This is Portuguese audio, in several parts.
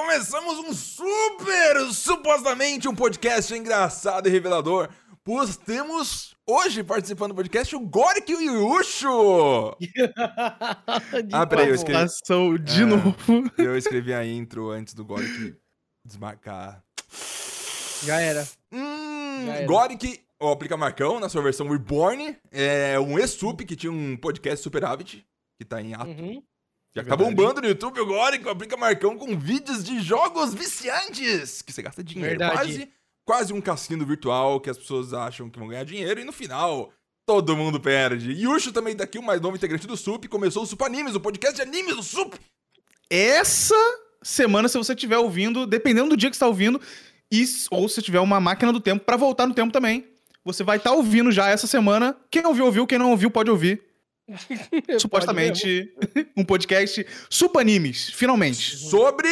começamos um supostamente um podcast engraçado e revelador, pois temos hoje participando do podcast o Gorik e o Yushu. Peraí, eu escrevi... de novo. Eu escrevi a intro antes do Gorik desmarcar. Já era. Gorik, o Aplica Marcão, na sua versão Reborn, é um ex-sup que tinha um podcast Superávit, que tá em ato. Já tá bombando no YouTube agora, que Aplica Marcão com vídeos de jogos viciantes, que você gasta dinheiro. Quase um cassino virtual que as pessoas acham que vão ganhar dinheiro e no final todo mundo perde. Yushu também daqui, o mais novo integrante do SUP, começou o Sup Animes, o podcast de animes do SUP. Essa semana, se você estiver ouvindo, dependendo do dia que você tá ouvindo, ou se tiver uma máquina do tempo pra voltar no tempo também, você vai estar ouvindo já essa semana. Quem ouviu, quem não ouviu pode ouvir. Supostamente um podcast Sup Animes, finalmente. Sobre...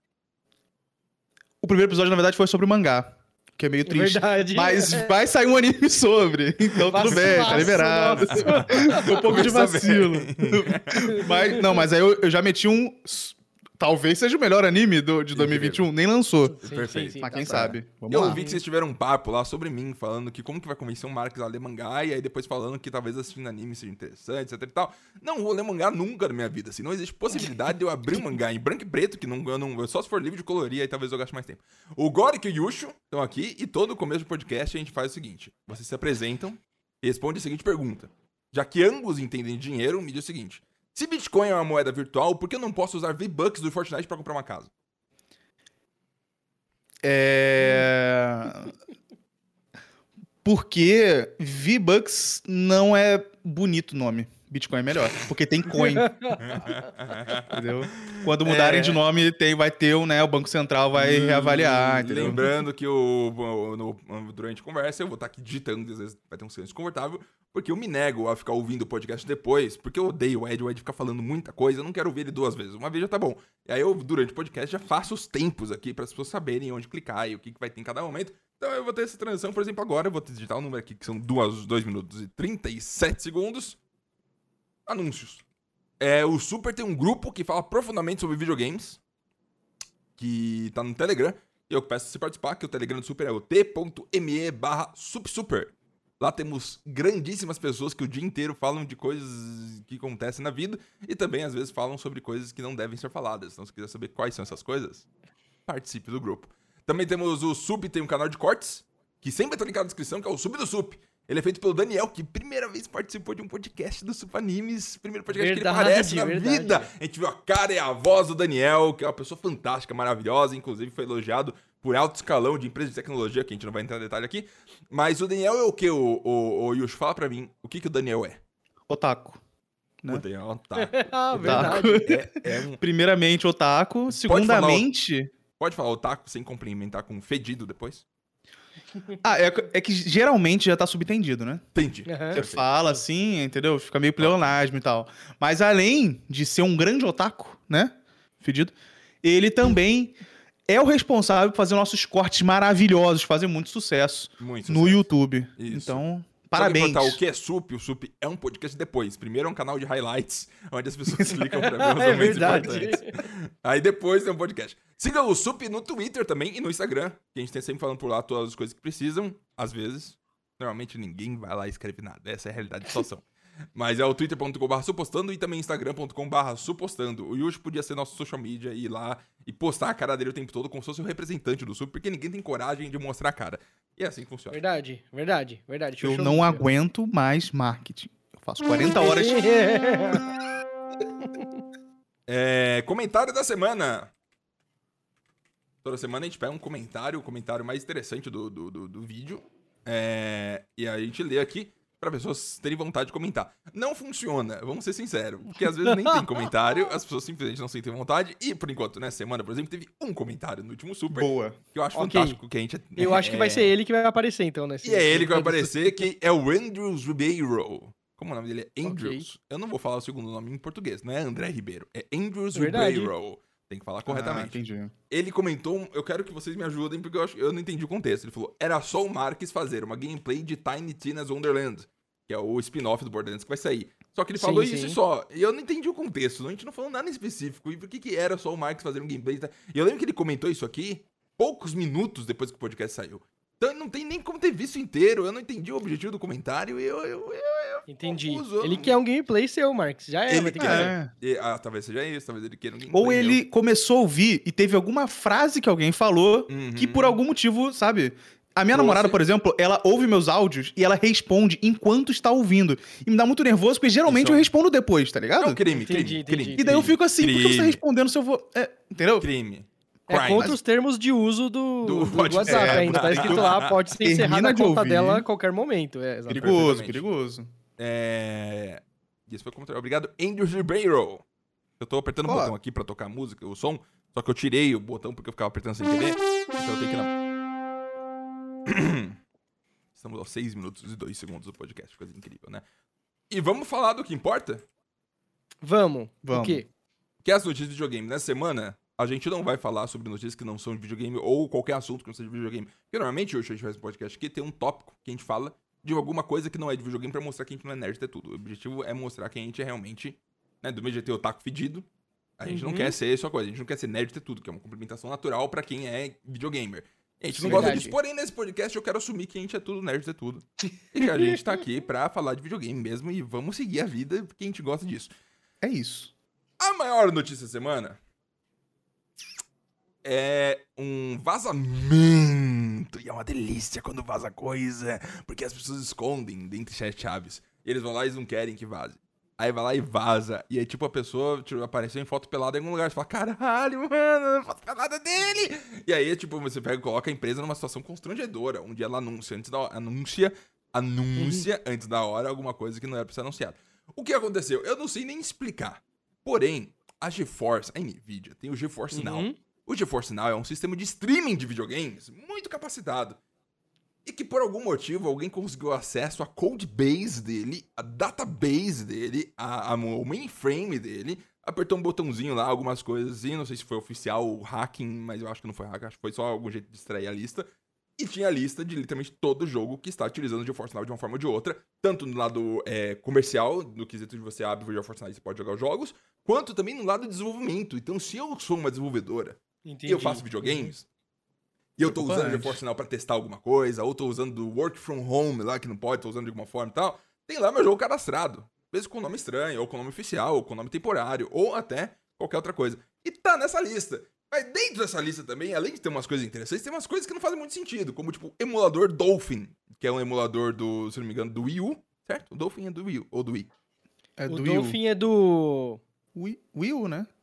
O primeiro episódio, na verdade, foi sobre o mangá, que é meio triste. Verdade. Mas vai sair um anime sobre. Então tudo bem, tá liberado. Foi um pouco de vacilo. Mas aí eu já meti um... Talvez seja o melhor anime de 2021. Nem lançou. Sim, perfeito. Mas quem sabe? Vamos eu lá. ouvi que vocês tiveram um papo lá sobre mim, falando que como que vai convencer o Marcos a ler mangá, e aí depois falando que talvez assistindo anime seja interessante, etc e tal. Não vou ler mangá nunca na minha vida, assim. Não existe possibilidade de eu abrir um mangá em branco e preto, que só se for livre de colorir, aí talvez eu gaste mais tempo. O Gorik e o Yushu estão aqui, e todo o começo do podcast a gente faz o seguinte. Vocês se apresentam e respondem a seguinte pergunta. Já que ambos entendem dinheiro, me diz o seguinte. Se Bitcoin é uma moeda virtual, por que eu não posso usar V-Bucks do Fortnite pra comprar uma casa? Porque V-Bucks não é bonito o nome. Bitcoin é melhor, porque tem coin. Entendeu? Quando mudarem de nome, vai ter o Banco Central vai reavaliar, entendeu? Lembrando que durante a conversa eu vou estar aqui digitando, às vezes vai ter um silêncio desconfortável, porque eu me nego a ficar ouvindo o podcast depois, porque eu odeio o Ed fica falando muita coisa, eu não quero ouvir ele 2 vezes. Uma vez já tá bom. E aí eu, durante o podcast, já faço os tempos aqui para as pessoas saberem onde clicar e o que vai ter em cada momento. Então eu vou ter essa transição, por exemplo, agora eu vou digitar o número aqui, que são 2 minutos e 37 segundos. Anúncios. O Super tem um grupo que fala profundamente sobre videogames, que tá no Telegram, e eu peço pra você participar, que o Telegram do Super é o t.me/supsuper. Lá temos grandíssimas pessoas que o dia inteiro falam de coisas que acontecem na vida, e também às vezes falam sobre coisas que não devem ser faladas. Então se quiser saber quais são essas coisas, participe do grupo. Também temos o Sup, tem um canal de cortes, que sempre tá linkado na descrição, que é o Sub do Sup. Ele é feito pelo Daniel, que primeira vez participou de um podcast do Sup Animes. Primeiro podcast que ele aparece na vida. A gente viu a cara e a voz do Daniel, que é uma pessoa fantástica, maravilhosa. Inclusive foi elogiado por alto escalão de empresa de tecnologia, que a gente não vai entrar em detalhe aqui. Mas o Daniel é o que, o Yushu? Fala pra mim, o que o Daniel é? Otaku. Né? O Daniel é otaku. Verdade. Primeiramente, otaku. Segundamente... Pode falar otaku sem complementar com fedido depois? É que geralmente já tá subentendido, né? Entendi. Você fala assim, entendeu? Fica meio pleonasmo e tal. Mas além de ser um grande otaku, né? Fedido, ele também é o responsável por fazer nossos cortes maravilhosos, que fazem muito sucesso no YouTube. Isso. Então, parabéns. Só o que é Sup? O Sup é um podcast depois. Primeiro é um canal de highlights, onde as pessoas clicam pra ver os momentos importantes. Aí depois tem um podcast. Siga o Sup no Twitter também e no Instagram, que a gente tem sempre falando por lá todas as coisas que precisam. Às vezes, normalmente ninguém vai lá e escreve nada. Essa é a realidade da situação. Mas é o twitter.com/supostando e também instagram.com/supostando. O Yushu podia ser nosso social media e ir lá e postar a cara dele o tempo todo como se fosse o representante do Sup, porque ninguém tem coragem de mostrar a cara. E é assim que funciona. Verdade. Eu não aguento mais marketing. Eu faço 40 horas. Comentário da semana. Toda semana a gente pega um comentário, o comentário mais interessante do vídeo. E a gente lê aqui para pessoas terem vontade de comentar. Não funciona, vamos ser sinceros. Porque às vezes nem tem comentário, as pessoas simplesmente não sentem vontade. E por enquanto, nessa semana, por exemplo, teve um comentário no último Super. Boa. Que eu acho fantástico. Que a gente, eu acho que vai ser ele que vai aparecer, então, né? E é ele que vai aparecer, que é o Andrews Ribeiro. Como o nome dele é Andrews. Eu não vou falar o segundo nome em português, não é André Ribeiro. É Andrews Ribeiro. Tem que falar corretamente. Entendi. Ele comentou, eu quero que vocês me ajudem, porque eu não entendi o contexto. Ele falou, era só o Marques fazer uma gameplay de Tiny Tina's Wonderland, que é o spin-off do Borderlands que vai sair. Só que ele falou Sim, isso e sim. só. E eu não entendi o contexto. A gente não falou nada em específico. E por que era só o Marcos fazendo um gameplay? Tá? E eu lembro que ele comentou isso aqui poucos minutos depois que o podcast saiu. Então não tem nem como ter visto inteiro. Eu não entendi o objetivo do comentário e eu Entendi. confuso. Ele quer um gameplay seu, Marcos. Já é, Ele vai ter que quer. ver. Talvez seja isso, talvez ele queira um gameplay. Ou meu. ele começou a ouvir e teve alguma frase que alguém falou que por algum motivo, sabe? A minha Trouxe. namorada, por exemplo, ela ouve meus áudios e ela responde enquanto está ouvindo. E me dá muito nervoso, porque geralmente Isso. eu respondo depois, tá É ligado? um crime, Entendi, crime. entendi. E daí eu fico assim, por que você tá Crime. respondendo se eu vou... entendeu? Crime. É Crime. contra os termos de uso do podcast. WhatsApp ainda. Tá escrito lá, pode ser Termina encerrada a de conta ouvir. dela a qualquer momento. É, exatamente. Perigoso, Perfeitamente. perigoso. Esse foi o comentário. Obrigado, Andrew Ribeiro. Eu tô apertando o Ó. botão aqui pra tocar a música, o som, só que eu tirei o botão porque eu ficava apertando sem querer, então eu tenho que não. Estamos aos 6 minutos e 2 segundos do podcast, coisa incrível, né? E vamos falar do que importa, Vamos. Vamos. O quê? que é as notícias de videogame. Nessa semana, a gente não vai falar sobre notícias que não são de videogame ou qualquer assunto que não seja de videogame. Porque normalmente hoje a gente faz um podcast aqui, tem um tópico que a gente fala de alguma coisa que não é de videogame pra mostrar que a gente não é nerd de tudo. O objetivo é mostrar que a gente é realmente, né, do mesmo jeito que tem o otaku fedido, a gente não quer ser só coisa, a gente não quer ser nerd de ter tudo, que é uma complementação natural pra quem é videogamer. A gente não gosta Verdade. disso, porém nesse podcast eu quero assumir que a gente é tudo nerd de tudo. E que a gente tá aqui pra falar de videogame mesmo e vamos seguir a vida porque a gente gosta disso. É isso. A maior notícia da semana é um vazamento. E é uma delícia quando vaza coisa, porque as pessoas escondem dentre 7 chaves. E eles vão lá e eles não querem que vaze. Aí vai lá e vaza. E aí, tipo, a pessoa apareceu em foto pelada em algum lugar. Você fala, caralho, mano, foto pelada dele. E aí, tipo, você pega e coloca a empresa numa situação constrangedora. Um dia ela anuncia antes da hora. Anuncia antes da hora alguma coisa que não era pra ser anunciada. O que aconteceu? Eu não sei nem explicar. Porém, a GeForce, a NVIDIA, tem o GeForce Now. O GeForce Now é um sistema de streaming de videogames muito capacitado. E que por algum motivo alguém conseguiu acesso à codebase dele, a database dele, o mainframe dele, apertou um botãozinho lá, algumas coisas assim, não sei se foi oficial ou hacking, mas eu acho que não foi hacking, acho que foi só algum jeito de extrair a lista. E tinha a lista de literalmente todo jogo que está utilizando o GeForce Now de uma forma ou de outra, tanto no lado comercial, no quesito de você abre o GeForce Now e você pode jogar os jogos, quanto também no lado de desenvolvimento. Então, se eu sou uma desenvolvedora Entendi. e eu faço videogames, e eu tô usando o GeForce Now pra testar alguma coisa, ou tô usando do Work From Home lá, que não pode, tô usando de alguma forma e tal, tem lá meu jogo cadastrado. Mesmo com nome estranho, ou com nome oficial, ou com nome temporário, ou até qualquer outra coisa. E tá nessa lista. Mas dentro dessa lista também, além de ter umas coisas interessantes, tem umas coisas que não fazem muito sentido, como tipo, emulador Dolphin, que é um emulador do, se não me engano, do Wii U, certo? O Dolphin é do Wii U, ou do Wii. É O do Dolphin é do... Wii U, né?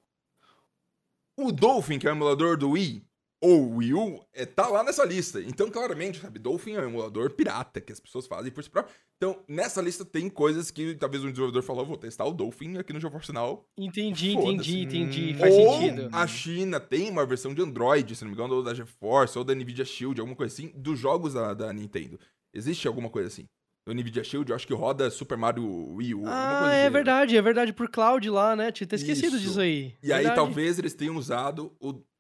O Dolphin, que é o emulador do Wii, ou Wii U, tá lá nessa lista. Então, claramente, sabe, Dolphin é um emulador pirata que as pessoas fazem por si próprio. Então, nessa lista tem coisas que talvez um desenvolvedor falou, vou testar o Dolphin aqui no GeForce Now. Entendi. Foda-se. Faz Ou sentido. a China tem uma versão de Android, se não me engano, ou da GeForce, ou da Nvidia Shield, alguma coisa assim, dos jogos da Nintendo. Existe alguma coisa assim. O Nvidia Shield, eu acho que roda Super Mario Wii U. alguma coisa É assim. verdade, por cloud lá, né? Tinha até esquecido Isso. disso aí. E aí, Verdade. talvez eles tenham usado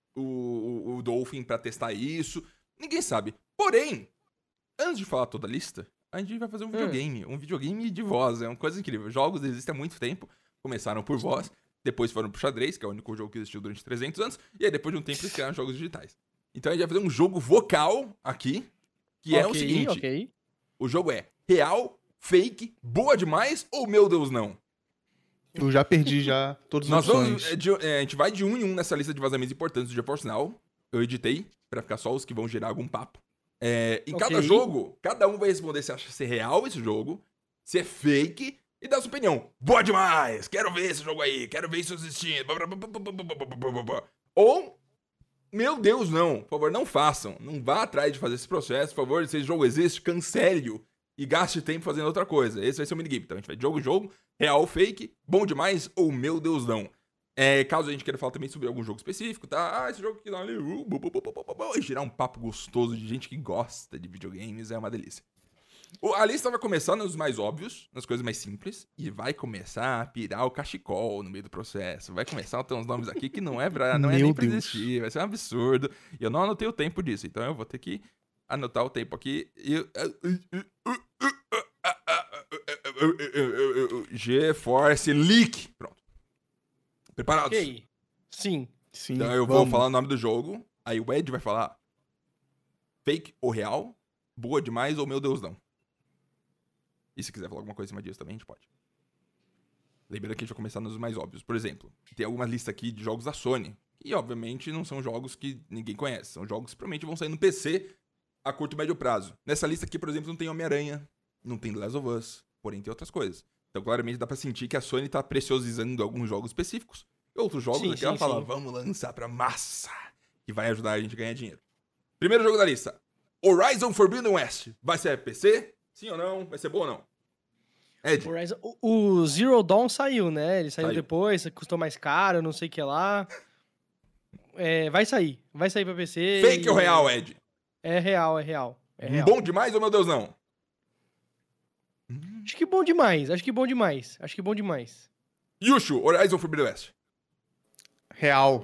o Dolphin pra testar isso. Ninguém sabe. Porém, antes de falar toda a lista, a gente vai fazer um videogame. Um videogame de voz. É uma coisa incrível. Jogos existem há muito tempo. Começaram por voz. Depois foram pro xadrez, que é o único jogo que existiu durante 300 anos. E aí, depois de um tempo, eles criaram jogos digitais. Então, a gente vai fazer um jogo vocal aqui. Que é o seguinte. Ok. O jogo é real, fake, boa demais ou meu Deus não? Eu já perdi já todas as Nós opções. vamos, a gente vai de um em um nessa lista de vazamentos importantes do GeForce Now. Eu editei pra ficar só os que vão gerar algum papo. Em Ok. cada jogo, cada um vai responder se acha ser real esse jogo, se é fake e dar sua opinião. Boa demais! Quero ver esse jogo aí, quero ver isso existindo. Ou, meu Deus, não. Por favor, não façam. Não vá atrás de fazer esse processo. Por favor, se esse jogo existe, cancele-o e gaste tempo fazendo outra coisa. Esse vai ser o minigame. Então a gente vai de jogo, real, fake, bom demais ou meu Deus não. Caso a gente queira falar também sobre algum jogo específico, tá? Esse jogo aqui lá, e girar um papo gostoso de gente que gosta de videogames é uma delícia. A lista vai começar nos mais óbvios, nas coisas mais simples, e vai começar a pirar o cachecol no meio do processo. Vai começar a ter uns nomes aqui que não é nem Meu pra Deus. existir, vai ser um absurdo. E eu não anotei o tempo disso, então eu vou ter que anotar o tempo aqui. GeForce Leak. Pronto. Preparados? Ok. Sim. Sim, Então eu vou vamos. falar o nome do jogo, aí o Ed vai falar fake ou real, boa demais ou meu Deus não. E se quiser falar alguma coisa em cima disso também, a gente pode. Lembrando que a gente vai começar nos mais óbvios. Por exemplo, tem alguma lista aqui de jogos da Sony. E, obviamente, não são jogos que ninguém conhece. São jogos que provavelmente vão sair no PC a curto e médio prazo. Nessa lista aqui, por exemplo, não tem Homem-Aranha, não tem The Last of Us, porém tem outras coisas. Então, claramente, dá pra sentir que a Sony tá preciosizando alguns jogos específicos. E outros jogos Sim, aqui ela sim, fala, sim. vamos lançar pra massa, que vai ajudar a gente a ganhar dinheiro. Primeiro jogo da lista. Horizon Forbidden West. Vai ser PC? Sim ou não? Vai ser bom ou não? Ed, Horizon, o Zero Dawn saiu, né? Ele saiu Saiu. depois, custou mais caro, não sei o que lá. É, vai sair pra PC. fake e- ou real, Ed? É real, é real. É real. Bom demais ou meu Deus não? Acho que bom demais, acho que bom demais, acho que bom demais. Yushu, Horizon Forbidden West. Real.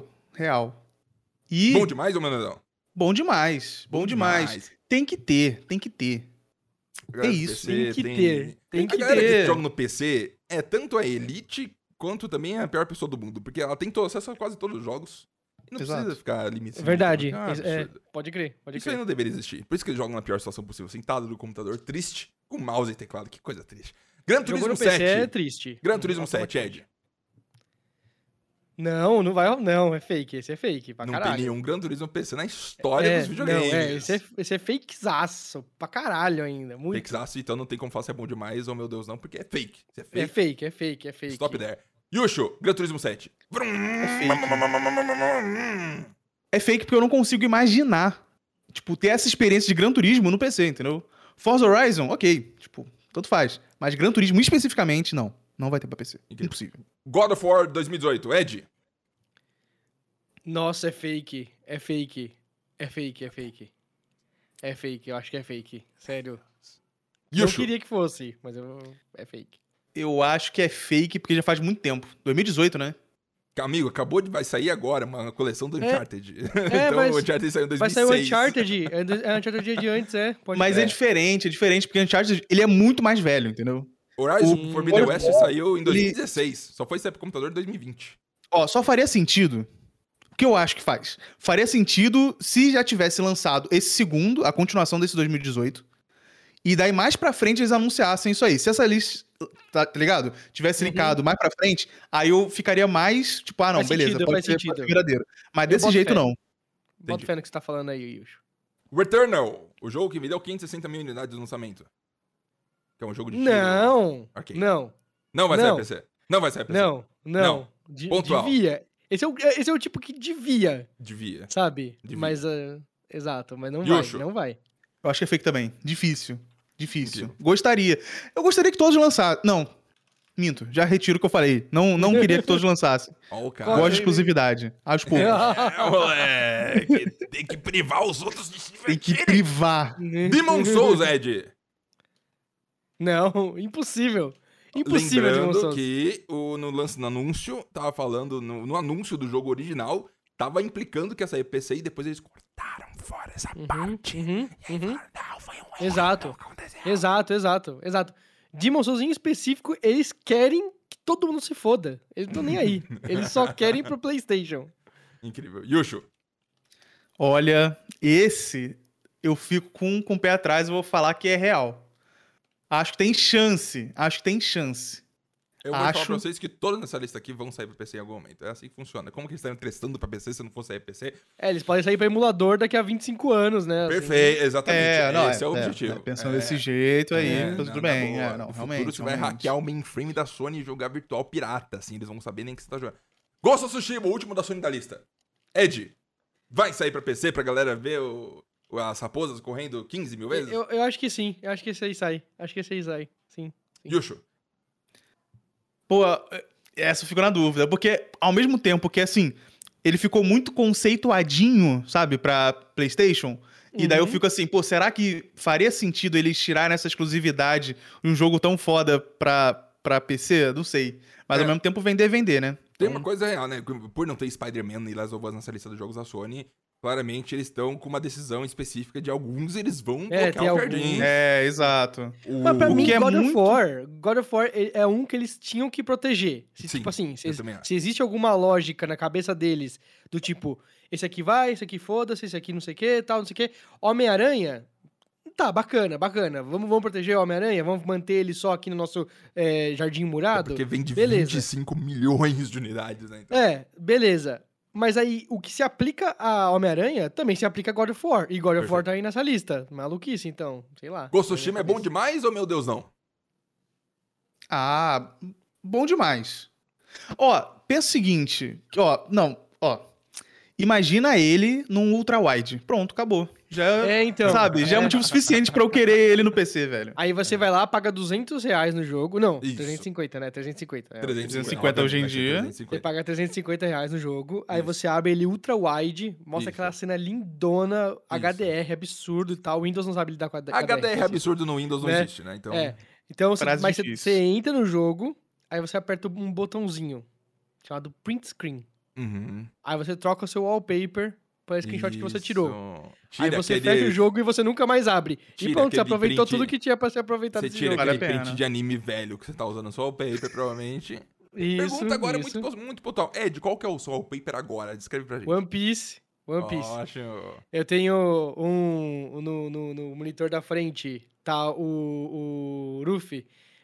E Bom demais ou meu Deus não? bom demais. Bom demais. Tem que ter. A galera do isso, tem que ter, tem A que galera que ter. joga no PC é tanto a elite quanto também a pior pessoa do mundo. Porque ela tem acesso a quase todos os jogos. E não Exato. precisa ficar limitando. Verdade, Ah, é, absurdo. pode crer, pode Isso aí crer. não deveria existir. Por isso que eles jogam na pior situação possível. Sentado no computador, triste, com mouse e teclado. Que coisa triste. Gran Jogou Turismo no PC 7. é triste. Gran Turismo 7, Automaticamente. Ed. Não vai, não, é fake, esse é fake, pra Não caralho. tem nenhum Gran Turismo PC na história dos Não, videogames. esse é fakezaço, pra caralho ainda, muito. Fakezaço, então não tem como falar se é bom demais ou meu Deus não, porque é fake. Se é É fake, fake. stop there. Yushu, Gran Turismo 7. É fake porque eu não consigo imaginar, tipo, ter essa experiência de Gran Turismo no PC, entendeu? Forza Horizon, ok, tipo, tanto faz. Mas Gran Turismo especificamente, não. Não vai ter pra PC. Incrível. Impossível. God of War 2018, Ed. Nossa, é fake, eu acho que é fake, sério. Não Yushu, queria que fosse, mas é fake. Eu acho que é fake porque já faz muito tempo. 2018, né? amigo, vai sair agora uma coleção do Uncharted. É, então vai- o Uncharted saiu em 2006. Vai sair o Uncharted, Uncharted de antes, pode Mas crer. é diferente, porque Uncharted, ele é muito mais velho, entendeu? Horizon Forbidden God West of War, saiu em 2016. Só foi sair pro computador em 2020. Ó, só faria sentido. O que eu acho que faz? Faria sentido se já tivesse lançado esse segundo, a continuação desse 2018. E daí mais pra frente eles anunciassem isso aí. Se essa lista, tá ligado? Tivesse Uhum. linkado mais pra frente, aí eu ficaria mais, tipo, ah, não, Faz beleza, sentido, pode faz ser sentido. verdadeiro. Mas Eu desse boto jeito fé. não. Bota Entendi. fé no que você tá falando aí, Yusho. Returnal, o jogo que me deu 560 mil unidades de lançamento. Que é um jogo de tiro. Não, Ok. não, Não vai sair Não. a PC. Não vai sair a PC. não. Pontual. Devia. Esse é o tipo que devia, Devia. sabe? Devia. Mas, exato, mas não Yusho. não vai. Eu acho que é fake também. Difícil. Incrível. Gostaria. Eu gostaria que todos lançassem. Não. Minto. Já retiro o que eu falei. Não queria que todos lançassem. Ó o Qual cara. Gosto é? de exclusividade. Aos poucos. É, moleque. Tem que privar os outros de se Tem que divertirem. privar. Demon Souls, Ed. Não, impossível. Impossível, Demon Lembrando Souls. que no anúncio, tava falando, no anúncio do jogo original, tava implicando que ia sair PC e depois eles cortaram fora essa parte. E aí falaram, não, foi um erro, Exato. não aconteceu. Exato. Demon Souls em específico, eles querem que todo mundo se foda. Eles não estão nem aí. Eles só querem pro PlayStation. Incrível. Yushu. Olha, esse eu fico com o pé atrás e vou falar que é real. Acho que tem chance. Eu vou falar Acho- pra vocês que todos nessa lista aqui vão sair pro PC em algum momento. É assim que funciona. Como que eles estão testando pra PC se não for sair PC? Eles podem sair pra emulador daqui a 25 anos, né? assim. Perfeito, exatamente. Esse é o objetivo. Pensando desse jeito aí, não, tudo na bem. boa. Não, No realmente. futuro você vai realmente. hackear o mainframe da Sony e jogar virtual pirata, assim, eles vão saber nem que você tá jogando. Ghost of Tsushima, o último da Sony da lista. Ed, vai sair pra PC pra galera ver as raposas correndo 15 mil vezes? Eu acho que sim. Eu acho que esse aí sai. Sim. Yushu, Pô, essa eu fico na dúvida. Porque, ao mesmo tempo que, assim, ele ficou muito conceituadinho, sabe, pra PlayStation. E daí eu fico assim, pô, será que faria sentido eles tirarem essa exclusividade de um jogo tão foda pra PC? Não sei. Mas É. ao mesmo tempo vender, né? tem uma coisa real, né? Por não ter Spider-Man e Last of Us nessa lista dos jogos da Sony, Claramente eles estão com uma decisão específica de alguns, eles vão tem colocar o alguns. jardim. Exato. Mas pra O mim, que é God muito- of War é um que eles tinham que proteger. Sim, Tipo assim, eu também acho. se existe alguma lógica na cabeça deles, do tipo, esse aqui vai, esse aqui foda-se, esse aqui não sei o que, tal, não sei o que. Homem-Aranha, tá, bacana. Vamos proteger o Homem-Aranha? Vamos manter ele só aqui no nosso jardim É murado? porque vem de Beleza. 25 milhões de unidades, né? Então, Beleza. Mas aí, o que se aplica a Homem-Aranha, também se aplica a God of War. E God of War Perfeito. tá aí nessa lista. Maluquice, então. Sei lá. Ghost Na of Tsushima minha é bom cabeça. demais ou meu Deus não? Ah, bom demais. Ó, pensa o seguinte. Imagina ele num ultra-wide. Pronto, acabou. Já, Então. sabe, já é motivo suficiente pra eu querer ele no PC, velho. Aí você vai lá, paga R$200 no jogo. Não, Isso. 350, né? 350. 350 hoje em obviamente, dia. 350. Você paga R$350 no jogo, aí Isso. você abre ele ultra wide, mostra Isso. aquela cena lindona, HDR absurdo e tal. O Windows não sabe lidar com a HDR absurdo no Windows não Né? existe, né? Então, Então, Frase mas difícil. você entra no jogo, aí você aperta um botãozinho chamado print screen. uhum. Aí você troca o seu wallpaper para screenshot que você tirou. Isso. Aí você fecha o jogo e você nunca mais abre. Tira E pronto, você aquele aproveitou print- tudo que tinha pra ser aproveitado Você desse tira jogo. Vale a aquele print pena. de anime velho que você tá usando no seu wallpaper, provavelmente. Isso, Pergunta agora isso. muito pontual. Ed, qual que é o seu wallpaper agora? Descreve pra gente. One Piece. Ótimo. Eu tenho no monitor da frente, tá o Ruffy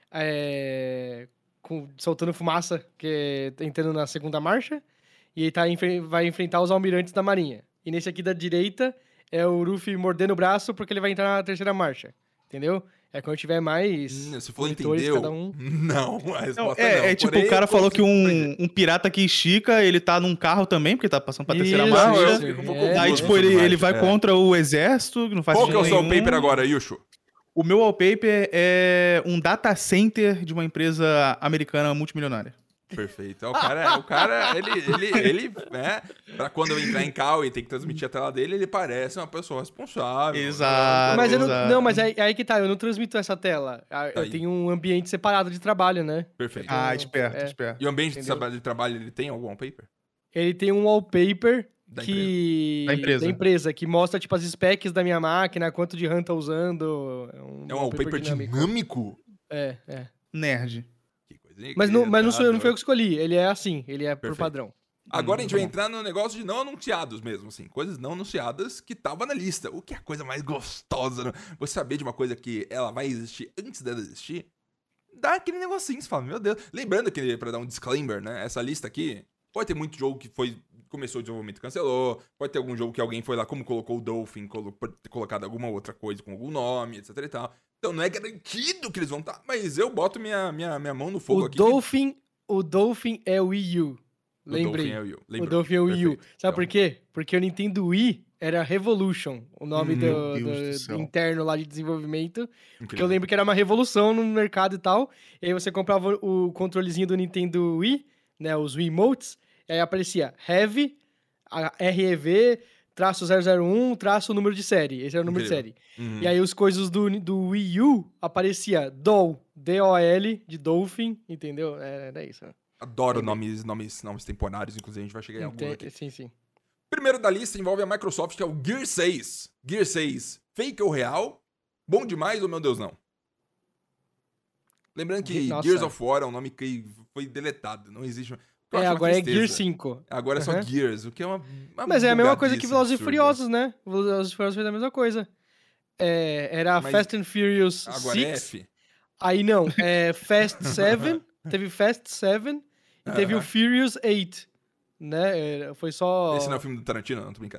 soltando fumaça, que é entrando na segunda marcha, e ele vai enfrentar os almirantes da marinha. E nesse aqui da direita é o Ruffy mordendo o braço porque ele vai entrar na terceira marcha, entendeu? É quando tiver mais Se for monitores, entendeu, cada um. não, a Não, resposta não. tipo, Porém, o cara eu falou que consigo um pirata que estica, ele tá num carro também, porque tá passando pra terceira Isso, marcha. eu isso. fico um pouco É. Daí, confuso tipo, sobre ele marcha, vai contra o exército, que não faz Qual que é o sentido seu nenhum. wallpaper agora, Yushu? O meu wallpaper é um data center de uma empresa americana multimilionária. Perfeito. O cara, ele, né, pra quando eu entrar em call e tem que transmitir a tela dele, ele parece uma pessoa responsável. Exato. Mas eu exato. não, mas aí que tá, eu não transmito essa tela. Eu Aí. tenho um ambiente separado de trabalho, né? Perfeito. Esperto, É. esperto. E o ambiente Entendeu? de trabalho, ele tem algum wallpaper? Ele tem um wallpaper Da Da empresa. que mostra, tipo, as specs da minha máquina, quanto de RAM tá usando. É um wallpaper dinâmico? É. Nerd. Que coisa Mas não foi eu que incrível. escolhi, ele é assim, ele é por Perfeito. padrão. Agora a gente tá vai bom. entrar no negócio de não anunciados mesmo, assim. Coisas não anunciadas que tava na lista. O que é a coisa mais gostosa, né? Você saber de uma coisa que ela vai existir antes dela existir, dá aquele negocinho, você fala, meu Deus. Lembrando que, pra dar um disclaimer, né? Essa lista aqui, pode ter muito jogo que começou o desenvolvimento e cancelou, pode ter algum jogo que alguém foi lá, como colocou o Dolphin, pode ter colocado alguma outra coisa com algum nome, etc e tal. Então não é garantido que eles vão estar, mas eu boto minha mão no fogo O aqui. Dolphin é o Wii U. Lembrei. O Dolphin é o Wii U. Perfeito. Sabe Então, por quê? Porque o Nintendo Wii era Revolution, o nome Meu Deus do do céu. interno lá de desenvolvimento. Porque eu incrível. lembro que era uma revolução no mercado e tal. E aí você comprava o controlezinho do Nintendo Wii, né, os Wiimotes, e aí aparecia Heavy, REV, traço 001, traço número de série. Esse era o número de série. Uhum. E aí os coisas do Wii U aparecia DOL, D-O-L, de Dolphin, entendeu? Era isso. Adoro nomes temporários, inclusive a gente vai chegar em algum aqui. Sim. Primeiro da lista envolve a Microsoft, que é o Gear 6. Gear 6, fake ou real? Bom demais ou meu Deus não? Lembrando que Nossa. Gears of War é um nome que foi deletado, não existe. Eu acho uma Agora é tristeza. Gear 5. Agora é só Uhum. Gears, o que é uma Mas é a mesma coisa que bugadice Velozes e absurda. Furiosos, né? Velozes e Furiosos fez a mesma coisa. Era Mas Fast and Furious Agora é 6. F. Aí não, Fast 7. Teve Fast 7 e teve o Aham. Furious 8. Né? Foi só... Esse não é o filme do Tarantino, não, tô brincando.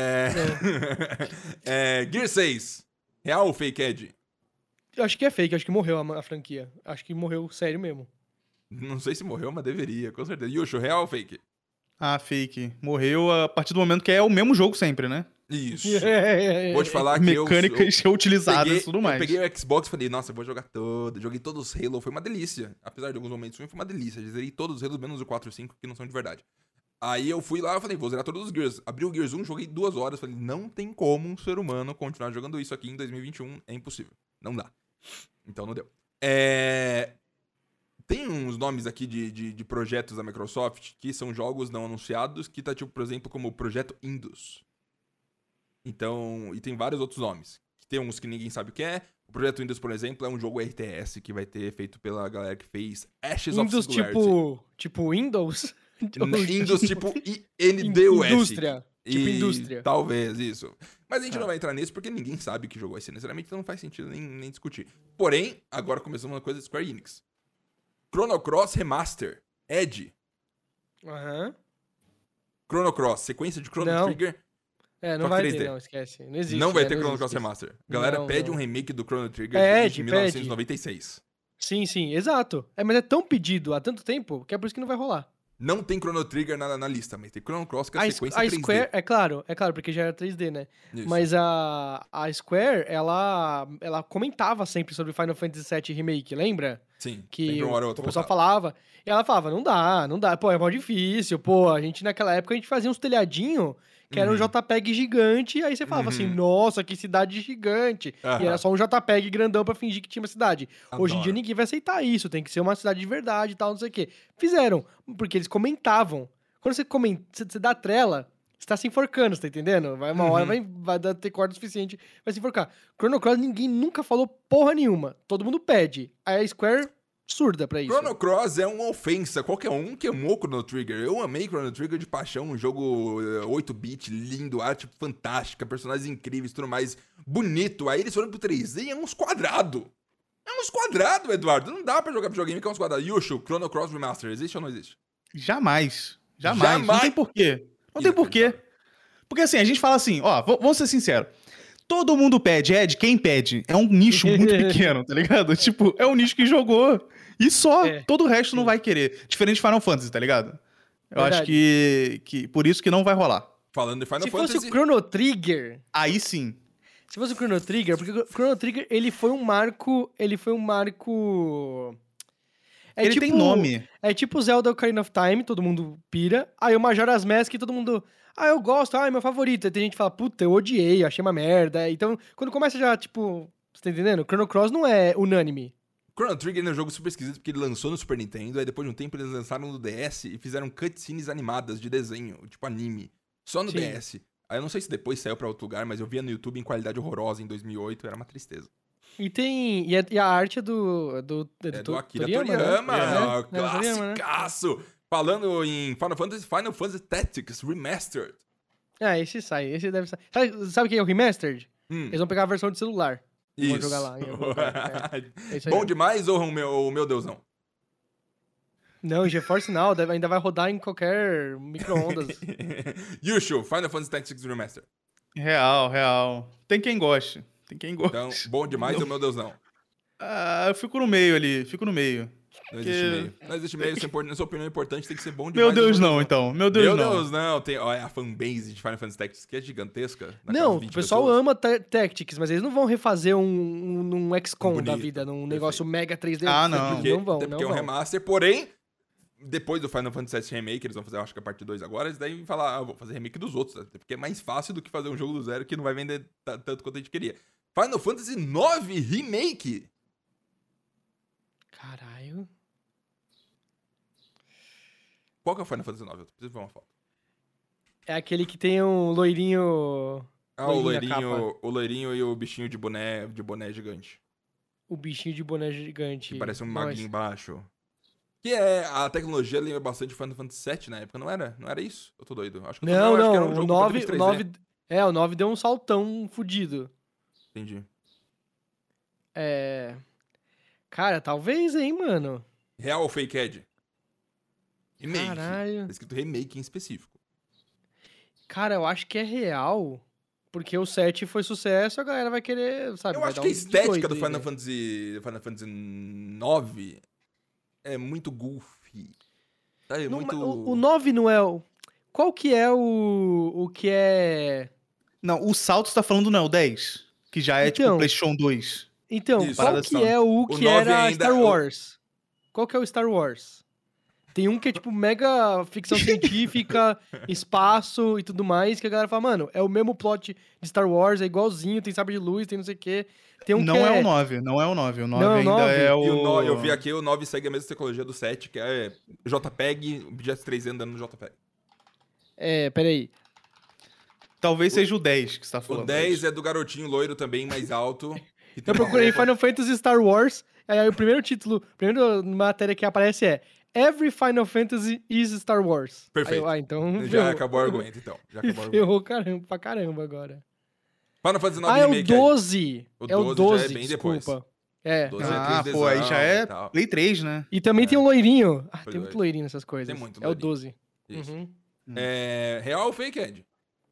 Gear 6, real ou fake, Ed? Eu acho que é fake, acho que morreu a franquia. Acho que morreu sério mesmo. Não sei se morreu, mas deveria, com certeza. Yushu, real ou fake? Ah, fake. Morreu a partir do momento que é o mesmo jogo sempre, né? Isso. Vou te falar que Mecânicas reutilizadas e tudo mais. Eu peguei o Xbox e falei, nossa, eu vou jogar todo. Joguei todos os Halo, foi uma delícia. Apesar de alguns momentos ruins, foi uma delícia. Zerei todos os Halos, menos o 4 e 5, que não são de verdade. Aí eu fui lá e falei, vou zerar todos os Gears. Abri o Gears 1, joguei 2 horas. Falei, não tem como um ser humano continuar jogando isso aqui em 2021. É impossível. Não dá. Então não deu. Tem uns nomes aqui de projetos da Microsoft que são jogos não anunciados, que tá tipo, por exemplo, como o Projeto Indus. Então, e tem vários outros nomes. Tem uns que ninguém sabe o que é. O Projeto Windows, por exemplo, é um jogo RTS que vai ter feito pela galera que fez Ashes of Windows Singularity. tipo Windows? Windows tipo INDOS. Indústria. Tipo E indústria. talvez, isso. Mas a gente não vai entrar nisso porque ninguém sabe que jogo vai ser necessariamente, então não faz sentido nem discutir. Porém, agora começamos uma coisa da Square Enix. Chrono Cross Remaster. Edge. Aham. Chrono Cross, sequência de Chrono Não. Trigger. Não Só vai 3D. ter, não, esquece. Não existe. Não vai ter não Chrono existe Cross isso. Remaster. A galera Não, pede não. um remake do Chrono Trigger Pede, de 1996. Sim, exato. Mas é tão pedido há tanto tempo que é por isso que não vai rolar. Não tem Chrono Trigger na lista, mas tem Chrono Cross que é a sequência A 3D. Square, é claro, porque já era 3D, né? Isso. Mas a Square, ela comentava sempre sobre Final Fantasy VII Remake, lembra? Sim, Que sempre uma hora ou o outra pessoal voltava. falava, e ela falava, não dá, pô, é mó difícil, pô, a gente naquela época a gente fazia uns telhadinhos que era um JPEG gigante, aí você falava assim, nossa, que cidade gigante, e Aham. era só um JPEG grandão pra fingir que tinha uma cidade. Hoje em dia Adoro. ninguém vai aceitar isso, tem que ser uma cidade de verdade e tal, não sei o quê. Fizeram, porque eles comentavam. Quando você dá trela, você tá se enforcando, você tá entendendo? Vai uma hora, vai ter corda o suficiente, vai se enforcar. Chrono Cross, ninguém nunca falou porra nenhuma. Todo mundo pede. Aí a Square, surda pra isso. Chrono Cross é uma ofensa. Qualquer um que amou Chrono Trigger. Eu amei Chrono Trigger de paixão. Um jogo 8-bit, lindo, arte fantástica, personagens incríveis, tudo mais. Bonito. Aí eles foram pro 3D e é uns quadrados. É uns quadrados, Eduardo. Não dá pra jogar videogame que é uns quadrados. Yushu, Chrono Cross Remaster, existe ou não existe? Jamais. Não Jamais. tem porquê. Não tem porquê. Porque assim, a gente fala assim, ó, vamos ser sinceros. Todo mundo pede, Ed, quem pede? É um nicho muito pequeno, tá ligado? Tipo, é um nicho que jogou e só. É. Todo o resto não vai querer. Diferente de Final Fantasy, tá ligado? Eu Verdade. acho que por isso que não vai rolar. Falando de Final Se fosse Fantasy... o Chrono Trigger, Aí sim. porque o Chrono Trigger, ele foi um marco... Ele tem nome. É tipo Zelda Ocarina of Time, todo mundo pira. Aí o Majora's Mask, todo mundo... eu gosto, é meu favorito. Aí tem gente que fala, puta, eu odiei, achei uma merda. Então, quando começa já, tipo... Você tá entendendo? Chrono Cross não é unânime. Chrono Trigger é um jogo super esquisito porque ele lançou no Super Nintendo, aí depois de um tempo eles lançaram no DS e fizeram cutscenes animadas de desenho, tipo anime, só no Sim. DS. Aí eu não sei se depois saiu pra outro lugar, mas eu via no YouTube em qualidade horrorosa em 2008, era uma tristeza. E a arte é do É do Akira Toriyama, Toriyama, né? classicaço! Falando em Final Fantasy Tactics Remastered. Esse sai, esse deve sair. Sabe o que é o Remastered? Eles vão pegar a versão de celular. E vão jogar lá. Em algum lugar, é isso aí. Bom demais ou o meu Deusão? Não, GeForce não, ainda vai rodar em qualquer micro-ondas. Yushu, Final Fantasy Tactics Remastered. Real. Tem quem goste. Então, bom demais ou meu Deusão? Eu fico no meio ali, Não existe meio. Não existe meio, na sua opinião é importante, tem que ser bom demais. Meu Deus não, então. Meu Deus não. Tem, olha, a fanbase de Final Fantasy Tactics que é gigantesca. Não, o pessoal ama Tactics, mas eles não vão refazer um XCOM Bonito, da vida, num negócio mega 3D. Não. Não vão. Porque é um remaster, porém, depois do Final Fantasy VII Remake, eles vão fazer, acho que a parte 2 agora, eles devem falar, vou fazer remake dos outros, até porque é mais fácil do que fazer um jogo do zero que não vai vender tanto quanto a gente queria. Final Fantasy IX Remake. Caralho. Qual que é o Final Fantasy IX? Eu preciso ver uma foto. É aquele que tem um loirinho... O loirinho e o bichinho de boné gigante. O bichinho de boné gigante. Que parece um Nossa. maguinho embaixo. Que é, a tecnologia lembra bastante Final Fantasy VII na época, não era? Não era isso? Eu tô doido. Acho que eu tô acho que era um o jogo 9, com 3D. o 9 deu um saltão fudido. Entendi. Cara, talvez, hein, mano. Real ou fake, Ed? Remake. Caralho. Tá escrito remake em específico. Cara, eu acho que é real. Porque o 7 foi sucesso, a galera vai querer, sabe? Eu vai acho dar que a um estética do doido aí, Final né? Fantasy IX é muito goofy. Tá, é Não, muito... mas o 9 não é o... Qual que é o que é... Não, o salto você tá falando não é o 10? Que já é tipo Então. PlayStation 2. Então, Isso. qual Parada que assim. é o O que 9 era ainda- Star Wars? Qual que é o Star Wars? Tem um que é tipo mega ficção científica, espaço e tudo mais, que a galera fala, mano, é o mesmo plot de Star Wars, é igualzinho, tem sabre de luz, tem não sei o quê. Tem um Não que é o 9, não é o 9. O 9 Não é o ainda 9? é o... E o 9, eu vi aqui, o 9 segue a mesma tecnologia do 7, que é JPEG, objetos 3D andando no JPEG. Peraí. Talvez seja o 10 que você tá O falando. 10 é do garotinho loiro também, mais alto. que tem Eu uma procurei roupa- Final Fantasy Star Wars, aí o primeiro título, a primeira matéria que aparece é Every Final Fantasy is Star Wars. Perfeito. Aí eu, então Já ferrou. acabou o argumento, então. Já acabou o argumento. Ferrou caramba, pra caramba agora. Final Fantasy IX Ah, é o Remake aí. 12. O É o 12 12, já é bem desculpa. É. 12 Ah, 3Dzão pô, aí já e é tal. Play 3, né? E também tem um loirinho. Ah, Foi tem muito doido. loirinho nessas coisas. Tem muito É o loirinho. 12. Isso. Uhum. Real ou fake, Ed?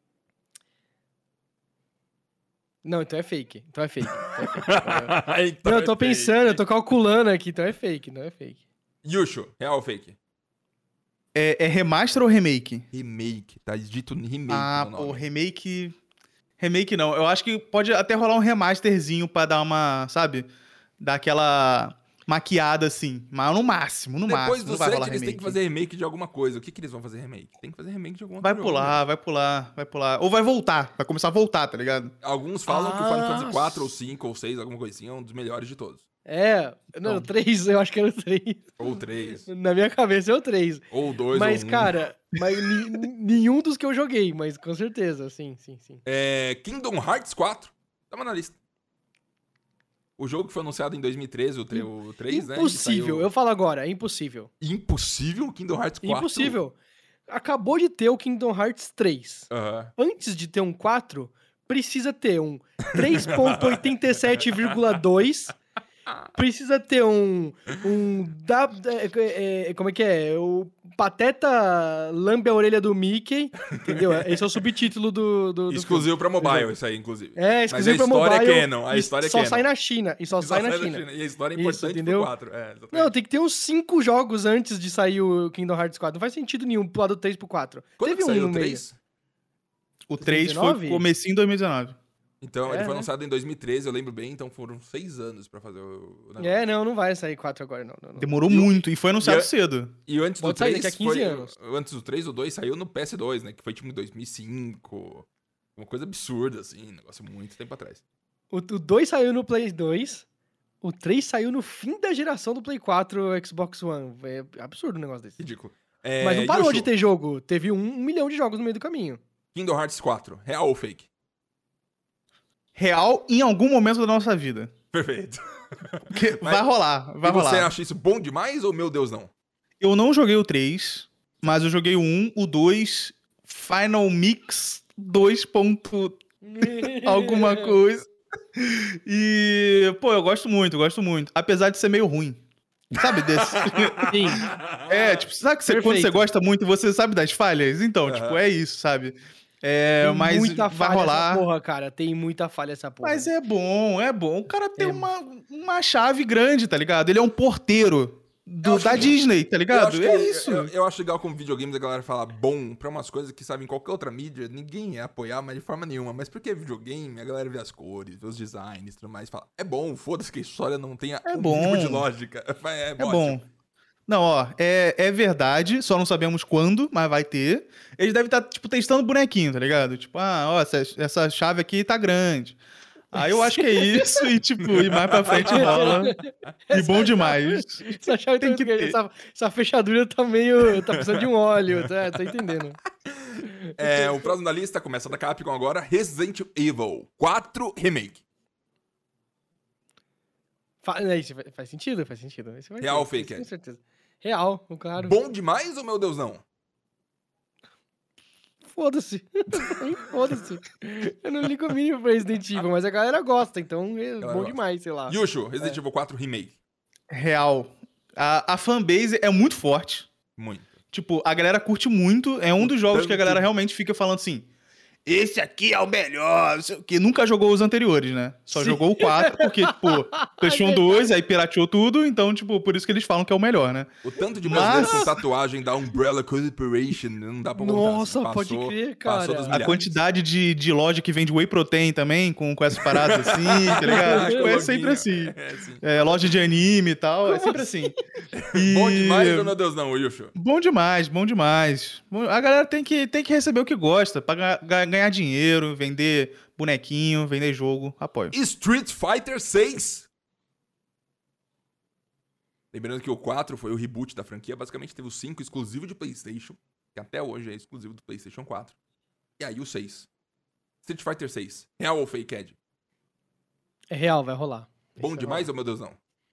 Não, então é fake. Então é fake. Então Não, é eu tô fake. pensando, eu tô calculando aqui, então é fake, não é fake. Yushu, real ou fake? É remaster ou remake? Remake, tá dito remake Ah, no pô, nome. remake. Remake não. Eu acho que pode até rolar um remasterzinho pra dar uma, sabe? Dar aquela maquiada assim. Mas no máximo, no Depois máximo. do Não vai 7, rolar eles remake. têm que fazer remake de alguma coisa. O que eles vão fazer remake? Tem que fazer remake de alguma Vai coisa. pular, vai pular, vai pular. Ou vai voltar. Vai começar a voltar, tá ligado? Alguns falam que o Final Fantasy Ah, 4 ou 5 ou 6, alguma coisinha, é um dos melhores de todos. É, não, o 3, eu acho que era o 3. Ou 3, Na minha cabeça é o 3. ou 2, Mas, ou 1. cara, nenhum dos que eu joguei, mas com certeza, sim. Kingdom Hearts 4. Tava na lista. O jogo que foi anunciado em 2013, o 3, né? Impossível, Saiu... eu falo agora, é impossível. Impossível Kingdom Hearts 4? Impossível. Acabou de ter o Kingdom Hearts 3. Aham. Antes de ter um 4, precisa ter um 3.87,2. Precisa ter como é que é? O Pateta lambe a orelha do Mickey, entendeu? Esse é o subtítulo do Exclusivo pra do mobile, jogo. isso aí, inclusive. É, Mas a exclusivo pra história mobile. é canon, a história é só canon. sai na China. E só sai na China. E a história é Isso, importante entendeu? pro 4. Exatamente. Não, tem que ter uns 5 jogos antes de sair o Kingdom Hearts 4. Não faz sentido nenhum pular do 3 pro 4. Quando Teve que saiu no o meio. 3? O 3 2019? foi comecinho em 2019. Então, É, ele foi né? lançado em 2013, eu lembro bem, então foram 6 anos pra fazer o negócio. É, não vai sair 4 agora, não. Demorou E o- muito e foi anunciado e a- cedo. E antes do Pode sair 3 daqui a 15 foi... anos. Antes do 3, o 2 saiu no PS2, né? Que foi tipo em 2005. Uma coisa absurda, assim. Negócio muito tempo atrás. O 2 saiu no Play 2. O 3 saiu no fim da geração do Play 4 Xbox One. É absurdo um negócio desse. Ridículo. Mas não parou Yushu, de ter jogo. Teve 1 milhão de jogos no meio do caminho. Kingdom Hearts 4. Real ou fake? Real em algum momento da nossa vida. Perfeito. Porque Mas- vai rolar, vai E você rolar. acha isso bom demais ou meu Deus não? Eu não joguei o 3, mas eu joguei o 1, o 2, Final Mix 2. Alguma coisa. E, pô, eu gosto muito. Apesar de ser meio ruim. Sabe desse? Sim. Tipo, sabe que quando Perfeito. você gosta muito, você sabe das falhas? Então, tipo, é isso, sabe? Tem Mas muita vai falha rolar. essa porra, cara. Tem muita falha essa porra. Mas é bom. O cara tem É. uma chave grande, tá ligado? Ele é um porteiro acho da que- Disney, tá Eu ligado? acho que- É isso. Eu acho legal como videogames a galera fala bom pra umas coisas que, sabe, em qualquer outra mídia, ninguém ia apoiar, mas de forma nenhuma. Mas porque é videogame, a galera vê as cores, vê os designs e tudo mais, fala, é bom, foda-se que a história não tenha É um bom. mínimo de lógica. É É ótimo. bom. Não, ó, é verdade, só não sabemos quando, mas vai ter. Eles devem estar, tipo, testando bonequinho, tá ligado? Tipo, ó, essa chave aqui tá grande. Aí eu acho que é isso, e tipo, e mais pra frente rola. E bom demais. Essa chave Tem que ter. essa fechadura tá meio. Tá precisando de um óleo, tá? Tô entendendo. O próximo da lista começa da Capcom agora, Resident Evil 4 Remake. Isso faz sentido. Esse vai Real ou ter, fake, com Ed? certeza. Real, claro. Bom demais ou meu Deus não? Foda-se. Foda-se. Eu não ligo o mínimo pra Resident Evil, mas a galera gosta, então é Galera bom gosta. demais, sei lá. Yushu, Resident Evil 4 Remake. Real. A fanbase é muito forte. Muito. Tipo, a galera curte muito. É um dos jogos que a tanto- galera realmente fica falando assim: esse aqui é o melhor. Não sei o quê. Nunca jogou os anteriores, né? Só Sim. jogou o 4, porque, tipo, PlayStation 2, aí pirateou tudo, então, tipo, por isso que eles falam que é o melhor, né? O tanto de brasileiro Mas- com tatuagem da Umbrella Corporation não dá pra contar. Nossa, assim. pode crer, cara. Passou dos A A milhares. quantidade de loja que vende whey protein também, com essas paradas assim, tá ligado? Tipo, é sempre assim. Assim. Loja de anime e tal, é sempre assim. E- Bom demais ou meu Deus não, Yushu? Bom demais. A galera tem que receber o que gosta, pra ganhar dinheiro, vender bonequinho, vender jogo, apoio. Street Fighter 6. Lembrando que o 4 foi o reboot da franquia, basicamente teve o 5 exclusivo de PlayStation, que até hoje é exclusivo do PlayStation 4. E aí o 6. Street Fighter 6. Real ou fake, Ed? É real, vai rolar. Bom Esse vai demais rolar. ou meu Deus não?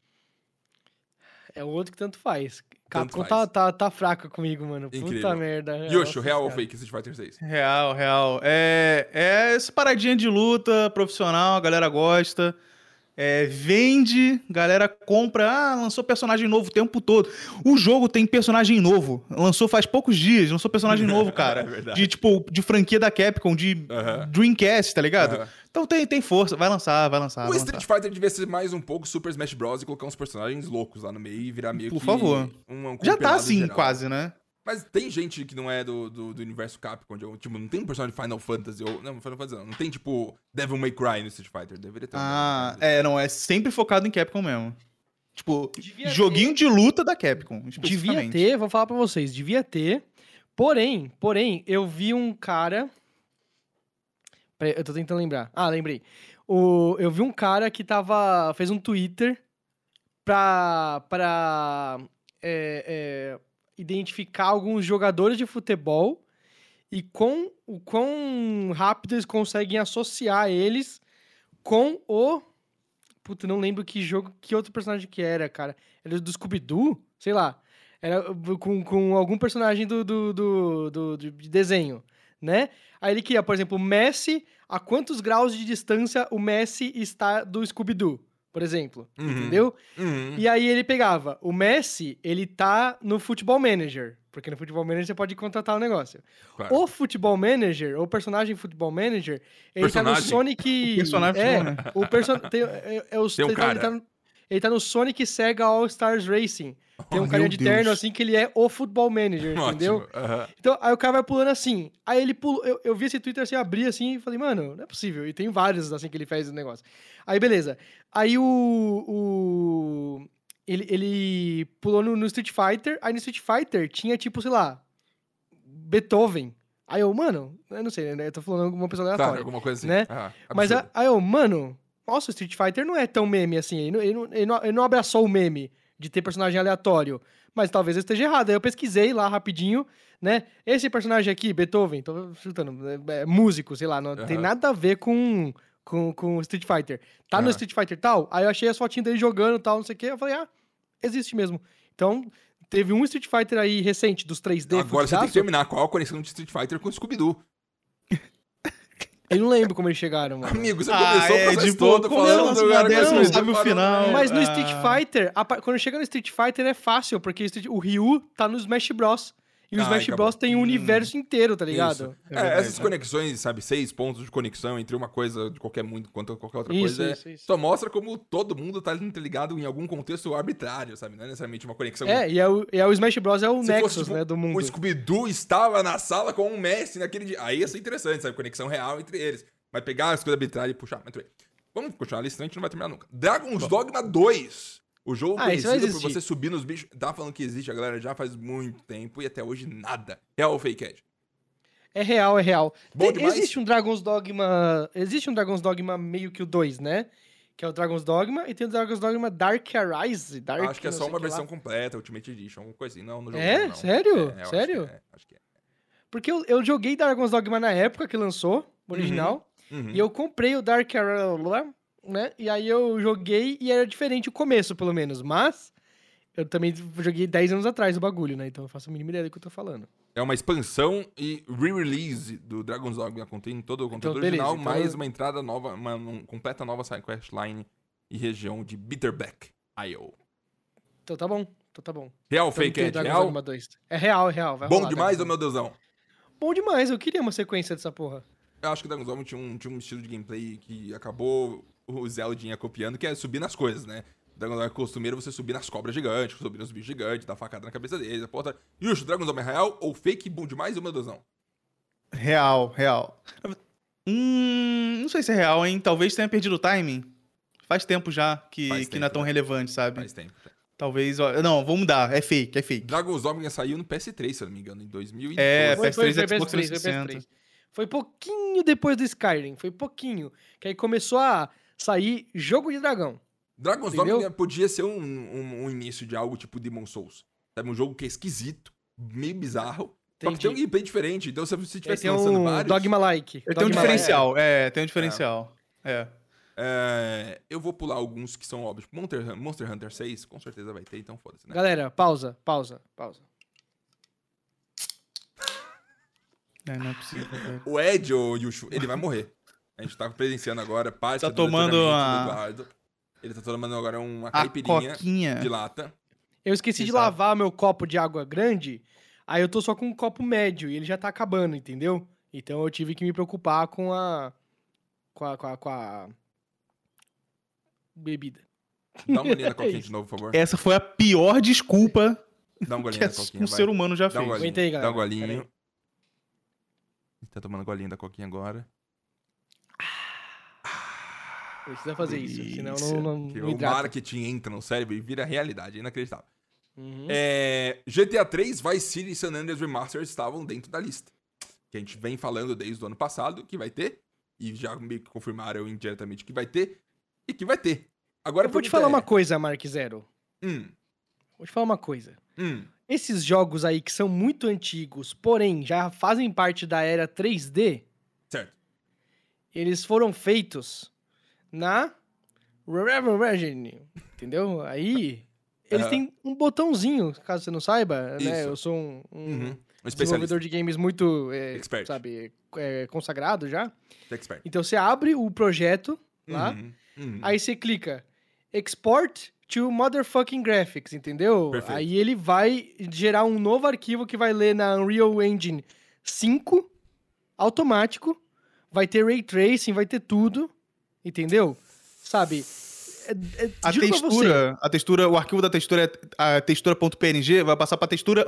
É o outro que tanto faz. Tanto Capcom faz. tá fraca comigo, mano. Incrível. Puta merda. Yosho, Nossa real ou senhora. fake Street Fighter 6? Real. É essa paradinha de luta profissional, a galera gosta. Vende, galera compra. Lançou personagem novo o tempo todo. O jogo tem personagem novo. Lançou faz poucos dias, lançou personagem novo, cara. É verdade. De franquia da Capcom, de Aham. Dreamcast, tá ligado? Aham. Então tem força. Vai lançar. O vai lançar. Street Fighter devia ser mais um pouco Super Smash Bros. E colocar uns personagens loucos lá no meio e virar meio Por que favor. um Já tá compilado assim, geral. quase, né? Mas tem gente que não é do universo Capcom, tipo, não tem um personagem de Final Fantasy, ou... Não, Final Fantasy não tem, tipo, Devil May Cry no Street Fighter, deveria ter. Não, é sempre focado em Capcom mesmo. Tipo, Devia joguinho de luta da Capcom, Devia especificamente. ter, vou falar pra vocês, devia ter. Porém, eu vi um cara. Peraí, eu tô tentando lembrar. Ah, lembrei. Eu vi um cara que fez um Twitter pra identificar alguns jogadores de futebol e o quão rápido eles conseguem associar eles com o... Puta, não lembro que jogo, que outro personagem que era, cara. Era do Scooby-Doo? Sei lá. Era com algum personagem de desenho, né? Aí ele queria, por exemplo, o Messi, a quantos graus de distância o Messi está do Scooby-Doo, por exemplo. Uhum. Entendeu? Uhum. E aí ele pegava, o Messi, ele tá no Futebol Manager, porque no Futebol Manager você pode contratar o negócio. Claro. O Futebol Manager, o personagem Futebol Manager, ele tá no Personagem? Sonic... O personagem é, funciona. o personagem... Tem um cara. Ele tá no Sonic Sega All Stars Racing. Tem um Oh, carinha meu de terno, Deus. assim, que ele é o Futebol Manager, entendeu? Ótimo. Aham. Então, aí o cara vai pulando assim. Aí ele pulou. Eu vi esse Twitter assim, abri assim e falei, mano, não é possível. E tem vários assim que ele fez o negócio. Aí, beleza. Aí ele pulou no Street Fighter. Aí no Street Fighter tinha, tipo, sei lá, Beethoven. Aí eu, mano, eu não sei, né? Eu tô falando alguma pessoa Tá, aleatória. alguma coisa assim. Né? Aham. Mas Absurdo. aí eu, mano, nossa, o Street Fighter não é tão meme assim. Ele não abraçou o meme de ter personagem aleatório. Mas talvez eu esteja errado. Aí eu pesquisei lá rapidinho, né? Esse personagem aqui, Beethoven, tô chutando, é músico, sei lá, não tem Aham. nada a ver com Street Fighter. Tá no Aham. Street Fighter tal? Aí eu achei as fotinhas dele jogando e tal, não sei o quê. Eu falei, existe mesmo. Então, teve um Street Fighter aí recente, dos 3D. Agora você tem que fudidaço. terminar. Qual a conexão de Street Fighter com o Scooby-Doo? Eu não lembro como eles chegaram, mano. Amigo, você começou o processo tipo, todo como falando não, agora dessa com não Scooby-Doo, sabe o parou. final. Mas no Street Fighter, quando chega no Street Fighter é fácil, porque o Ryu tá no Smash Bros. E o Smash acabou. Bros tem o universo inteiro, tá ligado? Isso. É verdade, Essas conexões, sabe, 6 pontos de conexão entre uma coisa de qualquer mundo quanto qualquer outra Isso, coisa, isso. só mostra como todo mundo tá interligado em algum contexto arbitrário, sabe? Não é necessariamente uma conexão. E o Smash Bros é o Se Nexus, fosse, tipo, né, do mundo. o Scooby-Doo estava na sala com um Messi naquele dia. Aí ia ser interessante, sabe? Conexão real entre eles. Mas pegar as coisas arbitrárias e puxar. Muito bem. Vamos continuar a lista, senão a gente não vai terminar nunca. Dragon's Dogma 2. O jogo isso vai conhecido por existir. você subir nos bichos. Tá falando que existe, a galera já faz muito tempo e até hoje nada. Real ou fake, Ed? É real, é real. Bom demais. Existe um Dragon's Dogma meio que o 2, né? Que é o Dragon's Dogma, e tem o Dragon's Dogma Dark Arise. Acho que é não só sei uma o que lá. versão completa, Ultimate Edition, alguma coisa assim. Não, no jogo É? não. Sério? Eu acho Sério? que é, acho que é. Porque eu joguei Dragon's Dogma na época que lançou, o original, Uhum. e eu comprei o Dark Arise, né? E aí eu joguei e era diferente o começo, pelo menos. Mas eu também joguei 10 anos atrás o bagulho, né? Então eu faço a mínima ideia do que eu tô falando. É uma expansão e re-release do Dragon's Dogma. Contém todo o conteúdo beleza, original, então mais uma entrada nova, uma completa nova side quest line e região de Bitterback, IO. Então tá bom. Real ou Então fake, tem o Ed? Dragon's Real? Dogma 2. É real, vai Bom rolar, demais, Dragon's ô meu Deusão? Dogma. Bom demais, eu queria uma sequência dessa porra. Eu acho que o Dragon's Dogma tinha um estilo de gameplay que acabou o Zeldinha copiando, que é subir nas coisas, né? Dragon's Dogma é costumeiro você subir nas cobras gigantes, subir nos bichos gigantes, dar facada na cabeça deles, a porra. Yusho, Dragon's Dogma é real ou fake? Bom demais, ô meu Deusão? Real. Não sei se é real, hein? Talvez tenha perdido o timing. Faz tempo já que não é tão relevante, sabe? Faz tempo. Talvez. Não, vamos mudar. É fake. Dragon's Dogma saiu no PS3, se eu não me engano, em 2012. PS3 e Xbox 360. Foi pouquinho depois do Skyrim, foi pouquinho. Que aí começou a sair jogo de dragão. Dragon's Entendeu? Dogma podia ser um início de algo tipo Demon's Souls. Sabe? Um jogo que é esquisito, meio bizarro. Só que tem um gameplay diferente. Então, se você estivesse Tem lançando um vários... Dogma-like. Ele tem um diferencial, tem um diferencial. eu vou pular alguns que são óbvios. Monster Hunter 6, com certeza vai ter, então foda-se, né? Galera, pausa. Não é possível, velho. O Ed, o Yushu, ele vai morrer. A gente tá presenciando agora parte Tá do tomando treinamento do Eduardo. Ele tá tomando agora uma caipirinha coquinha. de lata. Eu esqueci de Exato. lavar meu copo de água grande, aí eu tô só com um copo médio e ele já tá acabando, entendeu? Então eu tive que me preocupar com a bebida. Dá uma olhinha na coquinha isso. de novo, por favor. Essa foi a pior desculpa Dá um que golinho na coquinha, um vai. ser humano já Dá um fez. golinho. Aguenta aí, galera. Dá um golinho. Pera aí. Tá tomando golinho da coquinha agora. Precisa fazer isso, senão delícia. não Que não o hidrata. marketing entra no cérebro e vira realidade. É inacreditável. Uhum. GTA 3, Vice City e San Andreas Remastered estavam dentro da lista. Que a gente vem falando desde o ano passado que vai ter. E já meio que confirmaram indiretamente que vai ter. E que vai ter. Agora Eu vou te falar uma coisa, Mark Zero. Vou te falar uma coisa. Esses jogos aí que são muito antigos, porém já fazem parte da era 3D, Certo. eles foram feitos na Revelation, entendeu? Aí eles têm um botãozinho, caso você não saiba, né? Isso. Eu sou um Um especialista. desenvolvedor de games muito, Expert. sabe, consagrado já. Expert. Então você abre o projeto lá, aí você clica Export to Motherfucking Graphics, entendeu? Perfeito. Aí ele vai gerar um novo arquivo que vai ler na Unreal Engine 5, automático, vai ter Ray Tracing, vai ter tudo, entendeu? Sabe? A Juro pra você. textura, o arquivo da textura é a textura.png, vai passar pra textura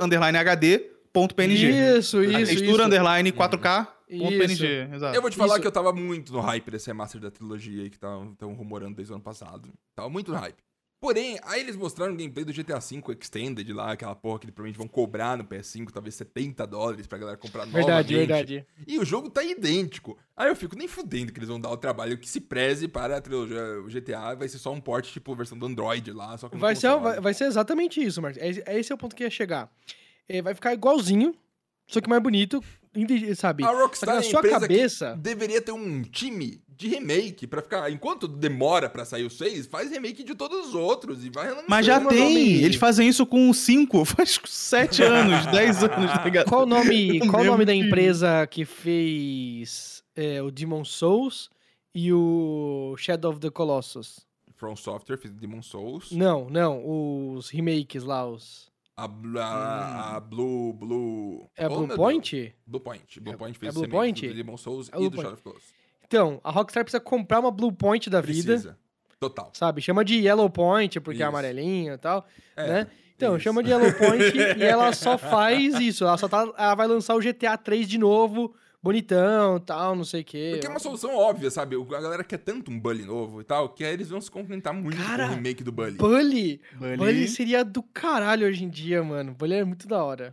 _HD.png. Isso, A isso, textura isso. underline 4K.png, exato. Eu vou te falar Isso. que eu tava muito no hype desse remaster da trilogia aí que estão rumorando desde o ano passado. Tava muito no hype. Porém, aí eles mostraram o gameplay do GTA V Extended lá, aquela porra que eles provavelmente vão cobrar no PS5, talvez $70 pra galera comprar Verdade, novamente. verdade. E o jogo tá idêntico. Aí eu fico nem fudendo que eles vão dar o trabalho que se preze para a trilogia. O GTA vai ser só um port, tipo, versão do Android lá, só que no Vai console. ser exatamente isso, Marcos. Esse é o ponto que ia chegar. Vai ficar igualzinho, só que mais bonito, sabe? A Só que Rockstar na é a sua empresa cabeça... que deveria ter um time de remake pra ficar... Enquanto demora pra sair o 6, faz remake de todos os outros e vai relançando. Mas já Meu tem! nome- Eles fazem isso com 5, faz 7 anos, 10 anos, tá ligado? Qual o nome, Eu qual o nome da lembro que- empresa que fez o Demon Souls e o Shadow of the Colossus? From Software, fez Demon Souls. Não, os remakes lá, os... A Blue... É a Oh, Blue meu Point? Deus. Blue Point. Blue Point fez é Blue os remakes Point? do Demon Souls É e Blue do Point. Shadow of Colossus. Então, a Rockstar precisa comprar uma Blue Point da vida, Precisa. Total. sabe? Chama de Yellow Point, porque é Isso. amarelinho e tal, É, né? Então, isso. chama de Yellow Point e ela só faz isso. Ela vai lançar o GTA 3 de novo, bonitão, tal, não sei o quê. Porque é uma solução óbvia, sabe? A galera quer tanto um Bully novo e tal, que aí eles vão se contentar muito Cara, com o remake do Bully. Bully Bully. Bully seria do caralho hoje em dia, mano. Bully é muito da hora.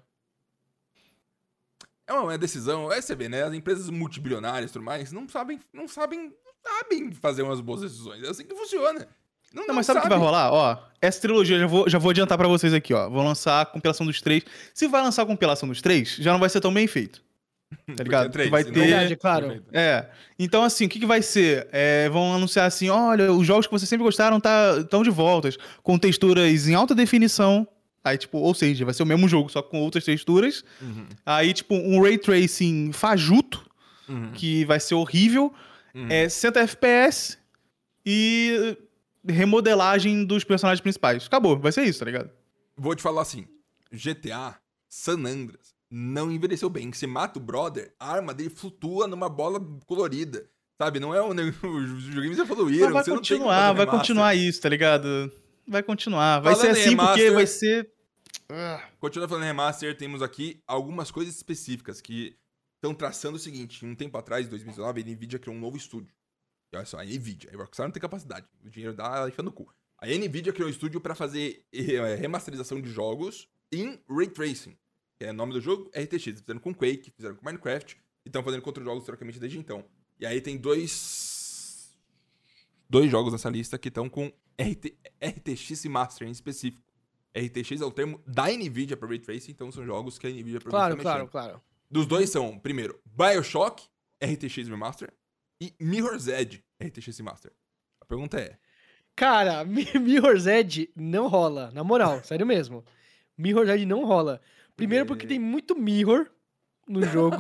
É uma decisão, você vê, né? As empresas multibilionárias e tudo mais não sabem fazer umas boas decisões. É assim que funciona. Não, mas sabe o que vai rolar? Ó, essa trilogia, já vou adiantar pra vocês aqui, ó. Vou lançar a compilação dos 3. Se vai lançar a compilação dos 3, já não vai ser tão bem feito. Tá ligado? Porque é 3, vai senão- ter... Verdade, claro. Perfeito. Então, assim, o que vai ser? Vão anunciar assim, olha, os jogos que vocês sempre gostaram estão de voltas, com texturas em alta definição. Aí, tipo, ou seja, vai ser o mesmo jogo, só com outras texturas. Uhum. Aí, tipo, um Ray Tracing fajuto, Uhum. que vai ser horrível. 60 FPS e remodelagem dos personagens principais. Acabou, vai ser isso, tá ligado? Vou te falar assim, GTA San Andreas não envelheceu bem. Você mata o brother, a arma dele flutua numa bola colorida. Sabe, não é o os videogames evoluíram. Mas você não tem como fazer vai remaster. continuar isso, tá ligado? Vai continuar. Vai Falando ser em assim porque remaster- vai ser... Continuando falando em remaster, temos aqui algumas coisas específicas que estão traçando o seguinte. Um tempo atrás, em 2019, a NVIDIA criou um novo estúdio. E olha só, a NVIDIA. A Rockstar não tem capacidade. O dinheiro dá, ela enfia no cu. A NVIDIA criou um estúdio para fazer remasterização de jogos em Ray Tracing. Que é o nome do jogo, RTX. Fizeram com Quake, fizeram com Minecraft. E estão fazendo com outros jogos, teoricamente, desde então. E aí tem dois jogos nessa lista que estão com RTX Master em específico. RTX é o termo da NVIDIA para Ray Tracing, então são jogos que a NVIDIA provavelmente tá mexendo. Claro. Dos dois são, primeiro, BioShock RTX Remaster e Mirror's Edge RTX Remaster. A pergunta é... Cara, Mirror's Edge não rola. Na moral, sério mesmo. Mirror's Edge não rola. Primeiro porque tem muito mirror no jogo.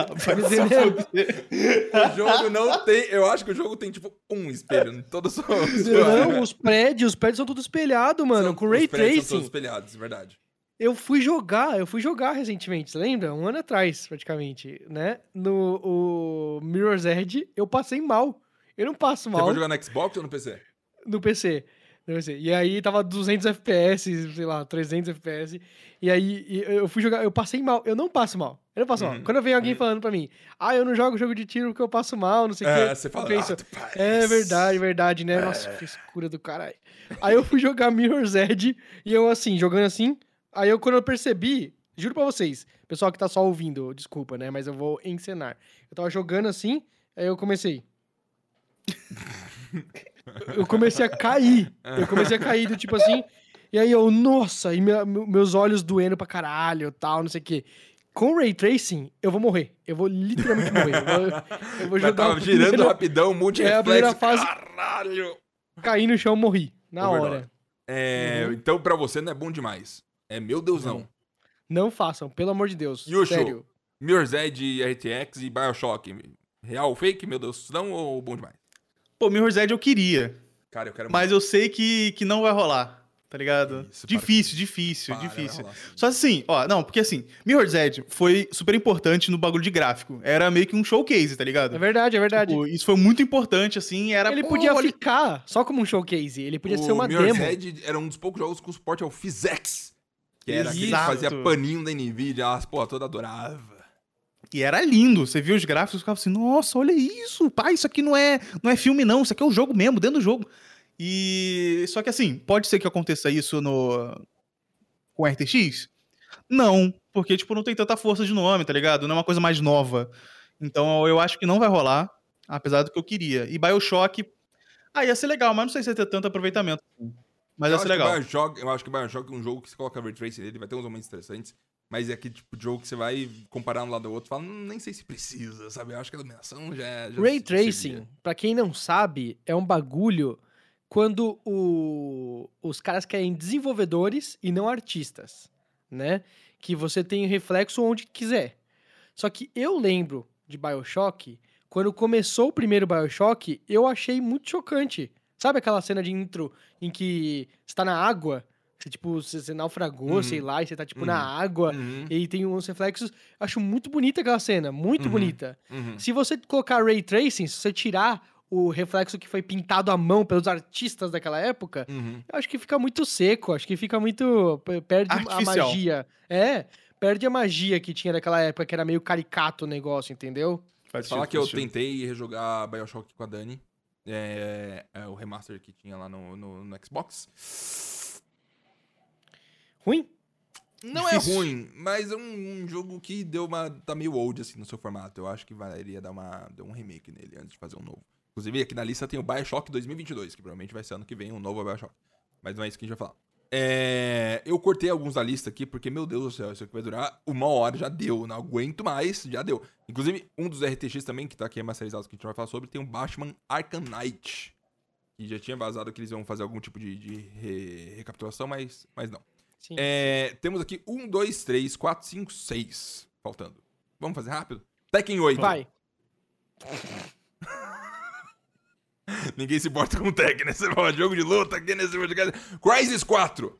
O jogo não tem... Eu acho que o jogo tem, tipo, um espelho em todos os... Não, os prédios são todos espelhados, mano, com Ray Os prédios são Tracing. todos espelhados, é verdade. Eu fui jogar recentemente, você lembra? Um ano atrás, praticamente, né? No Mirror's Edge, eu passei mal. Eu não passo Você mal vai jogar no Xbox ou no PC? no PC. E aí tava 200 FPS, sei lá, 300 FPS. E aí eu fui jogar, eu passei mal. Eu não passo mal. Quando vem alguém falando pra mim, eu não jogo jogo de tiro porque eu passo mal, não sei o quê. Você fala, é verdade, né? Nossa, frescura do caralho. Aí eu fui jogar Mirror's Edge e eu assim, jogando assim. Aí quando eu percebi, juro pra vocês, pessoal que tá só ouvindo, desculpa, né? Mas eu vou encenar. Eu tava jogando assim, aí eu comecei. Eu comecei a cair. Do tipo assim. E aí nossa, e meus olhos doendo pra caralho, tal, não sei o quê. Com Ray Tracing, eu vou morrer. Eu vou literalmente morrer. Eu vou jogar. Tava girando rapidão, multi-reflexo. A primeira fase. Caralho! Caí no chão, morri. Na hora. Então pra você não é bom demais. Meu Deus, não. Não façam, pelo amor de Deus. Yushu, Sério. Mirror's Edge, RTX e BioShock. Real ou fake, meu Deus, não ou bom demais? Pô, Mirror's Edge eu queria. Cara, eu quero mas eu sei que não vai rolar, tá ligado? Isso, difícil. Rolar, Só assim, porque assim, Mirror's Edge foi super importante no bagulho de gráfico. Era meio que um showcase, tá ligado? É verdade. Tipo, isso foi muito importante, assim, Ele podia ficar só como um showcase, ele podia ser uma Mirror's demo. Edge era um dos poucos jogos com suporte ao PhysX. Que era aquele que Exato. fazia paninho da NVIDIA, as porra toda adorava. E era lindo, você viu os gráficos e ficava assim, nossa, olha isso, pá, isso aqui não é filme não, isso aqui é o jogo mesmo, dentro do jogo. E só que assim, pode ser que aconteça isso com RTX? Não, porque tipo, não tem tanta força de nome, tá ligado? Não é uma coisa mais nova. Então eu acho que não vai rolar, apesar do que eu queria. E BioShock, ia ser legal, mas não sei se ia ter tanto aproveitamento. Mas ia ser legal. Eu acho que BioShock é um jogo que você coloca Ray Tracing nele, vai ter uns momentos interessantes. Mas é aquele tipo de jogo que você vai comparar um lado do outro e fala, nem sei se precisa, sabe? Eu acho que a iluminação já Ray Tracing, pra quem não sabe, é um bagulho quando os caras querem desenvolvedores e não artistas, né? Que você tem reflexo onde quiser. Só que eu lembro de BioShock, quando começou o primeiro BioShock, eu achei muito chocante. Sabe aquela cena de intro em que você tá na água... Você naufragou, sei lá, e você tá, na água, e tem uns reflexos. Acho muito bonita aquela cena, muito bonita. Se você colocar Ray Tracing, se você tirar o reflexo que foi pintado à mão pelos artistas daquela época, eu acho que fica muito seco, acho que fica muito... Perde artificial. A magia. Perde a magia que tinha naquela época, que era meio caricato o negócio, entendeu? Falar que eu tentei rejogar BioShock com a Dani, o remaster que tinha lá no Xbox... Ruim? Não é ruim, mas é um jogo que tá meio old, assim, no seu formato. Eu acho que valeria dar um remake nele antes de fazer um novo. Inclusive, aqui na lista tem o BioShock 2022, que provavelmente vai ser ano que vem um novo BioShock. Mas não é isso que a gente vai falar. Eu cortei alguns da lista aqui, porque, meu Deus do céu, isso aqui vai durar 1 hora, já deu. Não aguento mais, já deu. Inclusive, um dos RTX também, que tá aqui remasterizado, que a gente vai falar sobre, tem o Batman Arkham Knight. Que já tinha vazado que eles iam fazer algum tipo de recapitulação, mas não. Sim. Temos aqui 1, 2, 3, 4, 5, 6 faltando. Vamos fazer rápido? Tekken 8. Vai. Ninguém se importa com Tekken, né? Você fala jogo de luta aqui nesse podcast. Crysis 4.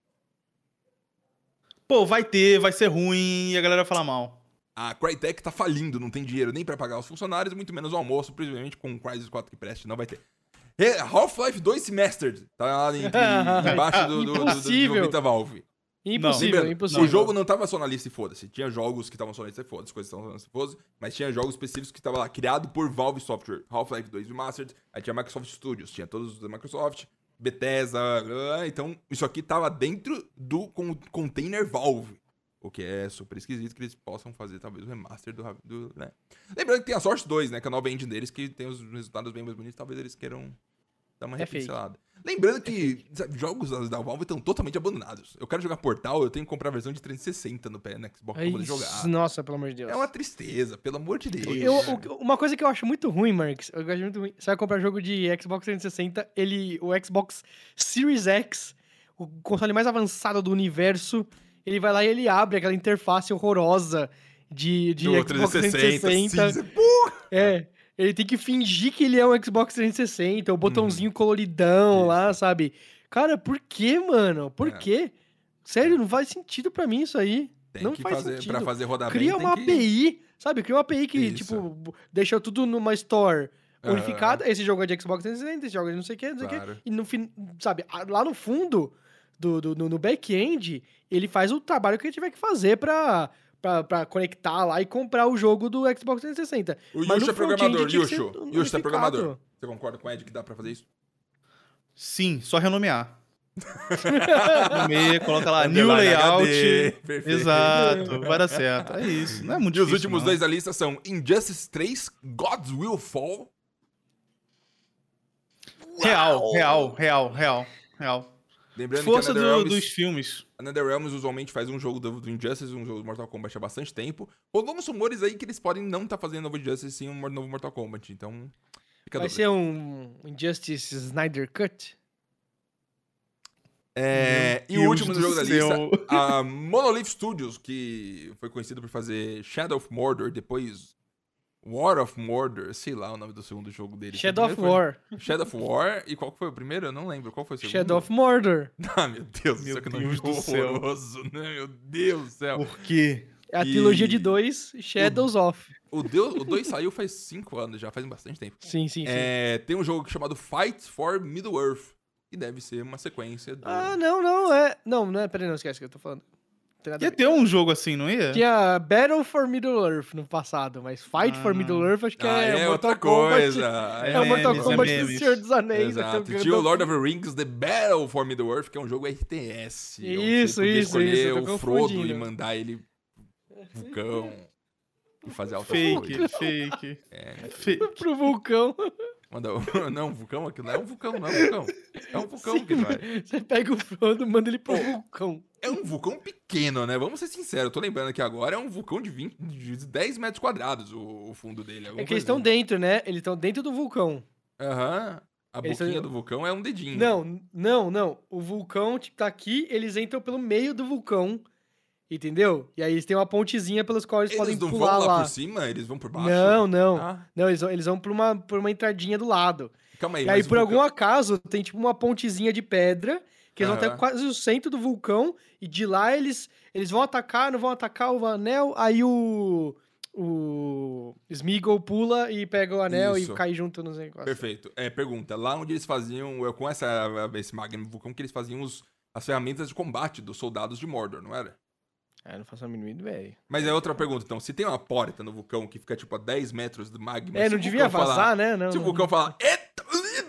Pô, vai ser ruim e a galera vai falar mal. A Crytek tá falindo, não tem dinheiro nem pra pagar os funcionários, muito menos o almoço, principalmente com o Crysis 4 que preste, não vai ter. Half-Life 2 Remastered. Tá lá embaixo do desenvolvimento da Valve. Impossível. O jogo não tava só na lista e foda-se. Tinha jogos que estavam só na lista e foda-se, coisas que estavam só na lista e foda-se, mas tinha jogos específicos que estavam lá, criado por Valve Software. Half-Life 2 Remastered, aí tinha Microsoft Studios, tinha todos os da Microsoft, Bethesda, então isso aqui tava dentro do container Valve. O que é super esquisito que eles possam fazer, talvez, o remaster do né? Lembrando que tem a Source 2, né? Que é a nova engine deles, que tem os resultados bem mais bonitos. Talvez eles queiram Dá uma É fake. repixelada. Lembrando que jogos da Valve estão totalmente abandonados. Eu quero jogar Portal, eu tenho que comprar a versão de 360 no Xbox pra poder jogar. Nossa, pelo amor de Deus. É uma tristeza, pelo amor de Deus. Uma coisa que eu acho muito ruim, Marx, eu acho muito ruim. Você vai comprar jogo de Xbox 360, o Xbox Series X, o console mais avançado do universo, ele vai lá e ele abre aquela interface horrorosa de Do Xbox 360. cinza. Porra! Ele tem que fingir que ele é um Xbox 360, o botãozinho coloridão lá, sabe? Cara, por quê, mano? Por quê? Sério, não faz sentido pra mim isso aí. Tem não que faz fazer, sentido. pra fazer rodar Cria bem, uma tem que... API, sabe? Cria uma API que, Isso. tipo, deixa tudo numa store unificada. Esse jogo é de Xbox 360, esse jogo é de não sei o que, não sei o Claro. que. E no fim, sabe, lá no fundo, no back-end, ele faz o trabalho que ele tiver que fazer pra conectar lá e comprar o jogo do Xbox 360. O Mas Yushu no é programador, front-end tinha que Yushu. ser Yushu é unificado. programador. Você concorda com o Ed que dá pra fazer isso? Sim, só renomear. Renomeia, coloca lá, new Underline layout. HD, perfeito. Exato, vai dar certo. É isso, não é muito E os difícil, últimos não. dois da lista são Injustice 3, Gods Will Fall. Real. Lembrando Força que a NetherRealms, dos filmes. a NetherRealms usualmente faz um jogo do Injustice, um jogo do Mortal Kombat há bastante tempo. Rolou uns rumores aí que eles podem não estar fazendo novo Injustice, sim um novo Mortal Kombat. Então, fica Vai dúvida. ser um Injustice Snyder Cut? E o último Deus jogo do da céu. lista, a Monolith Studios, que foi conhecido por fazer Shadow of Mordor, depois War of Mordor, sei lá o nome do segundo jogo dele. Shadow of Primeiro War. foi Shadow of War, e qual que foi o primeiro? Eu não lembro. Qual foi o segundo? Shadow of Mordor. Ah, meu Deus, Meu isso aqui Deus do céu. horroroso, né? Meu Deus do céu. Por quê? É a E- trilogia de 2, Shadows of. O 2 saiu faz 5 anos, já faz bastante tempo. Sim. Tem um jogo chamado Fight for Middle-earth, que deve ser uma sequência do... Não é, peraí, não esquece o que eu tô falando. Não tem nada a Ia ver. ter um jogo assim, não ia? Tinha Battle for Middle-earth no passado, mas Fight for Middle-earth acho que é outra Mortal Kombat. coisa. É o Mortal memes, Kombat é do memes. Senhor dos Anéis. Exato. até o Tinha o Gandalf. Lord of the Rings The Battle for Middle-earth, que é um jogo RTS. onde Isso, você podia isso, escolher eu tô o Frodo confundindo. e mandar ele vulcão e fazer altas Fake. coisas. Fake. Pro vulcão. Manda, não, vulcão aqui não é um vulcão, não é um vulcão. É um vulcão que vai. Você pega o Frodo, manda ele pro vulcão. É um vulcão pequeno, né? Vamos ser sinceros. Eu tô lembrando aqui agora, é um vulcão de 10 metros quadrados o fundo dele. É que eles estão dentro, né? Eles estão dentro do vulcão. Aham. A Eles boquinha tão- do vulcão é um dedinho. Não. O vulcão tipo, tá aqui, eles entram pelo meio do vulcão. Entendeu? E aí eles têm uma pontezinha pelas quais eles podem Eles não pular vão lá lá. por cima? Eles vão por baixo? Não. Ah, Não, eles vão por uma entradinha do lado. calma aí. E aí, mas o por vulcão- algum acaso, tem tipo uma pontezinha de pedra, que eles vão até Aham. quase o centro do vulcão, e de lá eles vão atacar, não vão atacar o anel, aí o Smeagol pula e pega o anel Isso. e cai junto nos negócios. Perfeito. Pergunta. Lá onde eles faziam, com esse Magno vulcão, que eles faziam as ferramentas de combate dos soldados de Mordor, não era? Ah, eu não faço a mínima ideia. Mas é outra pergunta, então. Se tem uma porta no vulcão que fica, tipo, a 10 metros do magma... É, se não o devia vulcão vazar, falar- né? Não, Se o não. vulcão falar... Eita!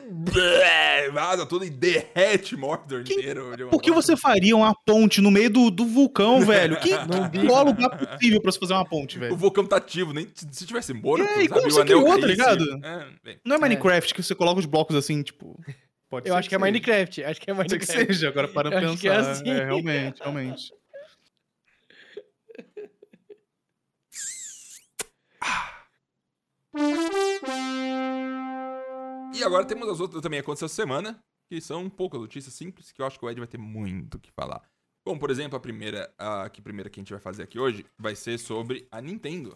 Vaza tudo e derrete Mordor inteiro. de uma Por que forma. você faria uma ponte no meio do vulcão, velho? Que Não qual lugar possível pra você fazer uma ponte, O velho? vulcão tá ativo, nem se tivesse morto, É, e como o você anel criou, tá caísse. ligado? Bem. Não é Minecraft que você coloca os blocos assim, tipo... Pode Eu ser acho que é seja. Minecraft. Acho que é Pode ser Minecraft. que seja, agora para Eu pensar. acho que é assim. Realmente. E agora temos as outras também que aconteceu essa semana, que são poucas notícias simples, que eu acho que o Ed vai ter muito o que falar. Como, por exemplo, a primeira que a gente vai fazer aqui hoje vai ser sobre a Nintendo.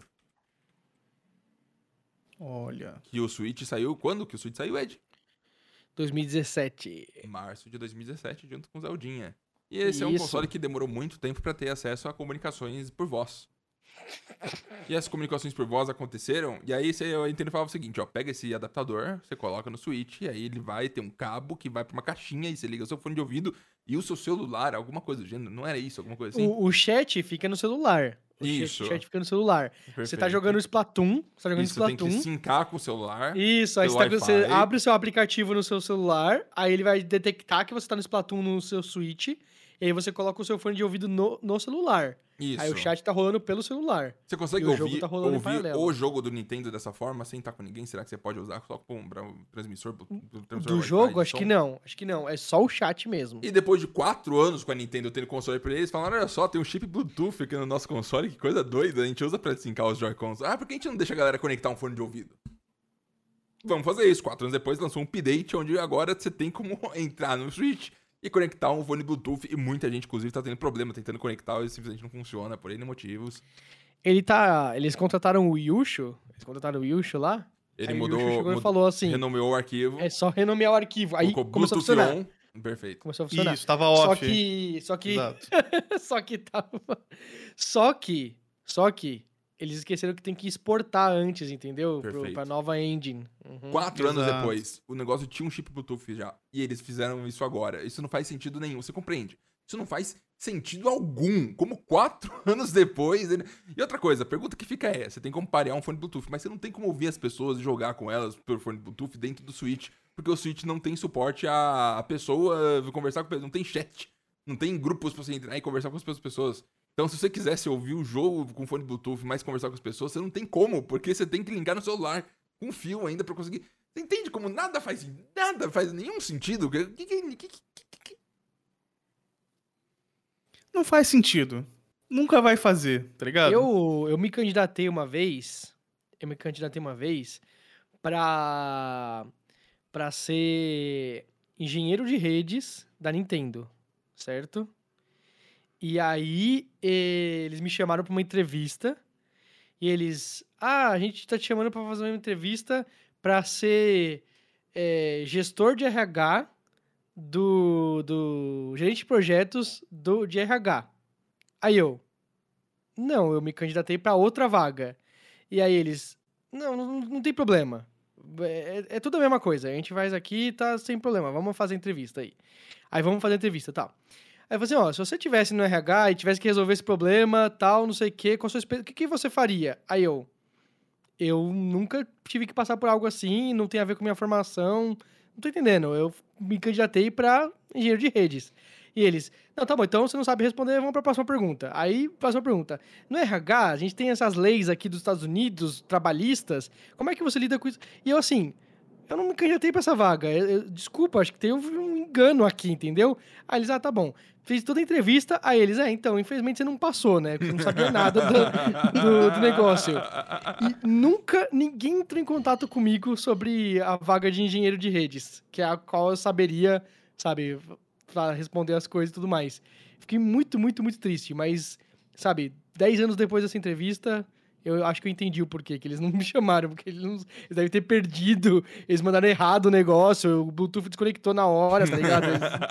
Olha. Que o Switch saiu... Quando que o Switch saiu, Ed? 2017. Em março de 2017, junto com o Zeldinha. E esse é um Isso. console que demorou muito tempo pra ter acesso a comunicações por voz. E as comunicações por voz aconteceram, e aí a Nintendo falava o seguinte, ó, pega esse adaptador, você coloca no Switch, e aí ele vai ter um cabo que vai pra uma caixinha, e você liga o seu fone de ouvido e o seu celular, alguma coisa do gênero. Não era isso, alguma coisa assim? O chat fica no celular. Isso. O chat fica no celular. Você tá Perfeito. jogando Splatoon. Você tá jogando Isso, tem Splatoon. que sincar com o celular. Isso, aí pelo você Wi-Fi. abre o seu aplicativo no seu celular, aí ele vai detectar que você tá no Splatoon no seu Switch, e aí você coloca o seu fone de ouvido no celular. Isso. Aí o chat tá rolando pelo celular. Você consegue E o jogo ouvir, tá rolando em ouvir paralelo. o jogo do Nintendo dessa forma, sem estar com ninguém? Será que você pode usar só com um transmissor? Do jogo, acho que não. Acho que não. É só o chat mesmo. E depois de 4 anos com a Nintendo tendo console pra eles, falaram, olha só, tem um chip Bluetooth aqui no nosso console, que coisa doida, a gente usa pra sincar os Joy-Cons. Ah, por que a gente não deixa a galera conectar um fone de ouvido? Vamos fazer isso. 4 anos depois lançou um update, onde agora você tem como entrar no Switch e conectar um fone Bluetooth. E muita gente, inclusive, tá tendo problema tentando conectar e simplesmente não funciona, por N motivos. Eles contrataram o Yusho. Eles contrataram o Yusho lá. Ele aí mudou, o Yusho chegou e falou assim: renomeou o arquivo. é só renomear o arquivo. Aí Colocou começou a Bluetooth funcionar. on. Perfeito. Começou a funcionar. Isso, tava off. Só que Exato. só que eles esqueceram que tem que exportar antes, entendeu? Perfeito. Pra nova engine. Uhum. 4 anos Exato. depois, o negócio tinha um chip Bluetooth já. E eles fizeram isso agora. Isso não faz sentido nenhum, você compreende? Isso não faz sentido algum. Como 4 anos depois... E outra coisa, a pergunta que fica é, você tem como parear um fone Bluetooth, mas você não tem como ouvir as pessoas e jogar com elas pelo fone Bluetooth dentro do Switch, porque o Switch não tem suporte a pessoa conversar com... Não tem chat. Não tem grupos pra você entrar e conversar com as pessoas. Então, se você quisesse ouvir o jogo com fone Bluetooth, mas conversar com as pessoas, você não tem como, porque você tem que ligar no celular com fio ainda pra conseguir... Você entende como nada faz nenhum sentido? Não faz sentido. Nunca vai fazer, tá ligado? Eu me candidatei uma vez. Pra ser engenheiro de redes da Nintendo, certo? E aí eles me chamaram pra uma entrevista. E eles... a gente tá te chamando pra fazer uma entrevista pra ser gestor de RH do gerente de projetos de RH. Aí eu me candidatei pra outra vaga. E aí eles, não tem problema. É tudo a mesma coisa. A gente faz aqui, tá sem problema. Vamos fazer entrevista aí. Aí vamos fazer entrevista, tal. Aí eu falei assim, se você tivesse no RH e tivesse que resolver esse problema, tal, não sei o quê, com a sua experiência, o que você faria? Aí eu nunca tive que passar por algo assim, não tem a ver com minha formação, não tô entendendo. Eu me candidatei pra engenheiro de redes. E eles, não, tá bom, então você não sabe responder, vamos pra próxima pergunta. Aí, próxima pergunta. No RH, a gente tem essas leis aqui dos Estados Unidos, trabalhistas, como é que você lida com isso? E eu assim, eu não me candidatei pra essa vaga, desculpa, acho que tem um engano aqui, entendeu? Aí eles, tá bom. Fiz toda a entrevista, aí eles, então, infelizmente você não passou, né? Porque você não sabia nada do negócio. E nunca ninguém entrou em contato comigo sobre a vaga de engenheiro de redes, que é a qual eu saberia, sabe, pra responder as coisas e tudo mais. Fiquei muito, muito, muito triste, mas, sabe, 10 anos depois dessa entrevista, eu acho que eu entendi o porquê, que eles não me chamaram, porque eles devem ter perdido, eles mandaram errado o negócio, o Bluetooth desconectou na hora, tá ligado?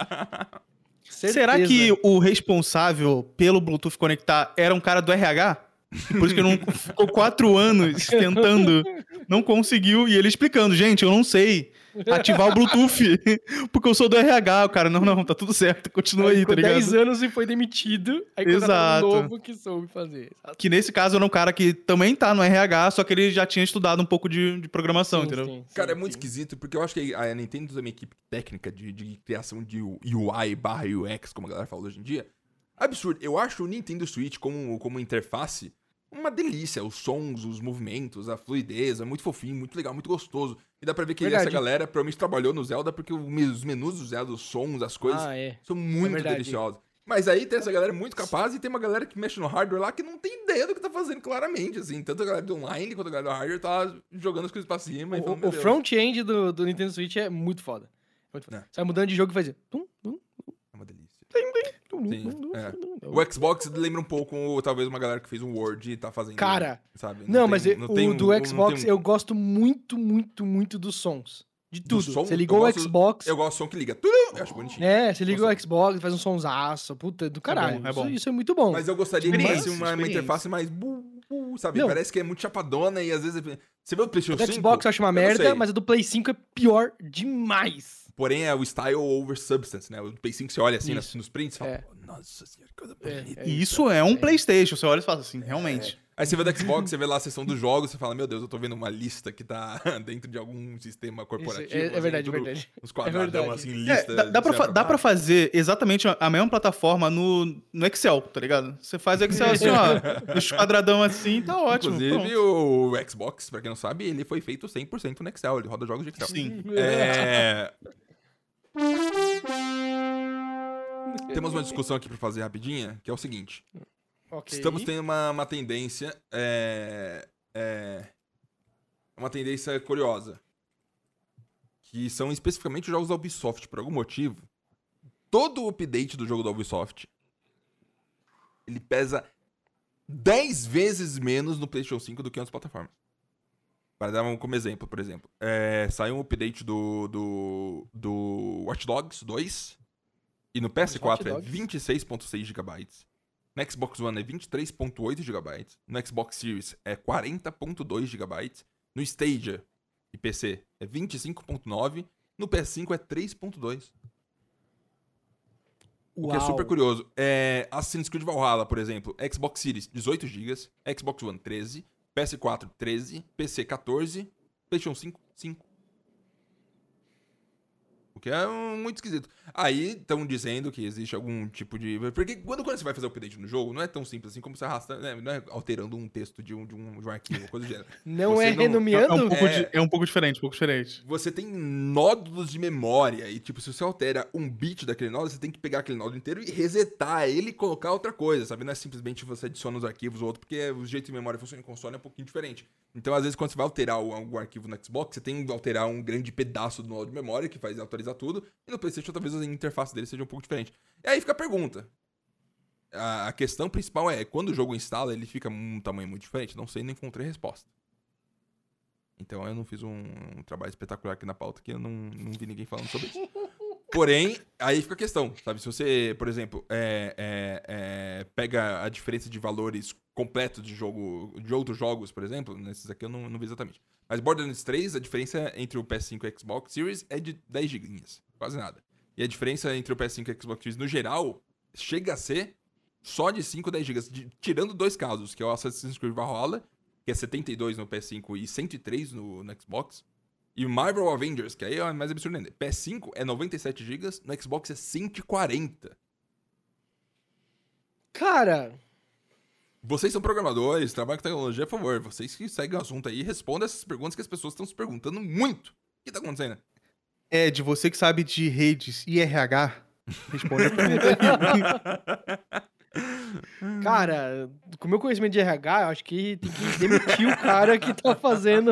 Será que o responsável pelo Bluetooth conectar era um cara do RH? Por isso que não ficou 4 anos tentando, não conseguiu, e ele explicando, gente, eu não sei ativar o Bluetooth, porque eu sou do RH, o cara, não, tá tudo certo, continua aí, tá ligado? 10 anos e foi demitido, aí contrataram um novo que soube fazer. Exato. Que nesse caso era um cara que também tá no RH, só que ele já tinha estudado um pouco de programação, entendeu? Sim, Cara, é muito esquisito, porque eu acho que a Nintendo tem uma equipe técnica de criação de UI/UX, como a galera fala hoje em dia. Absurdo. Eu acho o Nintendo Switch como interface uma delícia. Os sons, os movimentos, a fluidez, é muito fofinho, muito legal, muito gostoso. E dá pra ver que essa galera provavelmente trabalhou no Zelda, porque os menus do Zelda, os sons, as coisas, são muito deliciosos. Mas aí tem essa galera muito capaz e tem uma galera que mexe no hardware lá que não tem ideia do que tá fazendo, claramente, assim. Tanto a galera do online quanto a galera do hardware tá jogando as coisas pra cima. O front-end do Nintendo Switch é muito foda. Muito foda. Você vai mudando de jogo e faz... É uma delícia. Sim, O Xbox lembra um pouco, talvez, uma galera que fez um Word e tá fazendo... Cara, sabe? do Xbox eu gosto muito, muito, muito dos sons. De tudo. Você ligou o Xbox... Eu gosto do som que liga. Tudo, eu acho bonitinho. Você liga o Xbox, faz um sonsaço. Puta, do caralho. É bom. Isso é muito bom. Mas eu gostaria que fosse uma interface mais... sabe? Não. Parece que é muito chapadona e às vezes... Você vê o PlayStation 5? O Xbox eu acho uma merda, mas a do Play 5 é pior demais. Porém, é o style over substance, né? O Play 5 você olha assim nos prints e fala, nossa senhora, que coisa bonita. E isso é um PlayStation, você olha e fala assim, realmente. Aí você vê do Xbox, você vê lá a seção dos jogos, você fala, meu Deus, eu tô vendo uma lista que tá dentro de algum sistema corporativo. Isso, é verdade, tudo, verdade. Uns quadradão, verdade. assim, lista. Dá pra fazer exatamente a mesma plataforma no Excel, tá ligado? Você faz Excel assim, ó, os quadradão assim, tá ótimo. Inclusive, pronto. o Xbox, pra quem não sabe, ele foi feito 100% no Excel, ele roda jogos de Excel. Sim. Temos uma discussão aqui pra fazer rapidinha, que é o seguinte. Ok. Estamos tendo uma tendência. Uma tendência curiosa. Que são especificamente jogos da Ubisoft, por algum motivo. Todo o update do jogo da Ubisoft ele pesa 10 vezes menos no PlayStation 5 do que em outras plataformas. Para dar como exemplo, por exemplo. Saiu um update do Watch Dogs 2. E no PS4 é 26.6 GB. No Xbox One é 23.8 GB. No Xbox Series é 40.2 GB. No Stadia e PC é 25.9. No PS5 é 3.2. O que é super curioso. Assassin's Creed Valhalla, por exemplo. Xbox Series, 18 GB. Xbox One, 13. PS4, 13. PC, 14. PlayStation 5, 5. O que é muito esquisito. Aí estão dizendo que existe algum tipo de... Porque quando você vai fazer o update no jogo, não é tão simples assim como você arrasta... Né? Não é alterando um texto de um arquivo, coisa do gênero. Não é renomeando? É um pouco diferente, Você tem nódulos de memória e, tipo, se você altera um bit daquele nódulo, você tem que pegar aquele nódulo inteiro e resetar ele e colocar outra coisa, sabe? Não é simplesmente você adiciona os arquivos ou outro, porque o jeito de memória funciona em console é um pouquinho diferente. Então, às vezes, quando você vai alterar algum arquivo no Xbox, você tem que alterar um grande pedaço do nódulo de memória que faz atualizar tudo, e no PlayStation talvez a interface dele seja um pouco diferente. E aí fica a pergunta. A questão principal é, quando o jogo instala, ele fica um tamanho muito diferente? Não sei, não encontrei resposta. Então eu não fiz um trabalho espetacular aqui na pauta, que eu não vi ninguém falando sobre isso. Porém, aí fica a questão, sabe? Se você, por exemplo, pega a diferença de valores completos de outros jogos, por exemplo, nesses aqui eu não vi exatamente. Mas Borderlands 3, a diferença entre o PS5 e o Xbox Series é de 10 gigas, quase nada. E a diferença entre o PS5 e o Xbox Series, no geral, chega a ser só de 5 a 10 gigas, tirando dois casos, que é o Assassin's Creed Valhalla, que é 72 no PS5 e 103 no Xbox. E o Marvel Avengers, que aí é mais absurdo ainda. PS5 é 97 GB, no Xbox é 140. Cara... Vocês são programadores, trabalham com tecnologia, por favor. Vocês que seguem o assunto aí, respondam essas perguntas que as pessoas estão se perguntando muito. O que tá acontecendo? De você que sabe de redes e RH, responde a pergunta. Cara, com o meu conhecimento de RH, eu acho que tem que demitir o cara que tá fazendo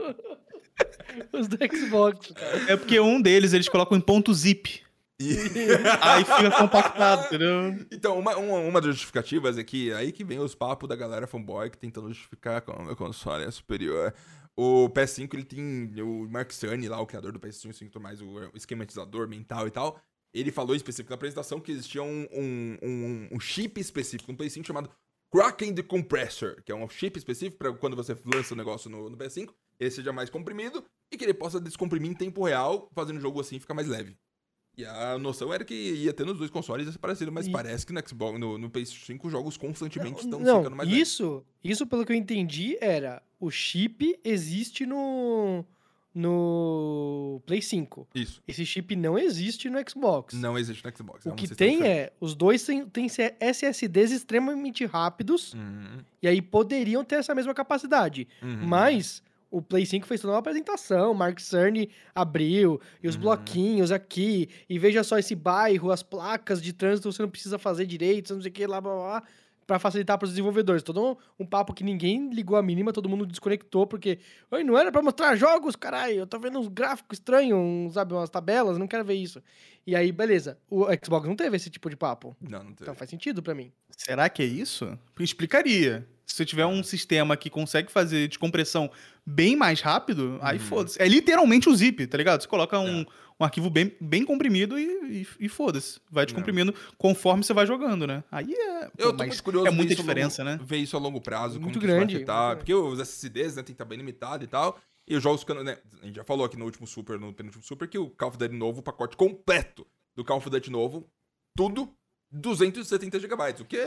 os do Xbox, cara. É porque um deles eles colocam em ponto .zip. Aí fica compactado, entendeu? Então, uma das justificativas é que aí que vem os papos da galera fanboy que tentando justificar como o meu console é superior. O PS5, ele tem o Mark Cerny lá, o criador do PS5, tudo mais, o esquematizador mental e tal. Ele falou em específico na apresentação que existia um chip específico no PS5 chamado Kraken Decompressor, que é um chip específico para quando você lança o negócio no PS5, ele seja mais comprimido e que ele possa descomprimir em tempo real, fazendo o jogo assim ficar mais leve. E a noção era que ia ter nos dois consoles esse parecido, mas parece que no Xbox, no PS5 os jogos constantemente estão ficando mais leves. Isso, pelo que eu entendi, era o chip existe no Play 5. Isso. Esse chip não existe no Xbox. Não existe no Xbox. O que tem os dois têm SSDs extremamente rápidos, e aí poderiam ter essa mesma capacidade. Mas o Play 5 fez toda uma apresentação, Mark Cerny abriu, e os bloquinhos aqui, e veja só esse bairro, as placas de trânsito você não precisa fazer direito, não sei o que, lá, blá, blá, pra facilitar pros desenvolvedores. Todo um papo que ninguém ligou a mínima, todo mundo desconectou, porque não era pra mostrar jogos, caralho, eu tô vendo uns gráficos estranhos, sabe, umas tabelas, não quero ver isso. E aí, beleza, o Xbox não teve esse tipo de papo. Não teve. Então faz sentido pra mim. Será que é isso? Explicaria. Se você tiver um sistema que consegue fazer descompressão bem mais rápido, aí foda-se. É literalmente o zip, tá ligado? Você coloca um arquivo bem comprimido e foda-se. Vai descomprimindo conforme você vai jogando, né? Aí eu tô muito curioso. É muita diferença, né? Ver isso a longo prazo, muito como grande, que isso vai afetar. Porque os SSDs, né, tem que estar bem limitado e tal. E os jogos ficando, né? A gente já falou aqui no penúltimo Super, que o Call of Duty novo, o pacote completo do Call of Duty novo, tudo 270 GB, o que é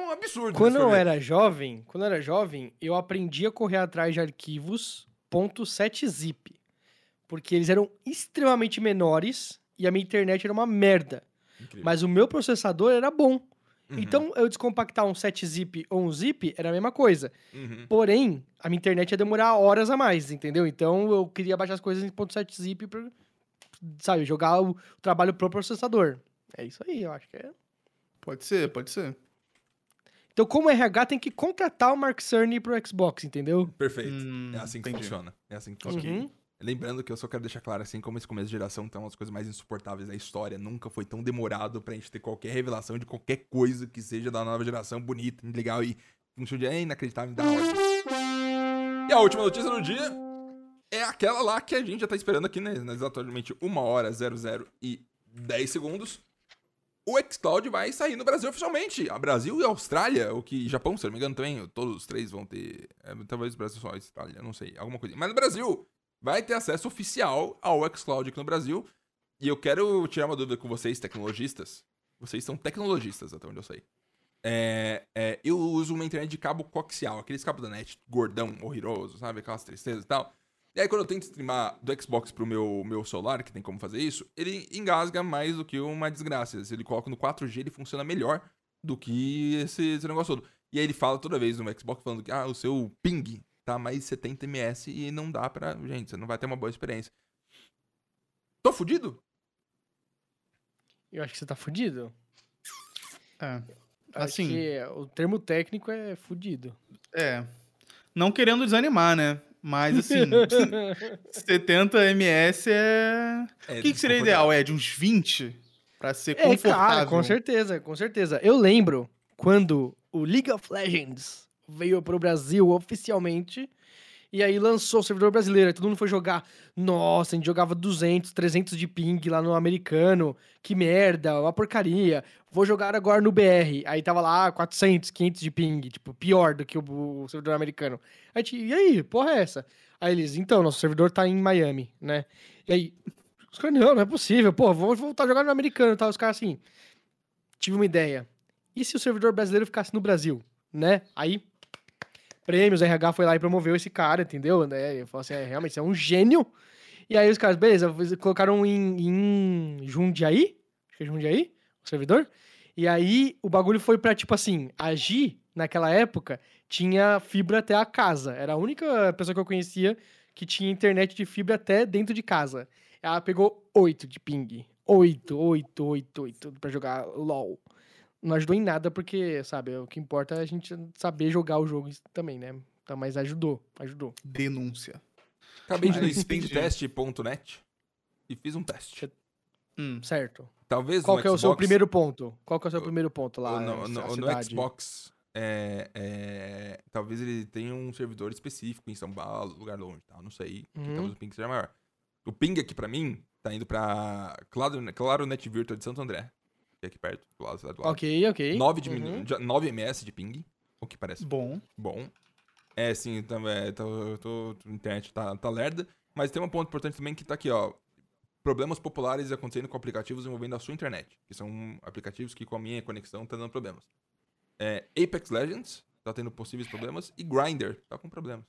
um absurdo. Quando se for eu ver. era jovem, eu aprendi a correr atrás de arquivos .7zip. Porque eles eram extremamente menores e a minha internet era uma merda. Incrível. Mas o meu processador era bom. Uhum, Então, eu descompactar um 7zip ou um zip era a mesma coisa. uhum. Porém, a minha internet ia demorar horas a mais, entendeu? Então, eu queria baixar as coisas em .7zip pra, sabe, jogar o trabalho pro processador. É isso aí, eu acho que é. Pode ser, pode ser. Então, como RH, tem que contratar o Mark Cerny pro Xbox, entendeu? Perfeito. É assim que Entendi. funciona. É assim que funciona. Uhum. Lembrando que eu só quero deixar claro, assim, como esse começo de geração tá uma das coisas mais insuportáveis da história. Nunca foi tão demorado pra gente ter qualquer revelação de qualquer coisa que seja da nova geração bonita, legal e funciona é inacreditável, me dá ódio. E a última notícia do dia é aquela lá que a gente já tá esperando aqui, né? Exatamente 1h00 e 10 segundos. O xCloud vai sair no Brasil oficialmente. A Brasil e a Austrália, o que Japão, se eu não me engano, também, todos os três vão ter. Talvez o Brasil só a Austrália, não sei, alguma coisa. Mas no Brasil, vai ter acesso oficial ao xCloud aqui no Brasil. E eu quero tirar uma dúvida com vocês, tecnologistas. Vocês são tecnologistas, até onde eu sei. Eu uso uma internet de cabo coaxial, aqueles cabos da net gordão, horroroso, sabe? Aquelas tristezas e tal. E aí, quando eu tento streamar do Xbox pro meu celular, que tem como fazer isso, ele engasga mais do que uma desgraça. Se ele coloca no 4G, ele funciona melhor do que esse negócio todo. E aí ele fala toda vez no Xbox falando que o seu ping tá mais 70 ms e não dá pra... Gente, você não vai ter uma boa experiência. Tô fudido? Eu acho que você tá fudido. É. Acho Assim, que o termo técnico é fudido. não querendo desanimar, né? Mas, assim, 70 ms é... O que seria ideal, Ed? Uns 20? Pra ser confortável? Cara, com certeza, com certeza. Eu lembro quando o League of Legends veio pro Brasil oficialmente, e aí lançou o servidor brasileiro, aí todo mundo foi jogar. Nossa, a gente jogava 200, 300 de ping lá no americano, que merda, uma porcaria. Vou jogar agora no BR. Aí tava lá 400, 500 de ping, tipo, pior do que o servidor americano. Aí, e aí, porra é essa? Aí eles, então, nosso servidor tá em Miami, né? E aí, os caras, não é possível, pô, vamos voltar a jogar no americano, tá? Os caras assim, tive uma ideia. E se o servidor brasileiro ficasse no Brasil, né? Aí, prêmios, a RH foi lá e promoveu esse cara, entendeu? Né? Eu falei assim, realmente, você é um gênio. E aí os caras, beleza, colocaram em Jundiaí, acho que é Jundiaí, o servidor. E aí o bagulho foi pra, tipo assim, a Gi, naquela época, tinha fibra até a casa. Era a única pessoa que eu conhecia que tinha internet de fibra até dentro de casa. Ela pegou 8 de ping. 8 pra jogar LOL. Não ajudou em nada, porque, sabe, o que importa é a gente saber jogar o jogo também, né? Então, mas ajudou. Denúncia. Acabei de ir no Entendi. speedtest.net e fiz um teste. Certo. Talvez Qual no que é o Xbox, seu primeiro ponto? Qual que é o seu primeiro ponto lá? no cidade? Xbox, talvez ele tenha um servidor específico em São Paulo, lugar longe, tal, não sei, que talvez o ping seja maior. O ping aqui pra mim tá indo pra Claro Net Virtual de Santo André, que é aqui perto, do lado da cidade do lado. Ok. 9 ms de ping, o que parece Bom. Sim, também, a internet tá lerda, mas tem um ponto importante também que tá aqui, ó. Problemas populares acontecendo com aplicativos envolvendo a sua internet, que são aplicativos que com a minha conexão tá dando problemas. Apex Legends tá tendo possíveis problemas e Grindr tá com problemas.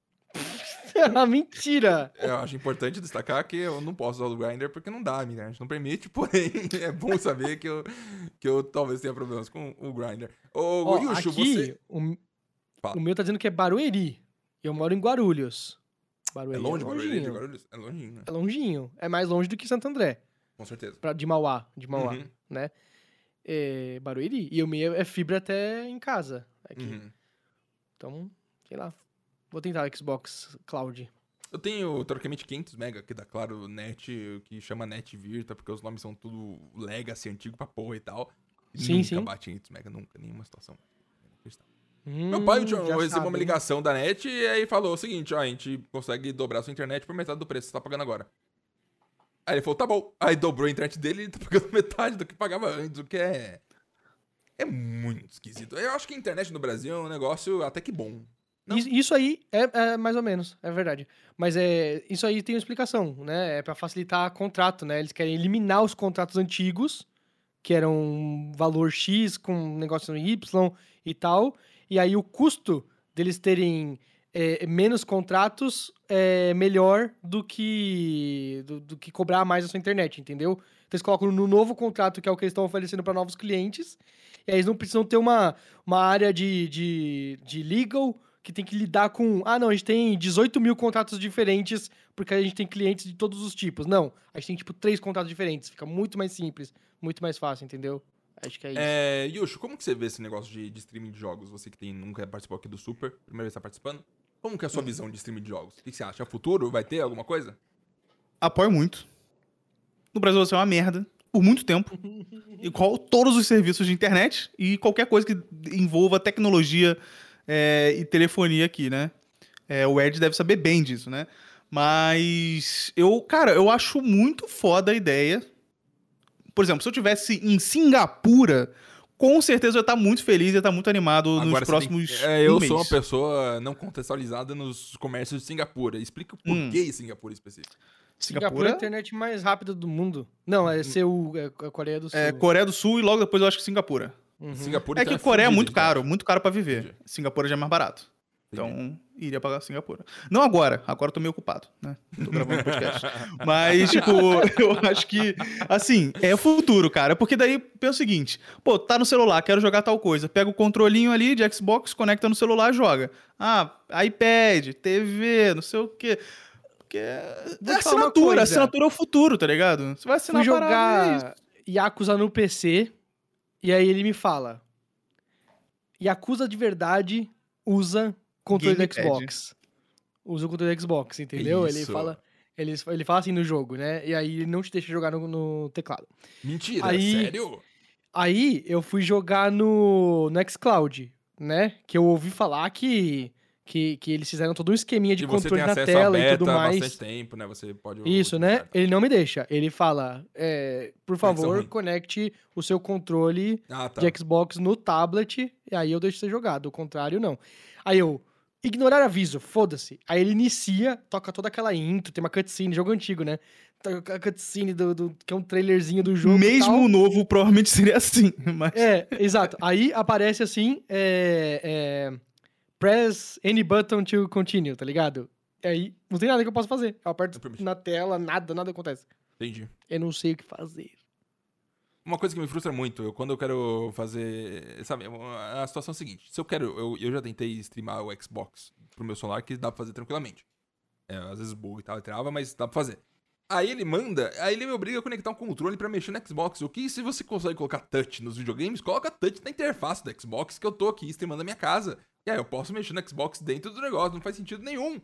Mentira! Eu acho importante destacar que eu não posso usar o Grindr porque não dá, a minha internet não permite, porém é bom saber que eu talvez tenha problemas com o Grindr. Ô, Yushu, aqui, você... o meu tá dizendo que é Barueri. Eu moro em Guarulhos. É Barueri longe, é Barueri longinho. de Guarulhos? É longinho, né? É longinho. É mais longe do que Santo André. Com certeza. De Mauá, Uhum. né? Barueri. E o meu é fibra até em casa. Aqui. Uhum. Então, sei lá. Vou tentar o Xbox Cloud. Eu tenho, teoricamente, 500 MB aqui da Claro Net, que chama Net Virtua, porque os nomes são tudo legacy, antigo pra porra e tal. E Sim. nunca bate 500 MB, nunca, nenhuma situação. Meu Meu pai recebeu uma ligação da net e aí falou o seguinte, ó, a gente consegue dobrar sua internet por metade do preço que você tá pagando agora. Aí ele falou, tá bom. Aí dobrou a internet dele e tá pagando metade do que pagava antes, o que é muito esquisito. Eu acho que a internet no Brasil é um negócio até que bom. Não. Isso aí é mais ou menos, é verdade. Mas isso aí tem uma explicação, né? É pra facilitar contrato, né? Eles querem eliminar os contratos antigos, que era um valor X com um negócio Y e tal. E aí o custo deles terem menos contratos é melhor do que cobrar mais a sua internet, entendeu? Então eles colocam no novo contrato, que é o que eles estão oferecendo para novos clientes, e aí eles não precisam ter uma área de legal que tem que lidar com... Ah, não, a gente tem 18 mil contratos diferentes porque a gente tem clientes de todos os tipos. Não, a gente tem, 3 contratos diferentes. Fica muito mais simples, muito mais fácil, entendeu? Acho que é isso. Yusho, como que você vê esse negócio de streaming de jogos? Você que nunca participou aqui do Super, primeira vez que tá participando. Como que é a sua visão de streaming de jogos? O que você acha? É futuro? Vai ter alguma coisa? Apoio muito. No Brasil vai ser uma merda, por muito tempo. Igual todos os serviços de internet e qualquer coisa que envolva tecnologia e telefonia aqui, né? O Ed deve saber bem disso, né? Mas eu acho muito foda a ideia. Por exemplo, se eu tivesse em Singapura, com certeza eu ia estar muito feliz, ia estar muito animado nos próximos eu mês. sou uma pessoa não contextualizada nos comércios de Singapura. Explica o porquê Singapura específico. Singapura é a internet mais rápida do mundo. Não, é Seul, é Coreia do Sul. É Coreia do Sul e logo depois eu acho que Singapura. Singapura, É que então, Coreia é fudido, muito caro pra viver. Entendi. Singapura já é mais barato. Entendi. Então, iria pagar Singapura. Não agora eu tô meio ocupado, né? Tô gravando podcast. Mas, tipo, eu acho que, assim, é o futuro, cara. Porque daí, pensa o seguinte, pô, tá no celular, quero jogar tal coisa. Pega o controlinho ali de Xbox, conecta no celular e joga. Ah, iPad, TV, não sei o quê. Porque Vou te falar uma coisa. Assinatura é o futuro, tá ligado? Você vai assinar Fui a parada, é isso. jogar Yakuza no PC, e aí ele me fala, Yakuza de verdade usa controle do Gamepad. Xbox. Usa o controle do Xbox, entendeu? Isso. Ele fala assim no jogo, né? E aí ele não te deixa jogar no teclado. Mentira, Aí- sério? Aí eu fui jogar no xCloud, né? Que eu ouvi falar que eles fizeram todo um esqueminha de E você tem controle na acesso tela a beta e tudo há mais. bastante tempo, né? Você pode... Isso, né? Ele não me deixa. Ele fala, por favor, ruim. conecte o seu controle Ah, tá. de Xbox no tablet, e aí eu deixo você jogar. Do contrário, não. Aí eu, ignorar aviso, foda-se. Aí ele inicia, toca toda aquela intro, tem uma cutscene, jogo antigo, né? Toca a cutscene que é um trailerzinho do jogo e Mesmo tal. o novo provavelmente seria assim, mas... Exato. Aí aparece assim, press any button to continue, tá ligado? E aí não tem nada que eu possa fazer. Eu aperto na tela, nada acontece. Entendi. Eu não sei o que fazer. Uma coisa que me frustra muito, quando eu quero fazer... Sabe, a situação é a seguinte. Se eu quero... Eu já tentei streamar o Xbox pro meu celular, que dá pra fazer tranquilamente. Às vezes bug e tal, e trava, mas dá pra fazer. Aí ele me obriga a conectar um controle pra mexer no Xbox. O que se você consegue colocar touch nos videogames, coloca touch na interface do Xbox, que eu tô aqui streamando na minha casa. E aí eu posso mexer no Xbox dentro do negócio, não faz sentido nenhum.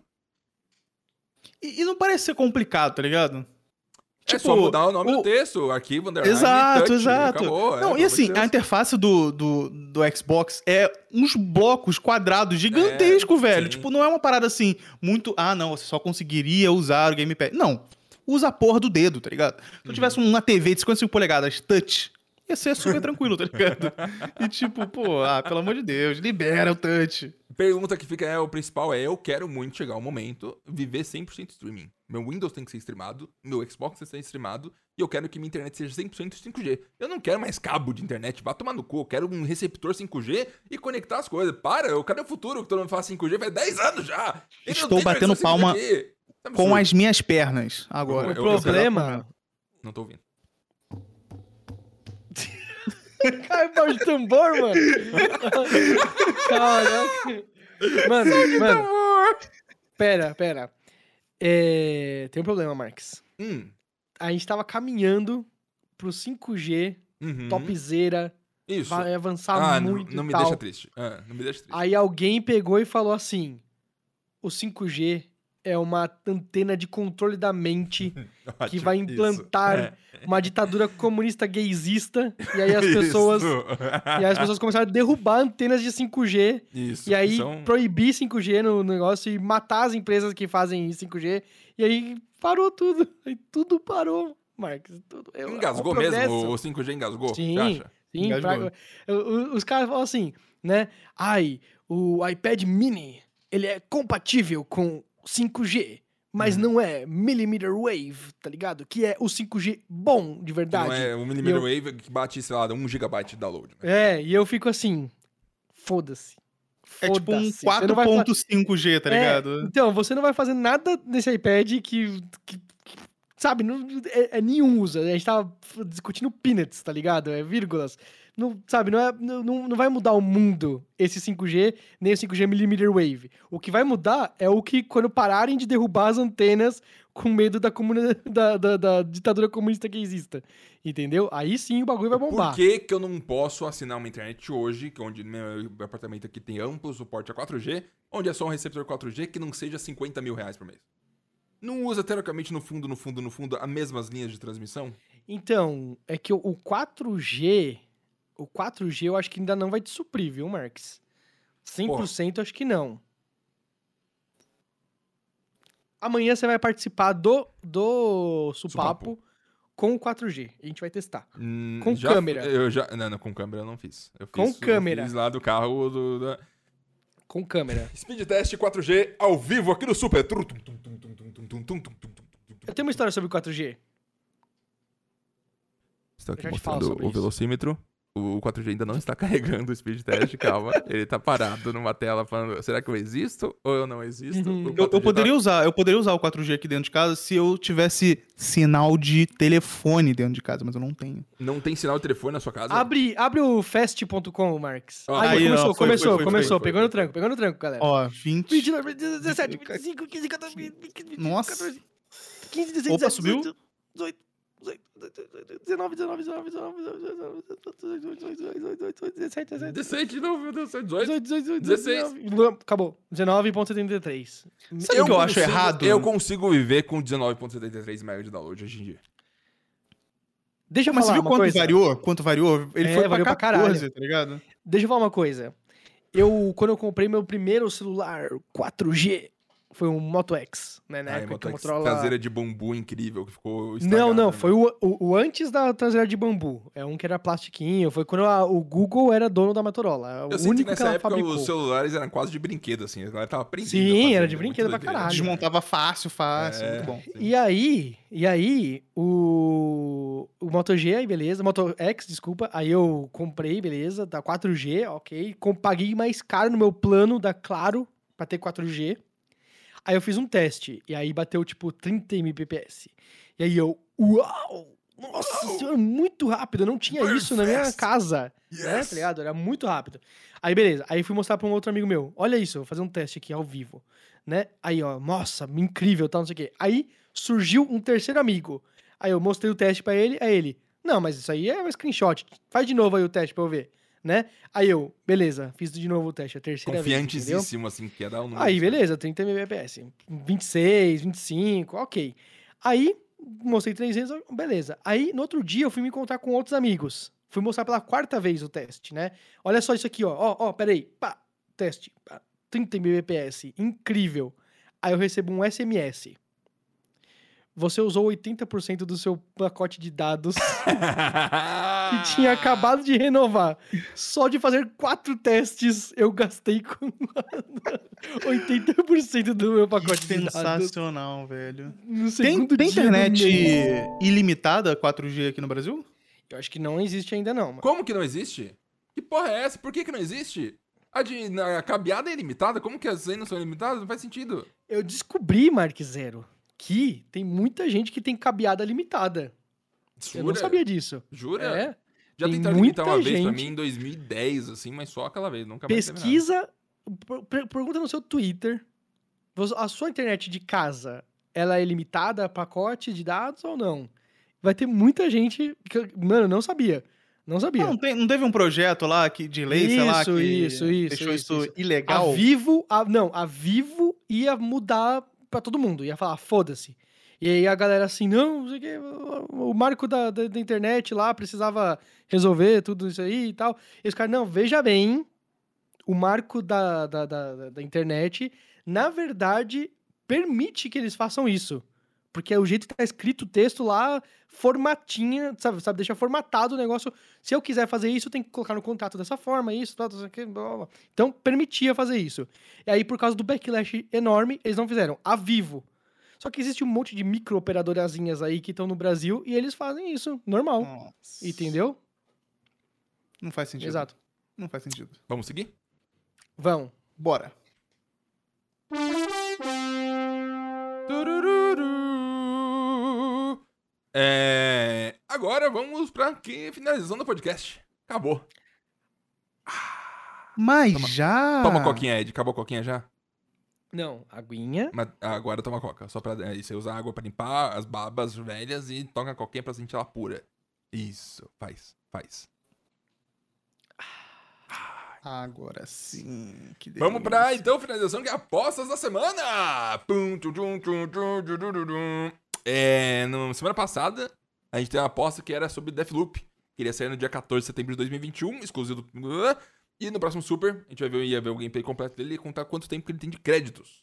E não parece ser complicado, tá ligado? É só mudar o nome do texto, o arquivo, underline, Exato, touch, exato. acabou. Não, e assim, a interface do Xbox é uns blocos quadrados gigantescos, velho. sim. Tipo, não é uma parada assim, muito... Ah, não, você só conseguiria usar o gamepad. Não, usa a porra do dedo, tá ligado? Se eu tivesse uma TV de 55 polegadas touch, ia ser super tranquilo, tá ligado? E tipo, pô, pelo amor de Deus, libera o touch. Pergunta que fica, o principal eu quero muito chegar ao momento, viver 100% streaming. Meu Windows tem que ser streamado, meu Xbox tem que ser streamado, e eu quero que minha internet seja 100% 5G. Eu não quero mais cabo de internet, vá tomar no cu, eu quero um receptor 5G e conectar as coisas. Cadê o futuro que todo mundo fala 5G? Faz 10 anos já! E não Estou tem batendo versão 5G palma aqui. Tá com absurdo. as minhas pernas agora. O problema... Não tô ouvindo. Cai o de tambor, mano. Caraca. Mano. Pera. Tem um problema, Marques. A gente tava caminhando pro 5G, topzera, Isso. vai avançar muito não me e tal. deixa triste. Não me deixa triste. Aí alguém pegou e falou assim, o 5G é uma antena de controle da mente que Ótimo, vai implantar uma ditadura comunista gaysista, e aí as pessoas começaram a derrubar antenas de 5G, Isso. e aí proibir 5G no negócio e matar as empresas que fazem 5G, e aí parou tudo. Aí tudo parou, Marcos. Engasgou mesmo? O 5G engasgou? Sim, Você acha? sim. Os caras falam assim, né? O iPad mini, ele é compatível com 5G, mas não é millimeter wave, tá ligado? Que é o 5G bom, de verdade. Não é um millimeter wave que bate, sei lá, 1 GB de download. Né? E eu fico assim, foda-se. É tipo um Foda-se. Você não vai 4.5G, tá ligado? Então, você não vai fazer nada nesse iPad que sabe, não, nenhum usa. A gente tava discutindo peanuts, tá ligado? É vírgulas. Não, sabe, não vai mudar o mundo esse 5G, nem o 5G millimeter wave. O que vai mudar é o que, quando pararem de derrubar as antenas com medo da ditadura comunista que exista. Entendeu? Aí sim o bagulho vai bombar. Por que eu não posso assinar uma internet hoje, onde meu apartamento aqui tem amplo suporte a 4G, onde é só um receptor 4G que não seja 50 mil reais por mês? Não usa, teoricamente, no fundo, as mesmas linhas de transmissão? Então, é que o 4G... O 4G eu acho que ainda não vai te suprir, viu, Marques? 100% eu acho que não. Amanhã você vai participar do Supapo com o 4G. A gente vai testar. Com câmera. Não, com câmera eu não fiz. Com câmera. Eu fiz lá do carro Com câmera. Speed Test 4G ao vivo aqui no Super. Eu tenho uma história sobre o 4G. Estou aqui mostrando o velocímetro. O 4G ainda não está carregando o speed test, calma. Ele tá parado numa tela falando, será que eu existo ou eu não existo? Eu poderia usar o 4G aqui dentro de casa se eu tivesse sinal de telefone dentro de casa, mas eu não tenho. Não tem sinal de telefone na sua casa? Abre o fast.com, Marques. Aí Começou. Pegou no tranco, galera. Ó, 20... 29, 17, 25, 15, 14, 20, 21, Nossa. 14, 15, 16, Opa, 17, subiu? 18, 19, 17, 16 de novo, meu Deus, 18. 18, 16. Acabou. 19.73. Sabe o que eu acho errado? Eu consigo viver com 19.73 MB de download hoje em dia. Deixa eu Mas você falar viu uma coisa. quanto variou? Ele foi variou pra pra 14, caralho. tá ligado? Deixa eu falar uma coisa. Quando eu comprei meu primeiro celular 4G, foi um Moto X, né? Na época que a Motorola... traseira de bambu incrível que ficou estragada. Não, foi o antes da traseira de bambu. É um que era plastiquinho. Foi quando o Google era dono da Motorola. Eu sei que nessa época os celulares eram quase de brinquedo, assim. Ela tava prendida. Sim, era de brinquedo pra caralho. Desmontava fácil, muito bom. E aí, o Moto G, aí beleza, Moto X, desculpa, aí eu comprei, beleza, da 4G, ok, paguei mais caro no meu plano da Claro pra ter 4G. Aí eu fiz um teste, e aí bateu, tipo, 30 Mbps. E aí uau! Nossa senhora, muito rápido, eu não tinha isso na minha casa, né, tá ligado? Era muito rápido. Aí, beleza, aí fui mostrar pra um outro amigo meu, olha isso, vou fazer um teste aqui ao vivo, né? Aí, ó, nossa, incrível, tal, não sei o quê. Aí surgiu um terceiro amigo. Aí eu mostrei o teste pra ele, aí ele, não, mas isso aí é um screenshot, faz de novo aí o teste pra eu ver. Né? Aí eu, beleza, fiz de novo o teste, a terceira vez, confiantíssimo, assim, que ia dar um número. Aí, beleza, 30 Mbps, 26, 25, ok. Aí, mostrei 3 vezes, beleza. Aí, no outro dia, eu fui me encontrar com outros amigos. Fui mostrar pela 4ª vez o teste, né? Olha só isso aqui, ó, peraí, pá, teste, pá, 30 Mbps, incrível. Aí eu recebo um SMS. Você usou 80% do seu pacote de dados que tinha acabado de renovar. Só de fazer 4 testes, eu gastei com 80% do meu pacote de dados. Sensacional, velho. Tem internet ilimitada 4G aqui no Brasil? Eu acho que não existe ainda, não. Mano. Como que não existe? Que porra é essa? Por que não existe? A cabeada é ilimitada? Como que as aí não são ilimitadas? Não faz sentido. Eu descobri, Mark Zero, que tem muita gente que tem cabeada limitada. Jura? Eu não sabia disso. Jura? É. Já tem tentaram limitar uma muita vez pra gente... mim em 2010, assim, mas só aquela vez. Nunca mais Pesquisa, pergunta no seu Twitter, a sua internet de casa, ela é limitada a pacote de dados ou não? Vai ter muita gente que, mano, não sabia. Não sabia. Não teve um projeto lá de lei, sei lá, que deixou isso ilegal? A Vivo ia mudar pra todo mundo, ia falar, foda-se. E aí a galera assim, não sei o que, o marco da internet lá precisava resolver tudo isso aí e tal. E os caras, não, veja bem, o marco da internet, na verdade, permite que eles façam isso. Porque é o jeito que tá escrito o texto lá, formatinha, sabe? Deixa formatado o negócio. Se eu quiser fazer isso, tem que colocar no contrato dessa forma, isso, blá, blá, blá, blá. Então, permitia fazer isso. E aí, por causa do backlash enorme, eles não fizeram. A Vivo. Só que existe um monte de micro-operadorazinhas aí que estão no Brasil e eles fazem isso, normal. Nossa. Entendeu? Não faz sentido. Exato. Não faz sentido. Vamos seguir? Vão. Bora. Turururu. Agora vamos pra finalizando o podcast. Acabou. Mas já... Toma coquinha, Ed. Acabou a coquinha já? Não, aguinha. Mas agora toma coca. Só pra... Aí você usa água pra limpar as babas velhas e toca a coquinha pra sentir ela pura. Isso. Faz. Agora sim. Que Vamos delícia. pra, então, finalização que é apostas da semana. Na semana passada, a gente teve uma aposta que era sobre Deathloop. Que iria sair no dia 14 de setembro de 2021, exclusivo do... E no próximo Super, a gente ia ver o gameplay completo dele e contar quanto tempo que ele tem de créditos.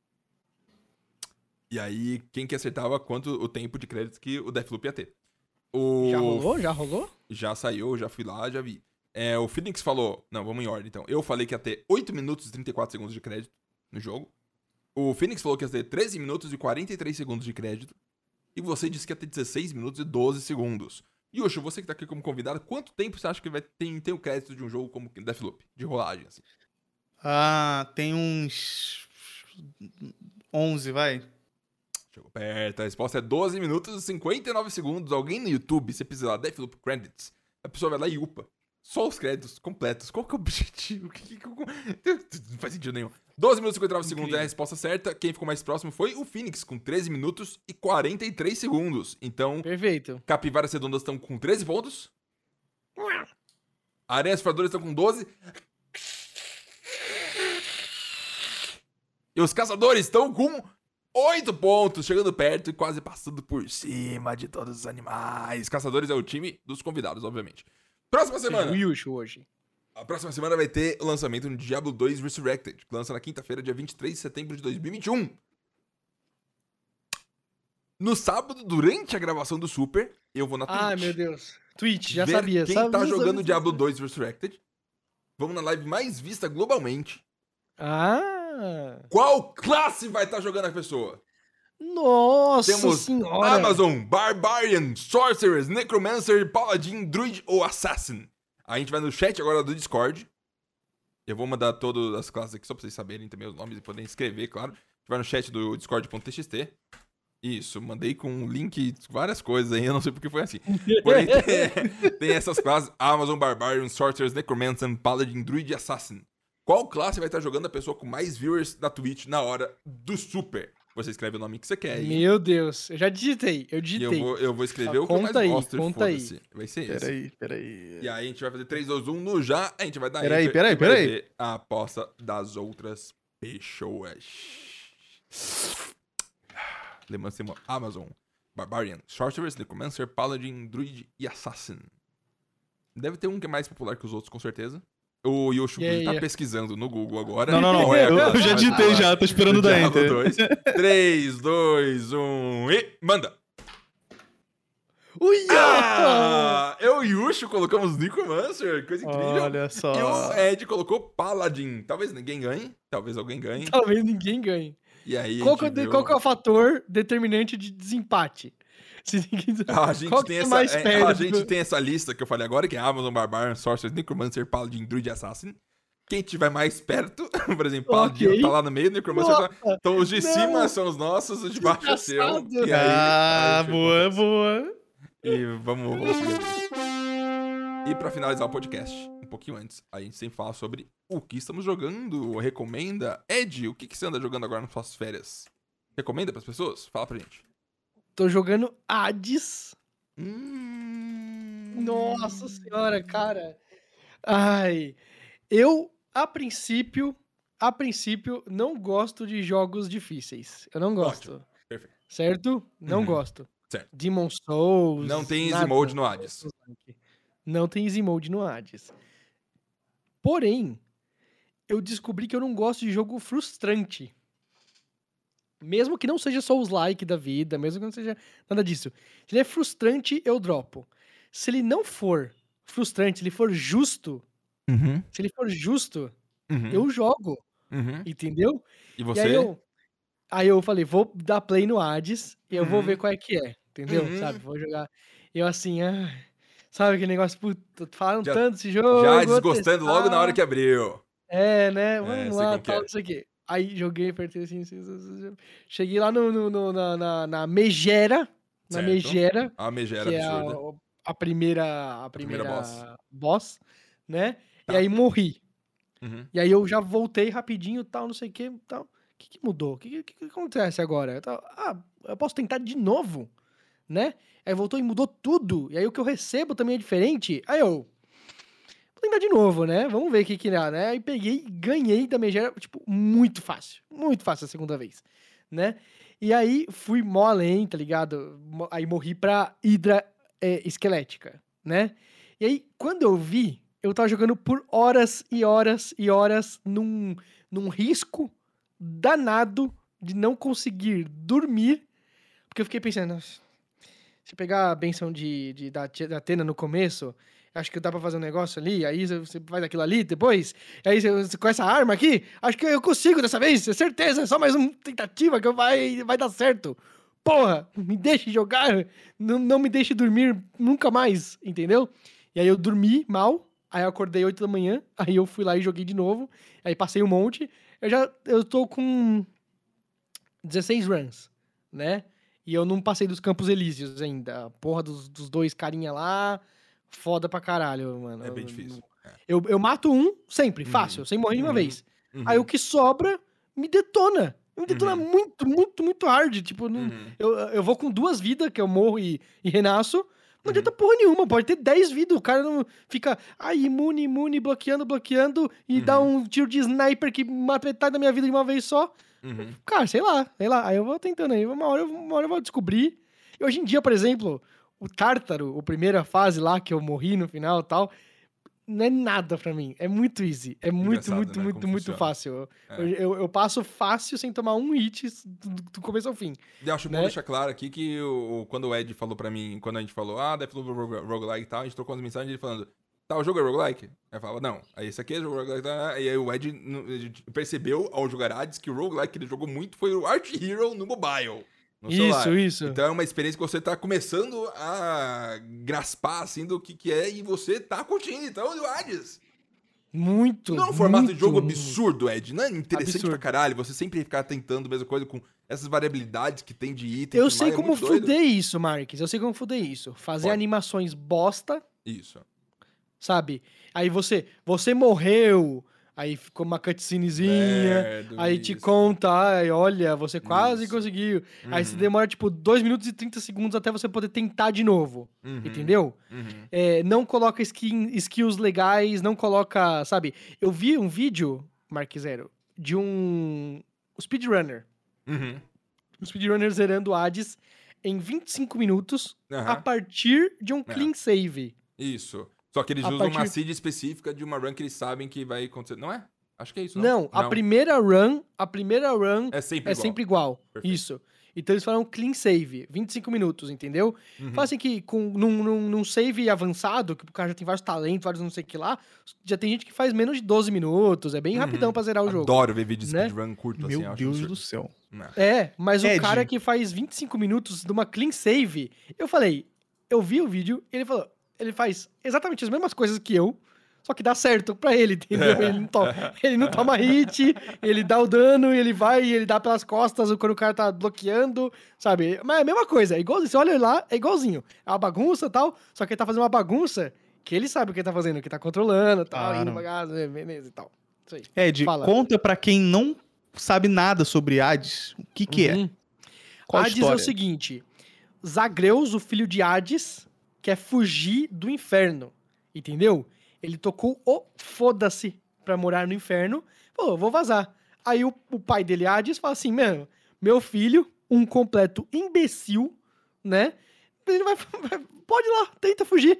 E aí, quem que acertava quanto o tempo de créditos que o Deathloop ia ter. Já rolou? Já saiu, já fui lá, já vi. O Phoenix falou... Não, vamos em ordem, então. Eu falei que ia ter 8 minutos e 34 segundos de crédito no jogo. O Phoenix falou que ia ter 13 minutos e 43 segundos de crédito. E você disse que ia ter 16 minutos e 12 segundos. Yushu, você que tá aqui como convidado, quanto tempo você acha que vai ter o crédito de um jogo como Deathloop? De rolagem, assim. Tem uns... 11, vai. Chegou perto. A resposta é 12 minutos e 59 segundos. Alguém no YouTube, você precisa lá, Deathloop Credits. A pessoa vai lá e upa. Só os créditos completos. Qual que é o objetivo? Não faz sentido nenhum. 12 minutos e 59 segundos é a resposta certa. Quem ficou mais próximo foi o Phoenix, com 13 minutos e 43 segundos. Então, Perfeito. Capivaras Redondas estão com 13 pontos. Aranhas Furadoras estão com 12. E os Caçadores estão com 8 pontos, chegando perto e quase passando por cima de todos os animais. Caçadores é o time dos convidados, obviamente. Próxima semana. O Yushu hoje. A próxima semana vai ter o lançamento no Diablo 2 Resurrected, que lança na quinta-feira, dia 23 de setembro de 2021. No sábado, durante a gravação do Super, eu vou na Twitch. Ai, meu Deus. Twitch, já ver sabia. quem sabia, tá jogando sabia. Diablo 2 Resurrected. Vamos na live mais vista globalmente. Ah! Qual classe vai estar jogando a pessoa? Nossa Temos senhora! Amazon, Barbarian, Sorceress, Necromancer, Paladin, Druid ou Assassin. A gente vai no chat agora do Discord. Eu vou mandar todas as classes aqui só pra vocês saberem também os nomes e poderem escrever, claro. A gente vai no chat do discord.txt. Isso, mandei com um link, várias coisas aí, eu não sei porque foi assim. Porém, tem essas classes: Amazon, Barbarian, Sorceress, Necromancer, Paladin, Druid e Assassin. Qual classe vai estar jogando a pessoa com mais viewers da Twitch na hora do Super? Você escreve o nome que você quer. Meu Deus, eu já digitei, eu E digitei. eu vou escrever o que eu mais Conta aí, gosto e conta aí. foda-se. Vai ser esse. Peraí. E aí a gente vai fazer 3, 2, 1 no já. A gente vai dar Peraí, enter e vai peraí. ver a aposta das outras pessoas. Lembrando Amazon, Barbarian, Sorceress, Necromancer, Paladin, Druid e Assassin. Deve ter um que é mais popular que os outros, com certeza. O Yoshu tá pesquisando no Google agora. Não. Qual é a Eu classe já mais digitei popular já, tô esperando do dar Diablo enter. 2. 3, 2, 1 e manda! Uia! Eu e o Yushu colocamos Necromancer, coisa incrível. Olha só. E o Ed colocou Paladin. Talvez ninguém ganhe, talvez alguém ganhe. Talvez ninguém ganhe. E aí Qual que é o fator determinante de desempate? A gente, Qual tem que é essa, mais perto? a gente tem essa lista que eu falei agora, que é Amazon, Barbarian, Sorceress, Necromancer, Paladin, Druid e Assassin. Quem tiver mais perto, por exemplo, Paladin Ok. tá lá no meio, Necromancer tá... Nossa, Então os de não. cima são os nossos, os de baixo é seu. Engraçado. E aí, Boa. E vamos seguir. E pra finalizar o podcast, um pouquinho antes, a gente sempre fala sobre o que estamos jogando, recomenda. Ed, o que você anda jogando agora nas suas férias? Recomenda pras pessoas? Fala pra gente. Tô jogando Hades. Nossa senhora, cara. Ai, eu, a princípio, não gosto de jogos difíceis. Eu não gosto. Ótimo. Perfeito. Certo? Não Uhum. gosto. Certo. Demon Souls. Não tem easy nada. mode no Hades. Não tem easy mode no Hades. Porém, eu descobri que eu não gosto de jogo frustrante. Mesmo que não seja Souls-like da vida, mesmo que não seja nada disso. Se ele é frustrante, eu dropo. Se ele não for frustrante, se ele for justo, eu jogo. Uhum. Entendeu? E E você? aí Aí eu falei, vou dar play no Hades e eu vou ver qual é que é, entendeu? Uhum. Sabe, vou jogar. Eu assim, sabe aquele negócio, puta, falaram Já- tanto desse jogo, Já vou desgostando logo na hora testar. que abriu. É, né? É, Vamos sei lá, como que tal, é. não sei o quê. Aí joguei, apertei assim, cheguei lá na Megera, na Certo. Megera, A megera que é absurda. a primeira, a primeira primeira boss, né? E Tá. aí morri. Uhum. E aí eu já voltei rapidinho, tal, não sei o que, tal. O que mudou? O que acontece agora? Eu posso tentar de novo, né? Aí voltou e mudou tudo. E aí o que eu recebo também é diferente. Aí eu vou tentar de novo, né? Vamos ver o que dá, né? Aí peguei e ganhei da Megera, tipo, muito fácil a segunda vez, né? E aí fui mó além, tá ligado? Aí morri pra Hidra esquelética, né? E aí, quando eu vi, eu tava jogando por horas e horas e horas num risco danado de não conseguir dormir, porque eu fiquei pensando, "Nossa, se eu pegar a benção da Atena no começo, acho que dá pra fazer um negócio ali, aí você faz aquilo ali depois, aí você com essa arma aqui, acho que eu consigo dessa vez, é certeza, é só mais uma tentativa que vai dar certo. Porra, me deixe jogar, não me deixe dormir nunca mais, entendeu? E aí eu dormi mal, aí eu acordei 8 da manhã, aí eu fui lá e joguei de novo, aí passei um monte, eu tô com 16 runs, né? E eu não passei dos Campos Elíseos ainda. A porra dos dois carinha lá, foda pra caralho, mano. É bem difícil. É. Eu mato um sempre, fácil, sem morrer nenhuma vez. Aí o que sobra me detona. Me detona muito, muito, muito hard. Tipo, eu vou com 2 vidas, que eu morro e renasço. Não adianta porra nenhuma, pode ter 10 vidas. O cara não fica, imune, bloqueando, e dá um tiro de sniper que mata metade da minha vida de uma vez só. Cara, sei lá. Aí eu vou tentando aí. Uma hora eu vou descobrir. E hoje em dia, por exemplo, o Tártaro, a primeira fase lá que eu morri no final e tal, não é nada pra mim. É muito easy. É muito, Engraçado, muito, né, muito, como muito funciona. fácil. É. Eu passo fácil sem tomar um hit do começo ao fim. E acho bom né? deixar claro aqui que quando o Ed falou pra mim, quando a gente falou, Deathloop roguelike e tal, a gente trocou umas mensagens ele falando, o jogo é roguelike? Aí eu falava, não, aí esse aqui é jogo roguelike, tá? E aí o Ed percebeu ao jogar Hades que o roguelike que ele jogou muito foi o Arch Hero no mobile. No celular. Isso. Então é uma experiência que você tá começando a graspar, assim, do que é, e você tá curtindo, então, o Hades. Muito, Não é um formato muito, de jogo muito. absurdo, Ed. Não é interessante Absurdo. pra caralho você sempre ficar tentando a mesma coisa com essas variabilidades que tem de item. Eu e tudo sei mais, é como muito doido. fuder isso, Marques. Eu sei como fuder isso. Fazer Pode. animações bosta, Isso. sabe? Aí você morreu, aí ficou uma cutscenezinha, Lerdo, aí te isso. conta, olha, você quase Isso. conseguiu. Aí você demora, tipo, 2 minutos e 30 segundos até você poder tentar de novo, entendeu? Não coloca skills legais, não coloca, sabe? Eu vi um vídeo, Mark Zero, de um speedrunner. Um speedrunner zerando Hades em 25 minutos a partir de um clean save. Isso. Só que eles A usam uma partir- seed específica de uma run que eles sabem que vai acontecer. Não é? Acho que é isso, Não, a primeira run É sempre é igual. sempre igual. Perfeito. Isso. Então eles falam clean save, 25 minutos, entendeu? Fala assim que num save avançado, que o cara já tem vários talentos, vários não sei o que lá, já tem gente que faz menos de 12 minutos, é bem rapidão pra zerar o jogo. Adoro ver vídeo de né? speedrun curto Meu assim, acho Deus absurdo. do céu. Mas Ed. o cara que faz 25 minutos de uma clean save, eu falei, eu vi o vídeo, e ele falou, ele faz exatamente as mesmas coisas que eu, só que dá certo pra ele, entendeu? Ele não toma hit, ele dá o dano, ele vai e ele dá pelas costas quando o cara tá bloqueando, sabe? Mas é a mesma coisa, é igualzinho, você olha lá, é igualzinho. É uma bagunça e tal, só que ele tá fazendo uma bagunça que ele sabe o que ele tá fazendo, que tá controlando e tal, Claro. indo devagar, beleza e tal. Isso aí. Ed, Fala. conta pra quem não sabe nada sobre Hades, o que é? Qual a Hades história? é o seguinte, Zagreus, o filho de Hades, quer fugir do inferno, entendeu? Ele tocou o foda-se pra morar no inferno, falou, eu vou vazar. Aí o pai dele, Hades, fala assim, meu filho, um completo imbecil, né? Ele pode ir lá, tenta fugir.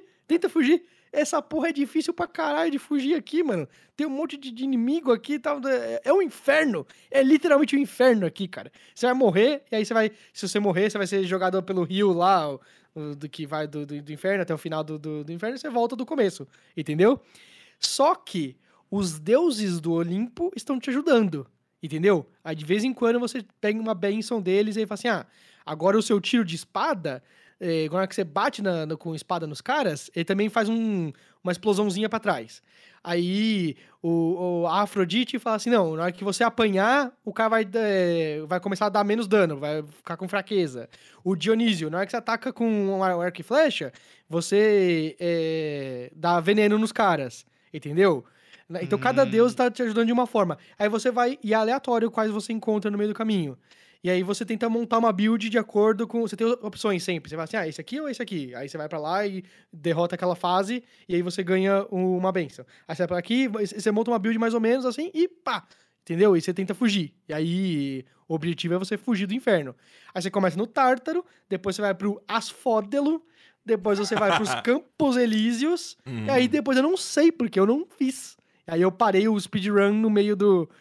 Essa porra é difícil pra caralho de fugir aqui, mano. Tem um monte de inimigo aqui e tal. É um inferno. É literalmente um inferno aqui, cara. Você vai morrer, e aí você vai... Se você morrer, você vai ser jogado pelo rio lá, do que vai do inferno até o final do inferno, e você volta do começo. Entendeu? Só que os deuses do Olimpo estão te ajudando. Entendeu? Aí de vez em quando você pega uma benção deles e aí fala assim, agora o seu tiro de espada, agora que você bate com espada nos caras, ele também faz uma explosãozinha pra trás. Aí a Afrodite fala assim, não, na hora que você apanhar, o cara vai começar a dar menos dano, vai ficar com fraqueza. O Dionísio, na hora que você ataca com um arco e flecha, você dá veneno nos caras, entendeu? Então cada deus tá te ajudando de uma forma. Aí você vai e é aleatório quais você encontra no meio do caminho. E aí você tenta montar uma build de acordo com... Você tem opções sempre. Você vai assim, esse aqui ou esse aqui? Aí você vai pra lá e derrota aquela fase, e aí você ganha uma benção. Aí você vai pra aqui, você monta uma build mais ou menos assim, e pá! Entendeu? E você tenta fugir. E aí o objetivo é você fugir do inferno. Aí você começa no Tártaro, depois você vai pro Asfódelo, depois você vai pros Campos Elíseos, e aí depois eu não sei, porque eu não fiz. Aí eu parei o speedrun no meio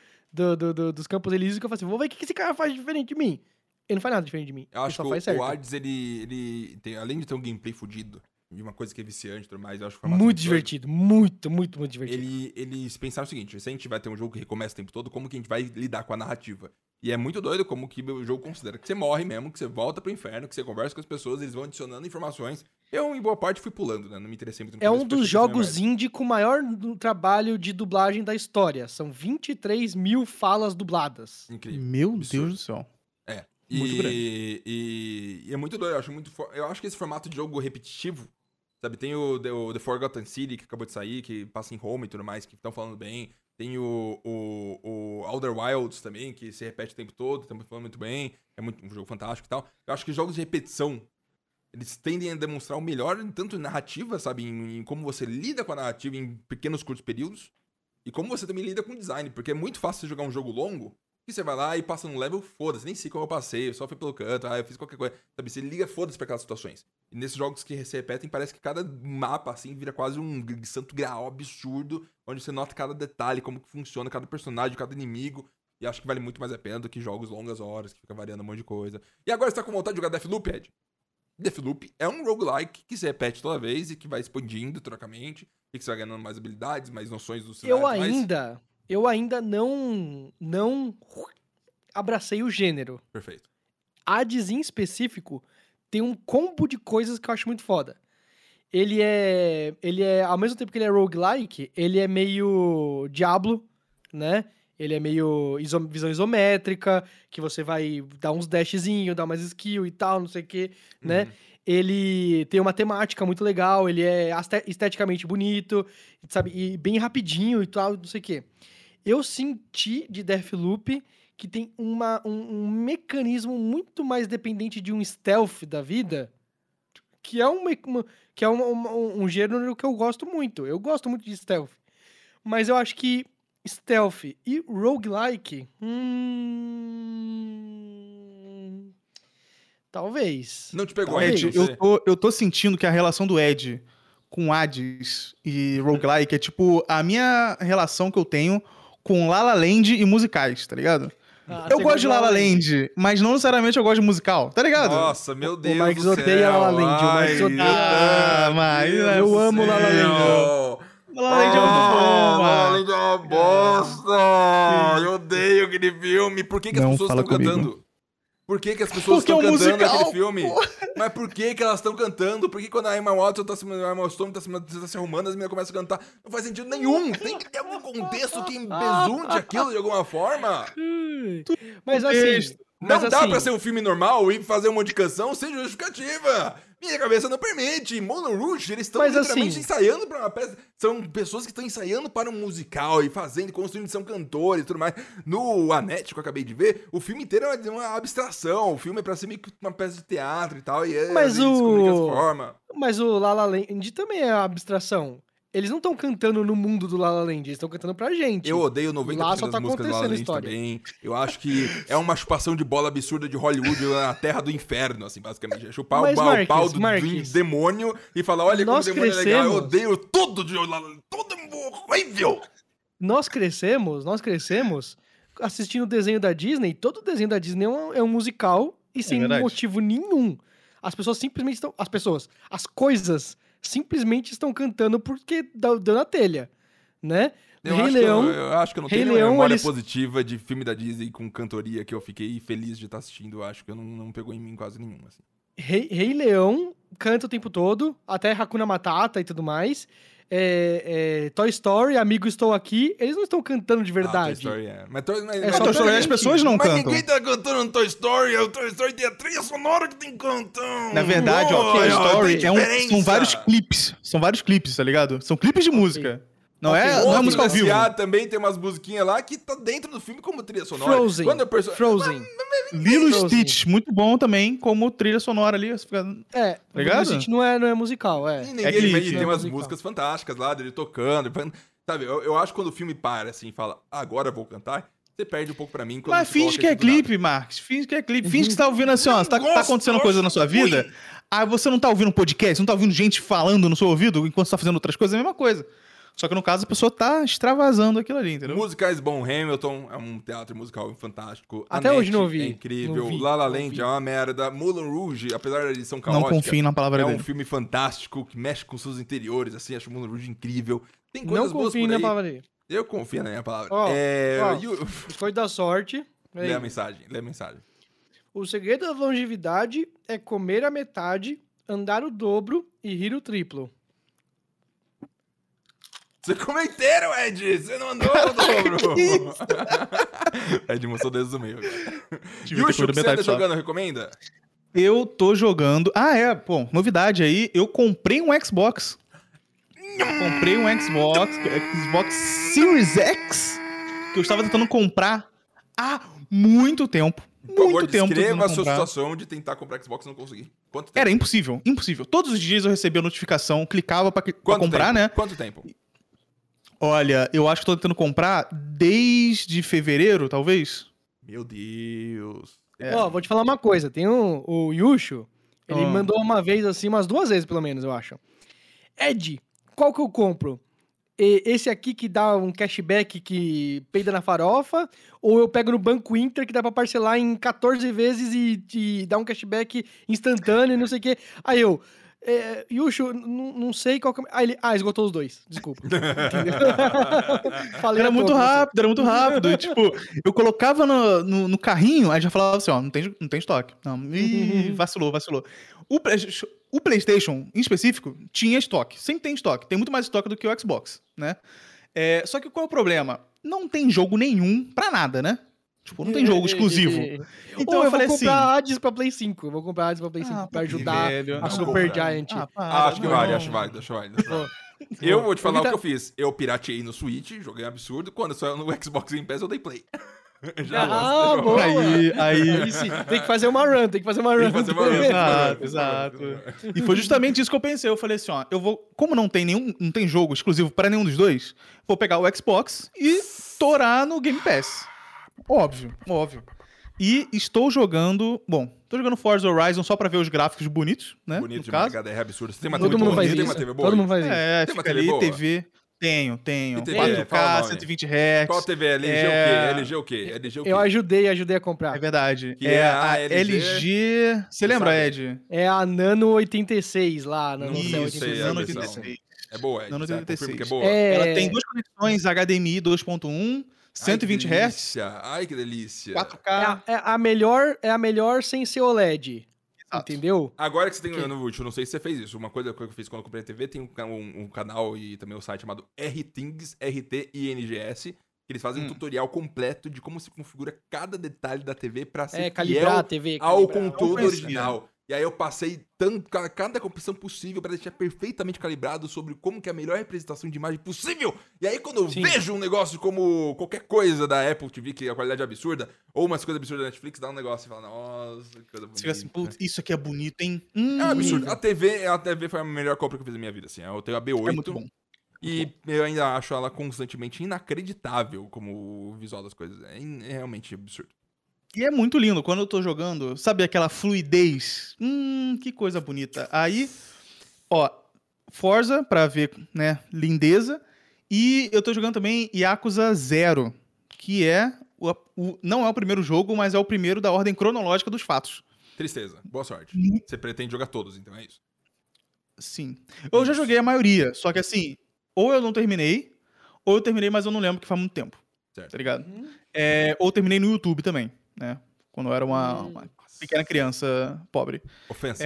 dos Campos Elíseos, que eu falei assim, vou ver o que esse cara faz diferente de mim. Ele não faz nada diferente de mim. Eu acho ele só faz que certo. o Hades, ele tem, além de ter um gameplay fudido, de uma coisa que é viciante e tudo mais, eu acho que foi Muito divertido. Muito, muito, muito divertido. Eles pensaram o seguinte, se a gente vai ter um jogo que recomeça o tempo todo, como que a gente vai lidar com a narrativa? E é muito doido como que o jogo considera que você morre mesmo, que você volta pro inferno, que você conversa com as pessoas, eles vão adicionando informações. Eu, em boa parte, fui pulando, né? Não me interessei muito no É começo, um porque eu dos achei que isso jogos não é indie com o maior trabalho de dublagem da história. São 23 mil falas dubladas. merda. Incrível. Meu Absurdo. Deus do céu. É. Muito grande. E é muito doido, eu acho que esse formato de jogo repetitivo, sabe, tem o The Forgotten City, que acabou de sair, que passa em Roma e tudo mais, que estão falando bem. Tem o Outer Wilds também, que se repete o tempo todo, estão falando muito bem. É muito, um jogo fantástico e tal. Eu acho que jogos de repetição, eles tendem a demonstrar o melhor, tanto em narrativa, sabe, em como você lida com a narrativa em pequenos, curtos períodos, e como você também lida com o design, porque é muito fácil você jogar um jogo longo, e você vai lá e passa num level, foda-se, nem sei como eu passei, eu só fui pelo canto, eu fiz qualquer coisa, sabe, você liga foda-se pra aquelas situações. E nesses jogos que se repetem, parece que cada mapa, assim, vira quase um santo graal absurdo, onde você nota cada detalhe, como que funciona cada personagem, cada inimigo, e acho que vale muito mais a pena do que jogos longas horas, que fica variando um monte de coisa. E agora você tá com vontade de jogar Deathloop, Ed? Deathloop é um roguelike que se repete toda vez e que vai expandindo trocamente, e que você vai ganhando mais habilidades, mais noções do cenário. Eu ainda não abracei o gênero. Perfeito. Hades, em específico, tem um combo de coisas que eu acho muito foda. Ele é, ao mesmo tempo que ele é roguelike, ele é meio Diablo, né? Ele é meio visão isométrica, que você vai dar uns dashzinho, dar mais skill e tal, não sei o quê, né? Ele tem uma temática muito legal, ele é esteticamente bonito, sabe? E bem rapidinho e tal, não sei o quê. Eu senti de Deathloop que tem um mecanismo muito mais dependente de um stealth da vida, que é um gênero que eu gosto muito. Eu gosto muito de stealth. Mas eu acho que stealth e roguelike... talvez. Não te pegou, Talvez. Ed, eu tô sentindo que a relação do Ed com Hades e roguelike é tipo a minha relação que eu tenho com La La Land e musicais, tá ligado? Eu gosto de La La Land, mas não necessariamente eu gosto de musical, tá ligado? Nossa, meu Deus O Marcos do céu. odeia La La Land, o Marcos Ai, odeia. Mas Eu amo La La Land. La La Land é muito bom, La La mano. Land é uma bosta. Eu odeio aquele filme. Por que as Não pessoas fala estão comigo. cantando? Por que as pessoas Porque é estão um cantando musical, aquele filme? Mas por que elas estão cantando? Por que quando a Emma Watson tá se arrumando, as meninas começam a cantar? Não faz sentido nenhum. Tem que ter algum contexto que embesunte aquilo de alguma forma. Mas assim... Não Mas dá assim, pra ser um filme normal e fazer uma modificação sem justificativa. Minha cabeça não permite. Moulin Rouge, eles estão Mas literalmente assim- ensaiando pra uma peça. São pessoas que estão ensaiando para um musical e fazendo, construindo, são cantores e tudo mais. No Annette, que eu acabei de ver, o filme inteiro é uma abstração. O filme é pra ser meio que uma peça de teatro e tal. E Mas eles comunicam dessa o... forma. Mas o La La Land também é abstração. Eles não estão cantando no mundo do La La Land, eles estão cantando pra gente. Eu odeio 90% Lá só das tá músicas do La La acontecendo a Land história. também. Eu acho que é uma chupação de bola absurda de Hollywood na terra do inferno, assim, basicamente. É chupar Mas, o pau do Marques, demônio e falar, olha como o nós demônio é legal. Eu crescemos- odeio tudo de La La Land. Tudo é horrível. Nós crescemos assistindo o desenho da Disney. Todo desenho da Disney é um musical e sem verdade. motivo nenhum. As pessoas simplesmente estão... As coisas simplesmente estão cantando porque deu na telha, né? Eu acho que eu não Rei tenho nenhuma Leão, memória eles- positiva de filme da Disney com cantoria que eu fiquei feliz de estar assistindo. Eu acho que eu não pegou em mim quase nenhum, assim. Rei Leão canta o tempo todo, até Hakuna Matata e tudo mais. Toy Story, Amigo Estou Aqui, eles não estão cantando de Ah, Toy verdade. Story é. Mas É Mas só Toy Story pra as gente. pessoas não Mas cantam. ninguém tá cantando no Toy Story. O Toy Story tem a trilha sonora que tem cantão. Na verdade, ó, Toy Olha, Story tem são diferença. vários clipes. São vários clipes, tá ligado? São clipes de música. Não Ok. é, não é Outros música ao vivo. S.A. também tem umas musiquinhas lá que tá dentro do filme como trilha sonora. Frozen. Quando eu perso... Frozen. Lilo Frozen. Stitch, muito bom também, como trilha sonora ali. Você fica... Ligado? O Stitch não é musical, E ninguém É clipe, e tem né, umas musical. músicas fantásticas lá dele tocando. Sabe, eu acho que quando o filme para assim e fala, agora eu vou cantar, você perde um pouco pra mim. Quando Mas você finge coloca que é isso do nada. clipe, Marcos. Finge que é clipe. Finge que você tá ouvindo assim, ó. Tá Nossa, acontecendo eu coisa acho na sua vida. ruim. Aí você não tá ouvindo um podcast, não tá ouvindo gente falando no seu ouvido enquanto você tá fazendo outras coisas, é a mesma coisa. Só que no caso a pessoa tá extravasando aquilo ali, entendeu? Musicais bom, Hamilton é um teatro musical fantástico. Até hoje Annette não ouvi, É incrível. não vi, La La não Land vi. é uma merda. Moulin Rouge, apesar da edição Não caótica, confie na palavra é um dele. filme fantástico que mexe com seus interiores, assim, acho o Moulin Rouge incrível. Tem coisas Não boas confie por na aí. palavra dele. Eu confio na minha palavra. Ó, ó. E o- Foi da sorte. Lê a mensagem, lê a mensagem. O segredo da longevidade é comer a metade, andar o dobro e rir o triplo. Você comeu inteiro, Ed! Você não andou no dobro! Ed mostrou desde o meio. Tive Yushu, que comer o que você metade anda só. jogando, recomenda? Eu tô jogando. Pô, novidade aí. Eu comprei um Xbox. Comprei um Xbox Series X, que eu estava tentando comprar há muito tempo. Por favor, Muito tempo descreva tentando a sua comprar. situação de tentar comprar Xbox e não conseguir. Quanto tempo? Era impossível, impossível. Todos os dias eu recebia notificação, clicava pra Quanto comprar, tempo? né? Quanto tempo? Olha, eu acho que tô tentando comprar desde fevereiro, talvez. Meu Deus. Ó, vou te falar uma coisa. Tem o Yushu, ele Ah. mandou uma vez assim, umas 2 vezes pelo menos, eu acho. Ed, qual que eu compro? Esse aqui que dá um cashback que peida na farofa, ou eu pego no Banco Inter que dá pra parcelar em 14 vezes e dá um cashback instantâneo e não sei o quê. Aí eu, Yushu, não sei qual que é... Aí ele, esgotou os dois, desculpa. Entendeu? Falei Era à muito toa pra você. rápido, era muito rápido. E, tipo, eu colocava no carrinho, aí já falava assim, ó, não tem estoque. Não, ih, vacilou. O PlayStation, em específico, tinha estoque. Sempre tem estoque. Tem muito mais estoque do que o Xbox, né? Só que qual é o problema? Não tem jogo nenhum pra nada, né? Tipo, não tem jogo exclusivo. Então eu falei vou assim... comprar Hades pra Play 5. Eu vou comprar Hades pra Play 5 pra pá, ajudar velho. a Não, Super comprar. Giant. Acho que vale, acho válido. Eu vou te falar o que eu fiz. Eu pirateei no Switch, joguei um absurdo. Quando saiu no Xbox Game Pass, eu dei play. Boa. Aí... Sim, tem que fazer uma run, Tem que fazer uma run. Exato. E foi justamente isso que eu pensei. Eu falei assim, ó, como não tem jogo exclusivo pra nenhum dos dois, vou pegar o Xbox e torar no Game Pass. Óbvio. E estou jogando, Forza Horizon só pra ver os gráficos bonitos, né? Bonito no demais, caso. HDR é absurdo. Você tem uma Todo TV mundo boa? faz Você tem isso. uma TV boa? Todo mundo faz isso. Tem uma Fica TV ali, boa? TV. Tenho. Que TV é? Fala o 4K, nome. 120 Hz. Qual TV? LG o quê? LG o quê? Eu ajudei a comprar. É verdade. Que é a a LG. LG. Você lembra, sabe? Ed? É a Nano 86 lá. Nano Isso, 86. é a Nano versão. 86. É boa, Ed. Nano Tá? 86. Confirma que é boa. Ela tem duas conexões HDMI 2.1, 120 Ai, que Hz, delícia. Ai, que delícia. 4K. É a melhor sem ser OLED. Exato. Entendeu? Agora que você tem eu não sei se você fez isso. Uma coisa que eu fiz quando eu comprei a TV, tem um canal e também um site chamado RTINGS, RTINGS, que eles fazem um tutorial completo de como se configura cada detalhe da TV pra ser Calibrar fiel a TV. ao calibrar. conteúdo conhecia. original. E aí eu passei cada opção possível pra deixar perfeitamente calibrado sobre como que é a melhor representação de imagem possível. E aí quando eu Sim. vejo um negócio como qualquer coisa da Apple TV, que a qualidade é absurda, ou umas coisas absurdas da Netflix, dá um negócio e fala, nossa, que coisa bonita. Você fica assim, putz, isso aqui é bonito, hein? É um absurdo. A TV foi a melhor compra que eu fiz na minha vida, assim. Eu tenho a B8. É muito bom. E eu ainda acho ela constantemente inacreditável como o visual das coisas. É realmente absurdo. E é muito lindo. Quando eu tô jogando, sabe aquela fluidez? Que coisa bonita. Aí, ó, Forza, pra ver, né, lindeza. E eu tô jogando também Yakuza 0, que é não é o primeiro jogo, mas é o primeiro da ordem cronológica dos fatos. Tristeza. Boa sorte. Você pretende jogar todos, então é isso. Sim. Eu já joguei a maioria, só que assim, ou eu não terminei, ou eu terminei, mas eu não lembro que faz muito tempo. Certo. Tá ligado? Ou terminei no YouTube também, né? Quando eu era uma pequena criança pobre. Ofensa.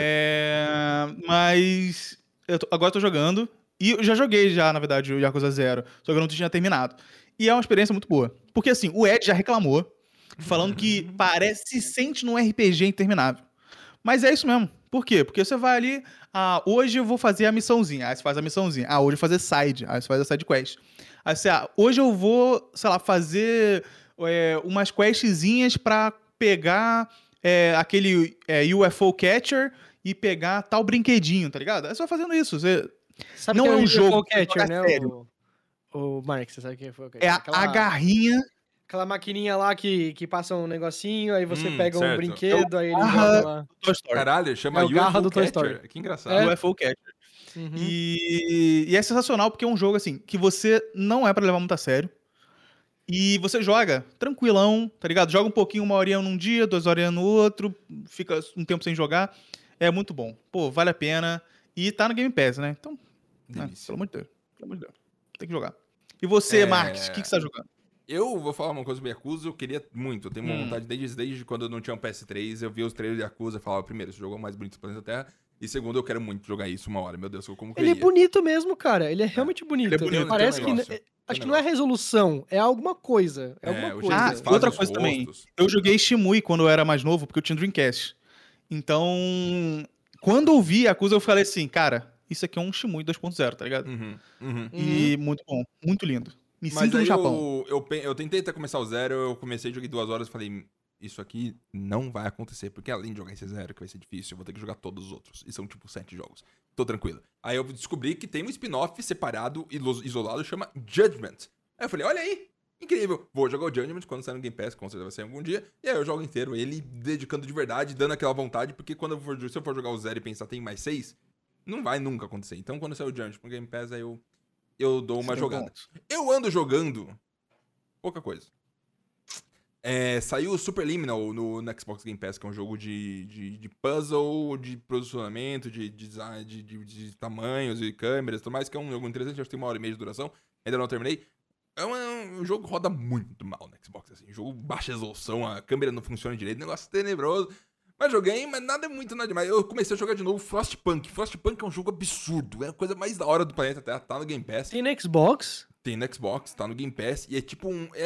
Mas agora eu tô jogando. E eu já joguei, na verdade, o Yakuza 0. Só que eu não tinha terminado. E é uma experiência muito boa. Porque, assim, o Ed já reclamou, falando que se sente num RPG interminável. Mas é isso mesmo. Por quê? Porque você vai ali, hoje eu vou fazer a missãozinha. Aí você faz a missãozinha. Hoje eu vou fazer side. Aí você faz a side quest. Aí você, hoje eu vou, sei lá, fazer umas questzinhas pra pegar aquele UFO Catcher e pegar tal brinquedinho, tá ligado? É só fazendo isso. Sabe não que é um o jogo UFO Catcher, né? sério. O Mark, você sabe o que é UFO Catcher? É a garrinha. Aquela maquininha lá que passa um negocinho, aí você pega certo. um brinquedo, aí ele joga lá. Toy Story. Caralho, chama É o garra UFO do Toy Catcher. Story. Que engraçado. UFO Catcher. Uhum. E é sensacional porque é um jogo, assim, que você não é pra levar muito a sério. E você joga tranquilão, tá ligado? Joga um pouquinho, 1 horinha num dia, 2 horinhas no outro, fica um tempo sem jogar. É muito bom. Pô, vale a pena. E tá no Game Pass, né? Então, pelo amor de Deus. Pelo amor de Deus. Tem que jogar. E você, Marques, o que você tá jogando? Eu vou falar uma coisa sobre Yakuza, eu queria muito. Eu tenho uma vontade desde quando eu não tinha um PS3, eu vi os trailers de Yakuza e falava, primeiro, esse jogo é o mais bonito do planeta Terra. E segundo, eu quero muito jogar isso uma hora. Meu Deus, como que eu Ele é ia? bonito mesmo, cara. Ele é realmente bonito. Ele é bonito, Parece tem um que... negócio. Acho que não é resolução, é alguma coisa. É alguma o jeito coisa. que eles fazem outra os coisa também. rostos. Eu joguei Shimui quando eu era mais novo, porque eu tinha Dreamcast. Então, quando eu vi Yakuza, eu falei assim, cara, isso aqui é um Shimui 2.0, tá ligado? E muito bom, muito lindo. Me Mas sinto no aí Japão. eu tentei até começar o 0, eu comecei, joguei 2 horas e falei, isso aqui não vai acontecer, porque além de jogar esse 0, que vai ser difícil, eu vou ter que jogar todos os outros. E são tipo 7 jogos. Tô tranquilo. Aí eu descobri que tem um spin-off separado, isolado, chama Judgment. Aí eu falei, olha aí, incrível. Vou jogar o Judgment quando sair no Game Pass, com certeza vai sair algum dia. E aí eu jogo inteiro ele, dedicando de verdade, dando aquela vontade, porque quando se eu for jogar o 0 e pensar tem mais 6, não vai nunca acontecer. Então quando sair o Judgment no Game Pass, aí eu dou uma jogada. Eu ando jogando pouca coisa. Saiu o Superliminal no Xbox Game Pass, que é um jogo de puzzle, de posicionamento, de design, de tamanhos e câmeras e tudo mais, que é um jogo interessante, acho que tem 1h30 de duração, ainda não terminei. O jogo roda muito mal no Xbox, assim, o jogo baixa resolução, a câmera não funciona direito, negócio tenebroso. Mas joguei, mas nada demais. Eu comecei a jogar de novo Frostpunk. Frostpunk é um jogo absurdo, é a coisa mais da hora do planeta Terra, tá no Game Pass. Tem no Xbox? Tem no Xbox, tá no Game Pass, e é tipo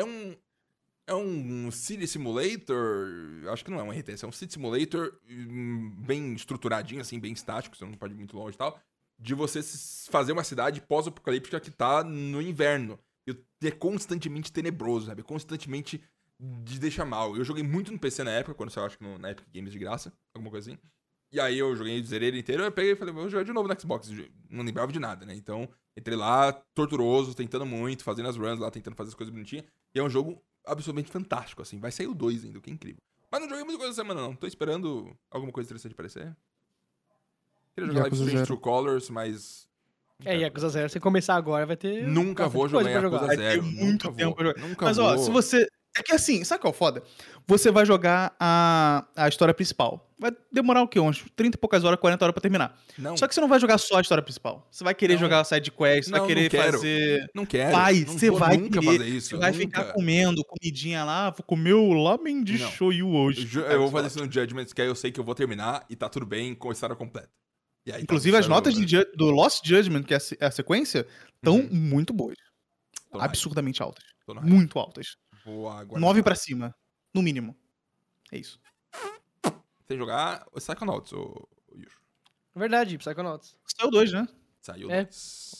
É um City Simulator, acho que não é um RTS, é um City Simulator bem estruturadinho, assim, bem estático, você não pode ir muito longe e tal, de você fazer uma cidade pós-apocalíptica que tá no inverno. E é constantemente tenebroso, sabe? Constantemente de deixar mal. Eu joguei muito no PC na época, quando saiu, acho que na Epic Games de graça, alguma coisa assim. E aí eu joguei, zerei ele inteiro, eu peguei e falei, vou jogar de novo no Xbox. Não lembrava de nada, né? Então, entrei lá, torturoso, tentando muito, fazendo as runs lá, tentando fazer as coisas bonitinhas. E é um jogo absolutamente fantástico, assim. Vai sair o 2 ainda, o que é incrível. Mas não joguei muita coisa essa semana, não. Tô esperando alguma coisa interessante aparecer. Queria jogar Life Strange True Colors, mas... Yakuza 0, se começar agora, vai ter... Nunca vou jogar Yakuza 0. Vai ter muito tempo pra jogar. Nunca Mas, vou. ó, se você... É que assim, sabe qual é o foda? Você vai jogar a história principal. Vai demorar o quê? Uns 30 e poucas horas, 40 horas pra terminar. Não. Só que você não vai jogar só a história principal. Você vai querer jogar a side quest, vai querer fazer... Não quero. Você vai nunca querer, fazer isso. Você vai ficar comendo comidinha lá, vou comer o lamen de shoyu hoje. Eu vou fazer isso no Judgment, que aí eu sei que eu vou terminar e tá tudo bem com a história completa. E aí, inclusive, as notas do Lost Judgment, que é a sequência, estão muito boas. Absurdamente altas. Muito altas. Vou aguardar. 9 pra cima, no mínimo. É isso. Tem que jogar o Psychonauts, o Yusho. Verdade, Psychonauts. Saiu 2, né? Saiu 2.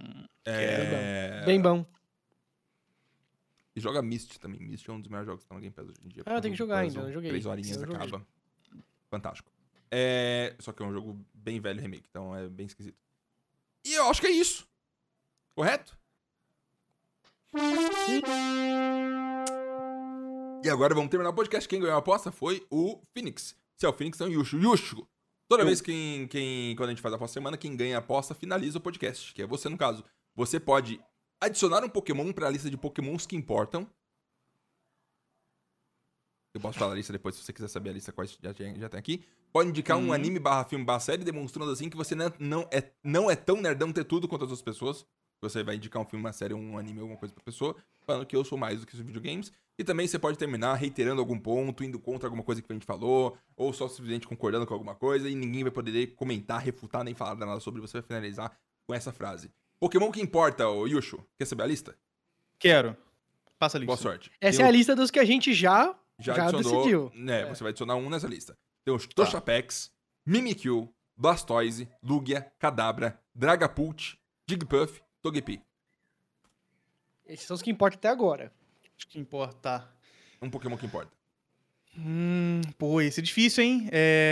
Bem bom. E joga Myst também. Myst é um dos melhores jogos que estão no Game Pass hoje em dia. Eu tenho que jogar ainda, eu joguei. 3 horinhas acaba. Fantástico. Só que é um jogo bem velho remake, então é bem esquisito. E eu acho que é isso. Correto? E agora vamos terminar o podcast. Quem ganhou a aposta foi o Phoenix. Se é o Phoenix, então é o Yusho. Yusho! Toda vez quando a gente faz a aposta semana, quem ganha a aposta finaliza o podcast, que é você no caso. Você pode adicionar um Pokémon pra lista de Pokémons que importam. Eu posso falar a lista depois, se você quiser saber a lista quais já tem aqui. Pode indicar um anime /filme/série, demonstrando assim que você não é tão nerdão ter tudo quanto as outras pessoas. Você vai indicar um filme, uma série, um anime, alguma coisa pra pessoa, falando que eu sou mais do que os videogames. E também você pode terminar reiterando algum ponto, indo contra alguma coisa que a gente falou, ou só simplesmente concordando com alguma coisa, e ninguém vai poder comentar, refutar, nem falar nada sobre. Você vai finalizar com essa frase. Pokémon que importa, ô Yushu? Quer saber a lista? Quero. Passa a lista. Boa sorte. Essa é a lista dos que a gente já adicionou, decidiu. Né, você vai adicionar um nessa lista. Tem os Toshapex, Mimikyu, Blastoise, Lugia, Kadabra, Dragapult, Jigglypuff, Togepi. Esses são os que importam até agora. Acho que importa. Um Pokémon que importa. Pô, esse é difícil, hein?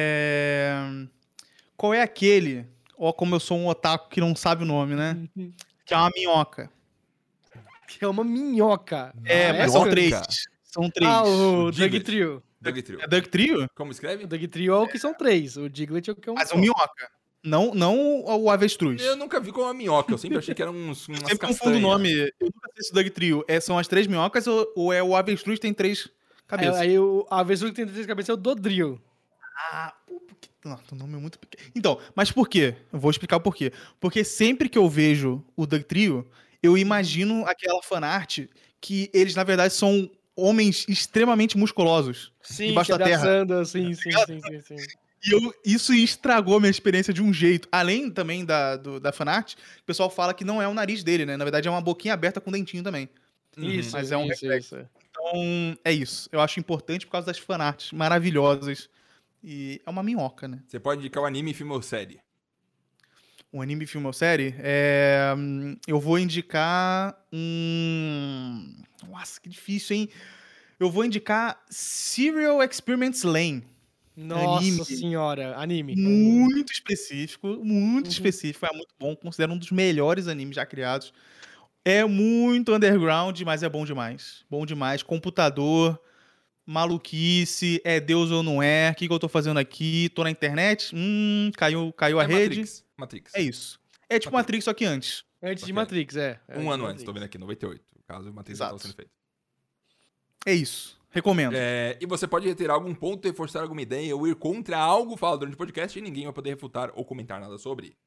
Qual é aquele? Ó, como eu sou um otaku que não sabe o nome, né? Que é uma minhoca. Que é uma minhoca. Mas são três. São três. O Diglett. Dugtrio. Dugtrio. É Dugtrio? Como escreve? O Dugtrio é o que são três. O Diglett é o que é um Mas só. é um minhoca. Não o avestruz. Eu nunca vi como uma minhoca, eu sempre achei que eram umas Eu sempre castanhas. confundo o nome. Eu nunca sei se o Dugtrio são as três minhocas ou é o avestruz tem três cabeças. Aí a avestruz que tem três cabeças é o Dodrio. Porque... Não, o nome é muito pequeno. Então, mas por quê? Eu vou explicar o porquê. Porque sempre que eu vejo o Dugtrio, eu imagino aquela fanart que eles, na verdade, são homens extremamente musculosos. Sim, Debaixo da terra. abraçando, sim. E isso estragou minha experiência de um jeito. Além também da fanart, o pessoal fala que não é o nariz dele, né? Na verdade, é uma boquinha aberta com dentinho também. Isso, Mas é um isso. Então, é isso. Eu acho importante por causa das fanarts maravilhosas. E é uma minhoca, né? Você pode indicar um anime, filme ou série. Um anime, filme ou série? Eu vou indicar Nossa, que difícil, hein? Eu vou indicar Serial Experiments Lain. Nossa Anime. senhora, anime. Muito específico, específico. É muito bom, considero um dos melhores animes já criados. É muito underground, mas é bom demais. Bom demais. Computador, maluquice, é Deus ou não é? O que eu tô fazendo aqui? Tô na internet? Caiu a rede. Matrix. É isso. É tipo Matrix, só que antes. Antes de Ok. Matrix, Um ano antes, tô vendo aqui, 98. Caso o Matrix já Exato. estava sendo feito. É isso. Recomendo. E você pode retirar algum ponto, reforçar alguma ideia ou ir contra algo falado durante o podcast e ninguém vai poder refutar ou comentar nada sobre.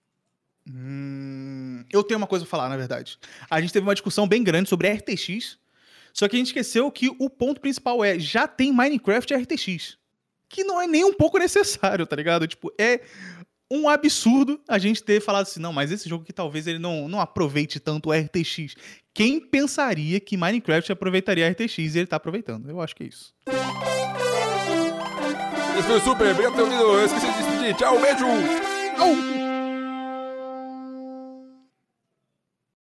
Eu tenho uma coisa pra falar, na verdade. A gente teve uma discussão bem grande sobre RTX, só que a gente esqueceu que o ponto principal já tem Minecraft RTX. Que não é nem um pouco necessário, tá ligado? Tipo, é um absurdo a gente ter falado assim, não, mas esse jogo aqui talvez ele não aproveite tanto o RTX. Quem pensaria que Minecraft aproveitaria a RTX e ele tá aproveitando? Eu acho que é isso. Esse foi o Super, obrigado por ter ouvido. Eu esqueci de despedir. Tchau, beijo! Au!